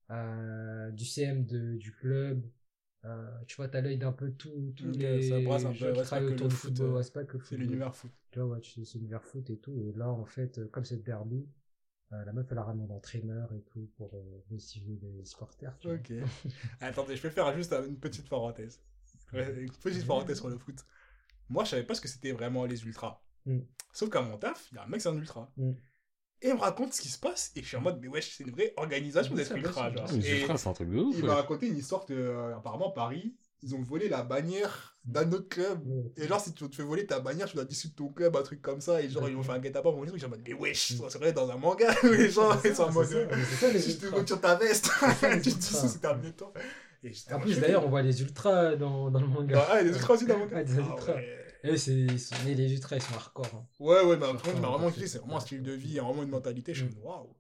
euh, du C M de, du club. euh, tu vois, t'as l'œil d'un peu tout, tous Ok, les ça brasse un peu, gens ouais, qui c'est pas travaillent que autour le du foot, football. euh, Ouais, c'est pas que le C'est football. l'univers foot. Tu vois, ouais, tu- c'est l'univers foot et tout. Et là, en fait, euh, comme c'est le derby, euh, la meuf, elle a ramené l'entraîneur et tout pour euh, motiver les supporters. Tu vois. Ok. Attendez, je vais faire juste une petite parenthèse. Ouais, une petite parenthèse sur le foot. Moi, je savais pas ce que c'était vraiment les ultras. Mm. Sauf qu'à mon taf, il y a un mec, c'est un ultra. Mm. Et il me raconte ce qui se passe, et je suis en mode, mais wesh, c'est une vraie organisation Bien d'être sûr, ultra, bien genre. sûr, Les Et ultras, c'est un truc de ouf. il ouais. m'a raconté une histoire que, euh, apparemment, Paris, ils ont volé la bannière d'un autre club. Ouais. Et genre, si tu te fais voler ta bannière, tu dois dissoudre ton club, un truc comme ça. Et genre, ils ont fait un guet-apens pour les trucs. J'ai en mode, mais wesh, ça serait dans un manga. où les gens, ils sont en mode, C'est ça, mais c'est ça, les si je te ultras. retire ta veste, ça, les tu te ultras. dissous, c'est terminé de temps. Et j'étais En en plus, mode, d'ailleurs, on voit les ultras dans, dans le manga. Ah, les ultras aussi dans le manga. Ah, des Ah ultras. ouais. Et eux, c'est, ils sont- mais les ultras, ils sont hardcore. Hein. Ouais, ouais, mais après, Franchement, il m'a on vraiment va kiffé. faire C'est ça. vraiment un style de vie, vraiment une mentalité. Je suis Mm. waouh.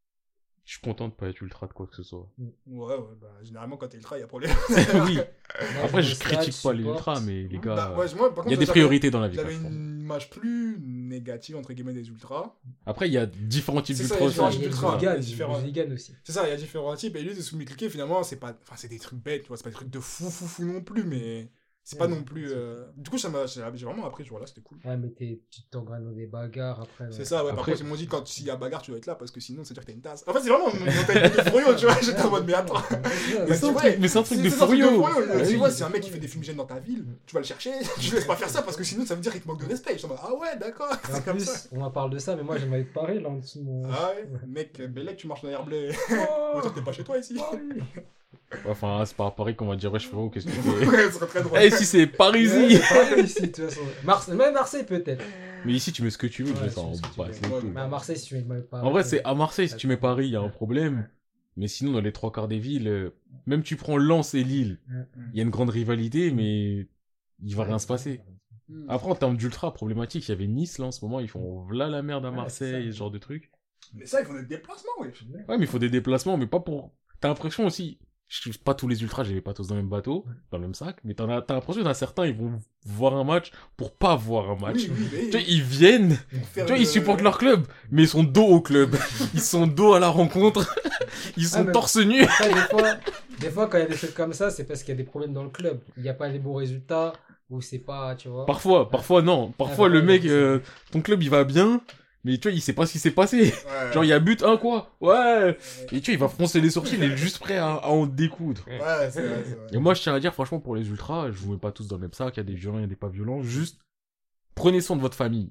Je suis content de pas être ultra de quoi que ce soit. Ouais, ouais, bah, généralement, quand t'es ultra, il y a problème. oui. Moi, Après, me je stade, critique pas les supporte. ultras, mais les gars, Bah, ouais, moi, par il y a contre, des j'avais- priorités dans la vie. J'avais quoi, je trouve. une image plus négative, entre guillemets, des ultras. Après, il y a différents types C'est ça, d'ultras il y a aussi. Il y a des ultra, hooligans, il y a différents- des hooligans aussi. C'est ça, il y a différents types. Et lui, de Soumis Cliqué, finalement, c'est pas. Enfin, c'est des trucs bêtes, tu vois. C'est pas des trucs de fou, fou, fou non plus, mais. C'est pas Ouais, non plus. c'est- euh, Du coup, ça m'a. J'ai j'ai vraiment appris ce jour-là, c'était cool. Ouais, mais t'es- tu t'engraines dans des bagarres après. C'est ouais. ça, ouais. Par Après- contre, ils m'ont dit, quand s'il y a bagarre, tu dois être là, parce que sinon, c'est dire que t'as une tasse. En fait, c'est vraiment une mentalité de fouillot, tu vois. J'étais en mode, mais attends. Mais c'est un tu truc- vois, mais c'est un truc de c'est un fouillot. fouillot. Ah Tu oui. vois, c'est un mec qui fait des fumigènes dans ta ville, tu vas le chercher, tu ne laisses pas faire ça, parce que sinon, ça veut dire qu'il te manque de respect. Je suis en mode, ah ouais, d'accord, Et en c'est comme ça. plus, on en parle de ça, mais moi, j'aimerais te parler là en dessous de mon. Ah ouais, mec, Bellec, tu marches dans l'air bleu. Oh, On va dire que t'es pas chez toi ici. oh, oui. Ouais, Enfin, c'est pas à Paris qu'on va dire, wesh, frérot, qu'est-ce que tu fais Ouais, ce serait très drôle. Eh, ici, c'est Ouais, Parisie. c'est pareil ici, de toute façon. Marseille, même Marseille peut-être. Mais ici, tu mets ce que tu veux, Ouais, je vais tu s'en mets ce que tu passer veux. et Ouais, tout. Mais à Marseille, si tu mets pas. En vrai, c'est à Marseille, si tu mets Paris, il y a un problème. Mais sinon, dans les trois quarts des villes, euh, même tu prends Lens et Lille, il y a une grande rivalité, mais il va rien se passer. Hmm. Après, en termes d'ultra problématique, il y avait Nice, là, en ce moment, ils font v'là la merde à Ouais, Marseille, c'est ça. ce genre de trucs. Mais ça, ils font des déplacements, wesh. Ouais, mais il faut des déplacements, mais pas pour... T'as l'impression aussi... Je trouve pas tous les ultras, j'avais pas tous dans le même bateau, dans le même sac, mais t'en as- t'as l'impression qu'il y en a certains, ils vont voir un match pour pas voir un match. Oui, oui, mais. Tu vois, ils viennent, pour faire tu vois, le- ils supportent leur club, mais ils sont dos au club. Ils sont dos à la rencontre. Ils sont Ah, mais- torse nu. Après, des fois, des fois, quand il y a des trucs comme ça, c'est parce qu'il y a des problèmes dans le club. Il n'y a pas les bons résultats, ou c'est pas, tu vois. Parfois, parfois non. Parfois, Ouais, le ouais, mec, c'est- euh, ton club, il va bien, mais tu vois, il sait pas ce qui s'est passé. Ouais. Genre, il y a but un, quoi. Ouais. Et tu vois, il va froncer les sourcils, il est juste prêt à, à en découdre. Ouais, c'est vrai, c'est vrai. Et moi, je tiens à dire, franchement, pour les ultras, je vous mets pas tous dans le même sac, il y a des violents, il y a des pas violents, juste prenez soin de votre famille.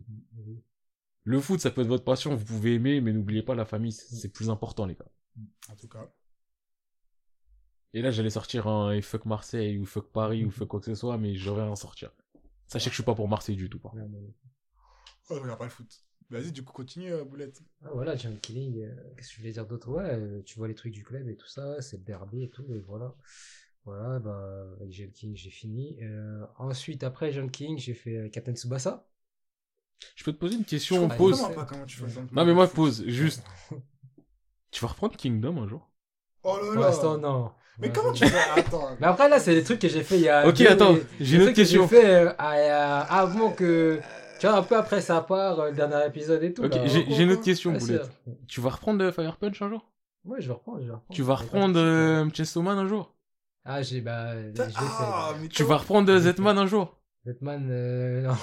Le foot, ça peut être votre passion, vous pouvez aimer, mais n'oubliez pas la famille, c'est c'est plus important, les gars. En tout cas. Et là, j'allais sortir un et fuck Marseille, ou fuck Paris, ou fuck quoi que ce soit, mais j'aurais rien sortir. Sachez que je suis pas pour Marseille du tout, par contre. Ouais, mais- Oh, je regarde pas le foot. Vas-y, du coup, continue, euh, Boulette. Ah, voilà, Giant Killing, euh, qu'est-ce que je voulais dire d'autre? Ouais, euh, tu vois les trucs du club et tout ça, c'est le derby et tout, et voilà. Voilà, bah, avec Giant Killing, j'ai fini. Euh, ensuite, après Giant Killing, j'ai fait euh, Captain Tsubasa. Je peux te poser une Je question, comprends pause. vraiment pas comment tu fais ça. Non, mais moi, pause, juste. Tu vas reprendre Kingdom un jour? Oh là Pour là. l'instant, non. Mais Ouais, comment ouais. tu fais Attends. Mais après, là, c'est des trucs que j'ai fait il y a. Ok, deux- attends, des j'ai une autre trucs que question. J'ai fait euh, à- à- avant que. Tu vois, un peu après ça part, euh, le dernier épisode et tout. Ok, là. j'ai j'ai une autre question, Ouais, c'est Boulette. vrai. Tu vas reprendre euh, Fire Punch un jour? Ouais, je vais reprendre, je vais reprendre. Tu vas Mais reprendre pas tout de suite, euh, ouais. Chainsaw Man un jour? Ah, j'ai. Bah. Je l'ai fait. Ah, mais Tu comment- vas reprendre euh, Z-Man un jour? Batman, euh, non.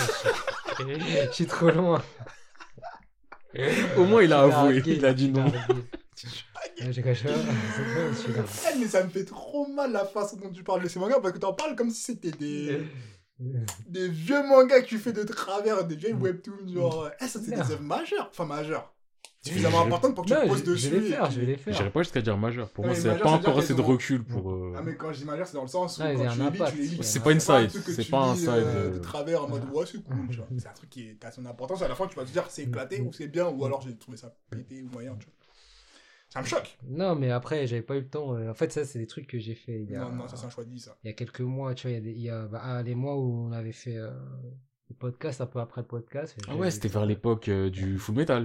Je suis trop loin. Au moins, il a Je suis avoué, largué, il a dit je suis non. largué. Ouais, j'ai caché. C'est vrai, je suis là. Eh, mais ça me fait trop mal la façon dont tu parles de ces mangas parce que t'en parles comme si c'était des. Des vieux mangas que tu fais de travers, des vieilles webtoons, genre. Eh, ça, c'est des œuvres majeures. Enfin, majeures. Suffisamment Je- importantes pour que tu Non, te poses je, dessus. je vais les et faire, puis- je vais les J'irais faire. pas jusqu'à dire majeur. Pour Ouais, moi, mais c'est majeur, pas ça veut dire encore qu'ils assez de ont- recul pour. euh, Ah, mais quand je dis majeur, c'est dans le sens où Ouais, il y quand a tu un les lis, impact. tu les lis. C'est C'est genre, pas une c'est pas un side, truc que c'est tu pas un lis, side, euh, euh, de travers en mode ouais, c'est cool, tu vois. C'est un truc qui est- qui a son importance. À la fin, tu vas te dire c'est éclaté ou c'est bien, ou alors j'ai trouvé ça pété ou moyen, tu vois. Ça me choque. Non, mais après, j'avais pas eu le temps. euh, En fait, ça, c'est des trucs que j'ai fait il y a, Non, non, ça c'est un choix de vie, ça. il y a quelques mois. Tu vois, il y a, des- il y a bah, ah, les mois où on avait fait euh, le podcast, un peu après le podcast. Ah ouais, c'était vers l'époque euh, du Full Metal.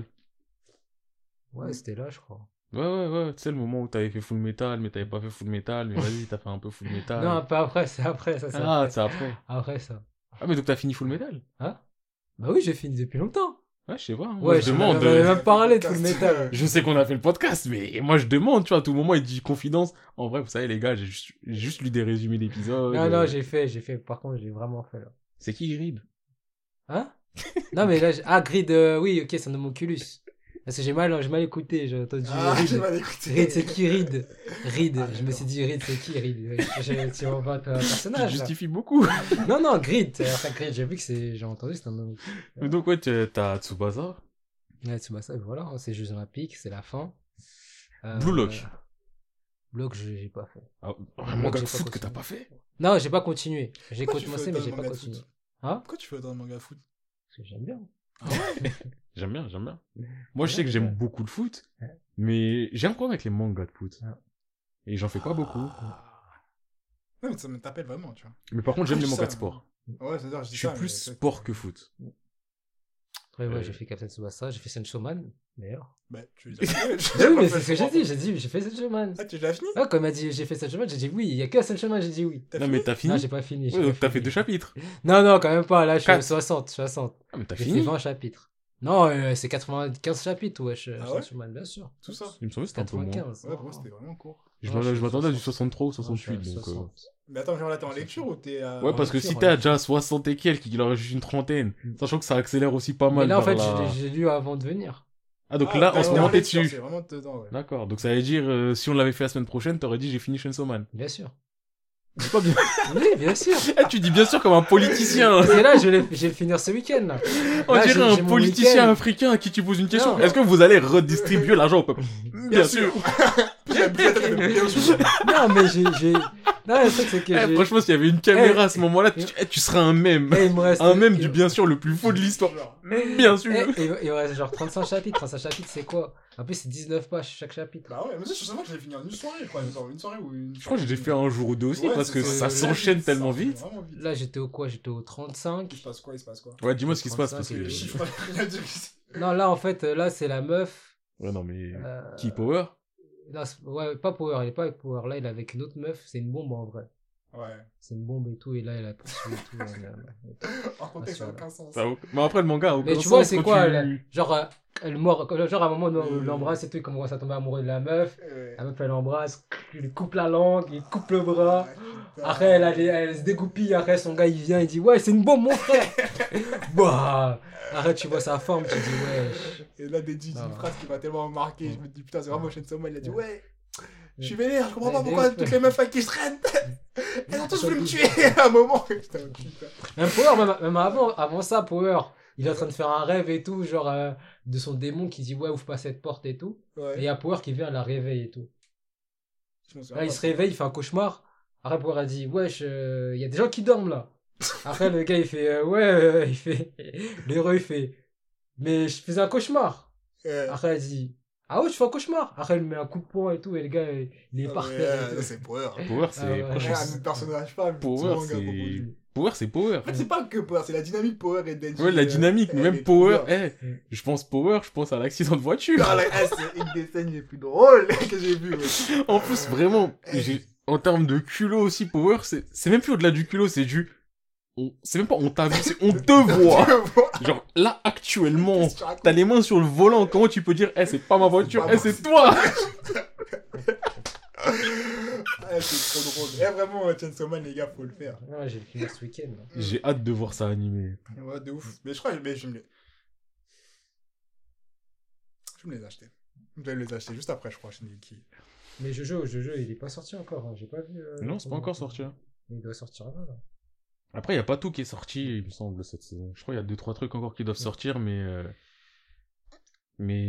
Ouais, c'était là, je crois. Ouais, ouais, ouais. Tu sais, le moment où t'avais fait Full Metal, mais t'avais pas fait Full Metal, mais vas-y, t'as fait un peu Full Metal. Non, pas après, c'est après, ça, c'est Ah, après. c'est après. Après ça. Ah, mais donc t'as fini Full Metal? Hein? Bah oui, j'ai fini depuis longtemps. Ouais, je sais pas. Moi, Ouais, je je demande. m'avais euh, même parlé de Full Metal. Je sais qu'on a fait le podcast, mais moi je demande, tu vois, à tout moment il dit confidence. En vrai, vous savez, les gars, j'ai juste, j'ai juste lu des résumés d'épisodes. Non, non, euh, j'ai fait, j'ai fait. Par contre, j'ai vraiment fait là. C'est qui Grid? Hein? Non, mais là, j'ai- ah, Grid, euh, oui, ok, c'est un homonculus. Parce que j'ai mal, j'ai mal écouté, j'ai entendu Ah, j'ai Reed. mal écouté. Reed, c'est qui Reed? Reed, Ah, je me suis dit Reed, c'est qui Reed? J'ai- Tu vas pas un Tu personnage là. justifies beaucoup. Non, non, Grid, c'est enfin, Grid, j'ai vu que c'est, j'ai entendu, c'est un homme. Mais donc, ouais, tu- t'as Tsubasa. Ouais, Tsubasa, voilà, hein, c'est Jeux Olympiques, c'est la fin. Euh, Blue Lock. Blue Lock, je- j'ai pas fait. Ah, un Moi, manga j'ai de pas foot que continué. t'as pas fait? Non, j'ai pas continué. J'ai Pourquoi tu commencé, fais mais autant j'ai de pas mangas de continué. foot Hein? Pourquoi tu fais autant de manga foot? Parce que j'aime bien. J'aime bien, j'aime bien. Moi, je Ouais, sais que j'aime ouais. beaucoup le foot, Ouais. mais j'ai un problème avec les mangas de foot. Ouais. Et j'en fais pas beaucoup. Non, mais ça me t'appelle vraiment, tu vois. Mais par contre, j'aime Ah, les je dis mangas de ça, sport. Ouais, c'est-à-dire, je Je dis suis ça, plus mais- sport que foot. Après, ouais, Euh. j'ai fait Captain Tsubasa, j'ai fait Sencho Man, d'ailleurs. Bah, tu veux dire. Oui, mais c'est ce que j'ai dit, j'ai dit, j'ai fait Sencho Man. Ah, tu l'as fini? Ah, quand il m'a dit j'ai fait Sencho Man, j'ai dit oui, il y a que Sencho Man, j'ai dit oui. T'as Non, fini mais t'as fini? Non, j'ai pas fini. j'ai Ouais, pas donc t'as fini. fait deux chapitres. Non, non, quand même pas, là, je suis à Quatre. soixante, soixante. Ah, mais t'as J'ai fait fini? vingt chapitres. Non, euh, c'est quatre-vingt-quinze chapitres, wesh, Ah ouais Sencho Man, bien sûr. Tout ça? Il me semblait que c'était un peu moins. quatre-vingt-quinze. Ouais, pour moi, c'était vraiment court. Je Ouais, m'attendais- je je suis m'attendais à du soixante. soixante-trois ou Ouais, je suis soixante-huit, à donc... euh, soixante. Mais attends, genre là, t'es en lecture ou t'es à. Ouais, parce que lecture, si en t'es à lecture. déjà soixante et quelques, qu'il en reste juste une trentaine, sachant que ça accélère aussi pas Mais mal là, en vers fait, la- j'ai- j'ai lu avant de venir. Ah, donc Ah, là, t'es en ce en moment, t'es lecture, dessus. C'est vraiment dedans, ouais. D'accord, donc ça veut dire, euh, si on l'avait fait la semaine prochaine, t'aurais dit j'ai fini Chainsaw Man. Bien sûr. C'est pas bien. Oui, bien sûr. Eh, tu dis bien sûr comme un politicien. C'est là, je vais, le- je vais le finir ce week-end, là. On Là, dirait j'ai- un j'ai mon politicien week-end. africain à qui tu poses une question. Non. Est-ce que vous allez redistribuer l'argent au peuple? Bien sûr. Puis la billette, elle fait bien sûr. Non, mais j'ai. j'ai- Non, le truc, c'est que Eh, j'ai. franchement, s'il y avait une caméra Eh. à ce moment-là, tu, eh, tu serais un mème. Eh, il me reste. Un mème il- du bien sûr le plus faux de l'histoire. Genre. Bien sûr. Eh, il il me reste genre trente-cinq chapitres. trente-cinq chapitres, c'est quoi? En plus, c'est dix-neuf pages chaque chapitre. Bah ouais, mais ça, je sais pas que je l'ai fini en une soirée, je crois. Genre, une soirée ou une. Je crois que j'ai fait un jour ou deux aussi Ouais, parce c'est- que c'est- ça c'est- s'enchaîne ça tellement s'enchaîne vite. Vraiment vite. Là, j'étais au quoi? J'étais au trente-cinq. Il se passe quoi? Il se passe quoi? Ouais, dis-moi ce qui se passe parce trente-cinq que. Les chiffres, il y a du. Non, là, en fait, là, c'est la meuf. Ouais, non, mais. euh, Qui Power? non, c'est- ouais, pas Power, il est pas avec Power. Là, il est avec une autre meuf. C'est une bombe en vrai. Ouais. C'est une bombe et tout. Et là, elle a poursuivi et tout. elle a- En contexte, ça n'a aucun sens. Ça a aucun- Mais après, le manga a aucun Mais tu sens vois, c'est quand quoi? tu- elle- Genre, euh, elle mord. Genre, à un moment, Euh. il l'embrasse et tout. Il commence à tomber amoureux de la meuf. Ouais. La meuf, elle l'embrasse. Il lui coupe la langue. Il coupe le bras. Ouais, putain. Après, elle, a des- elle se dégoupille. Après, son gars, il vient. Il dit ouais, c'est une bombe, mon frère. Bah. Arrête, tu vois sa forme. Tu dis ouais. Et là, des dit une Non. phrase qui m'a tellement marqué. Je me dis, putain, c'est vraiment Chainsaw Man. Il a dit, Ouais. ouais, je suis vénère, je comprends pas Ouais, pourquoi ouais. toutes les meufs avec qui je traîne, elles ont tous voulu me tuer à un moment. Putain, putain. Même Power, même, même avant, avant ça, Power, il est en train de faire un rêve et tout, genre euh, de son démon qui dit ouais, ouvre pas cette porte et tout. Et il Ouais. y a Power qui vient, la réveille et tout. Je me souviens Là, il pas. se réveille, il fait un cauchemar. Après, Power a dit wesh, il y a des gens qui dorment là. Après, le gars il fait euh, ouais, euh, il fait. L'héros il fait mais je faisais un cauchemar. Ouais. Après, il dit ah ouais, je fais un cauchemar. Après, il lui met un coup de poing et tout, et le gars il, il est par Ouais, terre. et ça, tout. c'est Power. Power, c'est. Ah ouais. après, Ouais, je- un personnage pas, Power, tout manga c'est. confondu. Power, c'est Power. En fait, c'est pas que Power, c'est la dynamique Power et Denji. Ouais, la euh, dynamique, mais elle même est Power, trop bien. eh, je pense Power, je pense à l'accident de voiture. Ah, là, eh, c'est une des scènes les plus drôles que j'ai vues. Ouais. En plus, vraiment, j'ai- en termes de culot aussi, Power, c'est c'est même plus au-delà du culot, c'est du... on- C'est même pas on t'a vu, c'est on te voit. Genre, là, actuellement, Qu'est-ce que tu racontes? t'as les mains sur le volant, comment tu peux dire, eh, c'est pas ma voiture, pas eh, moi. c'est toi. Ah, c'est trop drôle. Eh, vraiment, euh, Chainsaw Man, les gars, faut le faire. Ouais, j'ai le finir ce week-end. là. J'ai hâte de voir ça animé. Ouais, de ouf. Mais je crois que mais je vais me les. Je vais me les acheter. Vous allez les acheter juste après, je crois, chez Niki. Mais Jojo, Jojo, il est pas sorti encore. Hein. J'ai pas vu. Euh, Non, c'est pas encore sorti. Hein. Mais il doit sortir là. là. Après, il n'y a pas tout qui est sorti, il me semble, cette saison. Je crois qu'il y a deux trois trucs encore qui doivent sortir, mais. Euh... Mais.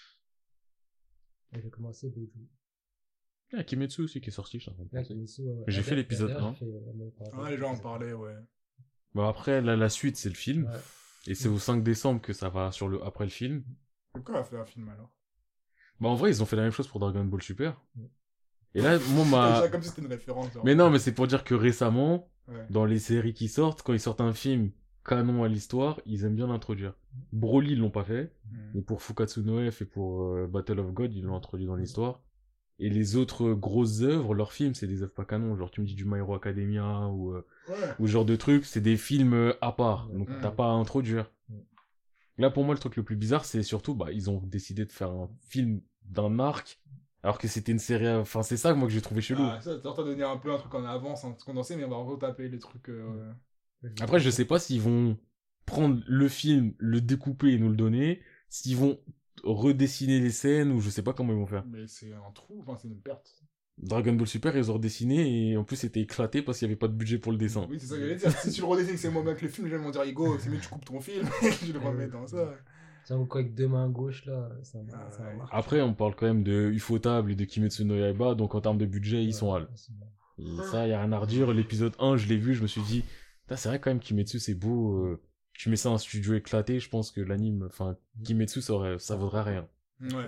J'ai commencé Jojo. Il y a Kimetsu aussi qui est sorti, je suis en train de Là, penser. Kimetsu, ouais, ouais. J'ai Ah, fait l'épisode d'ailleurs, un. j'ai fait, euh, Ah, les gens en parlaient, ouais. Bon, après, la, la suite, c'est le film. Ouais. Et c'est au cinq décembre que ça va sur le, après le film. Pourquoi on a fait un film alors? Bah, en vrai, ils ont fait la même chose pour Dragon Ball Super. Et là, moi, ma. Déjà, comme si c'était une référence. Genre. Mais non, mais c'est pour dire que récemment, Ouais. dans les séries qui sortent, quand ils sortent un film canon à l'histoire, ils aiment bien l'introduire. Broly, ils l'ont pas fait. Mm. Mais pour Fukatsu no F et pour euh, Battle of God, ils l'ont introduit dans l'histoire. Et les autres grosses œuvres, leurs films, c'est des œuvres pas canon. Genre, tu me dis du My Hero Academia ou, euh, Ouais. ou ce genre de trucs, c'est des films euh, à part. Donc, Mm. t'as pas à introduire. Mm. Là, pour moi, le truc le plus bizarre, c'est surtout, bah, ils ont décidé de faire un film d'un arc, alors que c'était une série. Enfin, c'est ça, moi, que j'ai trouvé chelou. Ah, ça, t'as donné un peu un truc en avance, un condensé, mais on va retaper les trucs. Euh... Après, je sais pas s'ils vont prendre le film, le découper et nous le donner, s'ils vont redessiner les scènes, ou je sais pas comment ils vont faire. Mais c'est un trou, enfin, c'est une perte. Dragon Ball Super, ils ont redessiné, et en plus, c'était éclaté parce qu'il y avait pas de budget pour le dessin. Oui, c'est ça que j'allais dire. Si tu le redessines, c'est moi avec le film, les gens vont dire, Igo, c'est mieux que tu coupes ton film, je le remets dans ça. Ça vous quoi avec deux mains gauche là, ça, Ah, ça ouais. marche. Après, on parle quand même de Ufotable et de Kimetsu no Yaiba, donc en termes de budget, ils sont hal. Et ça, y a rien à redire. L'épisode un, je l'ai vu, je me suis dit, c'est vrai quand même, Kimetsu, c'est beau. Euh, tu mets ça en studio éclaté, je pense que l'anime, enfin, Kimetsu, ça, aurait, ça vaudrait rien. Ouais.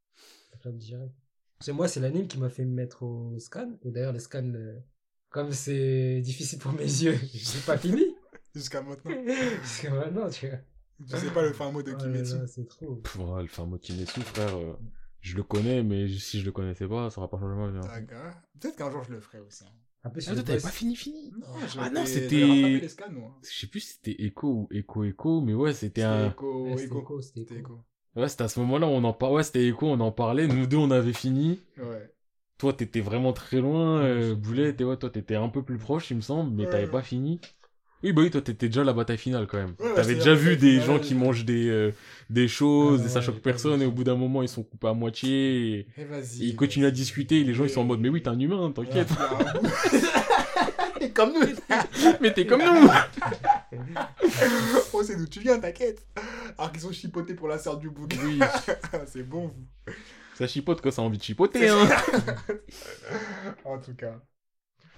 Ça me dirait. C'est moi, c'est l'anime qui m'a fait me mettre au scan. Et d'ailleurs, le scan, euh, comme c'est difficile pour mes yeux, je sais pas fini. Jusqu'à maintenant. Parce que maintenant, tu vois. Je sais pas le fin mot de Oh là Kimetsu. là, c'est trop. Pff, ouais, le fameux Kimetsu, frère, euh, je le connais, mais si je le connaissais pas, ça aurait pas changé ma vie. Hein. D'accord. Peut-être qu'un jour je le ferai aussi. Hein. En plus, Ah, le toi, t'avais boss- pas fini, fini Non, je Ah non, vais- c'était- je vais rattraper les scans, moi. Je sais plus si c'était Echo ou Echo Echo, mais ouais, c'était C'était un... Echo, Ouais, c'était Echo. Echo, c'était C'était Echo. Echo. Ouais, c'était à ce moment-là où on en parlait, ouais, c'était Echo, on en parlait, nous deux, on avait fini. Ouais. Toi, t'étais vraiment très loin, Ouais, euh, je- Boulet, et ouais, toi, t'étais un peu plus proche, il me semble, mais Ouais. t'avais pas fini. Oui, bah oui, toi, t'étais déjà à la bataille finale, quand même. Ouais, ouais, T'avais c'est déjà la vu bataille des finale. gens qui mangent des, euh, des choses, Ah, et ça ouais, choque j'ai pas personne, vu et ça. au bout d'un moment, ils sont coupés à moitié, et, Et vas-y. et ils continuent à vas-y. discuter, et les gens, ils sont en mode, mais oui, t'es un humain, t'inquiète. T'es comme nous. Mais t'es comme nous. Oh, c'est d'où tu viens, t'inquiète. Alors qu'ils sont chipotés pour la sœur du bouc. Oui, C'est bon, vous. ça chipote quand ça a envie de chipoter, hein. En tout cas.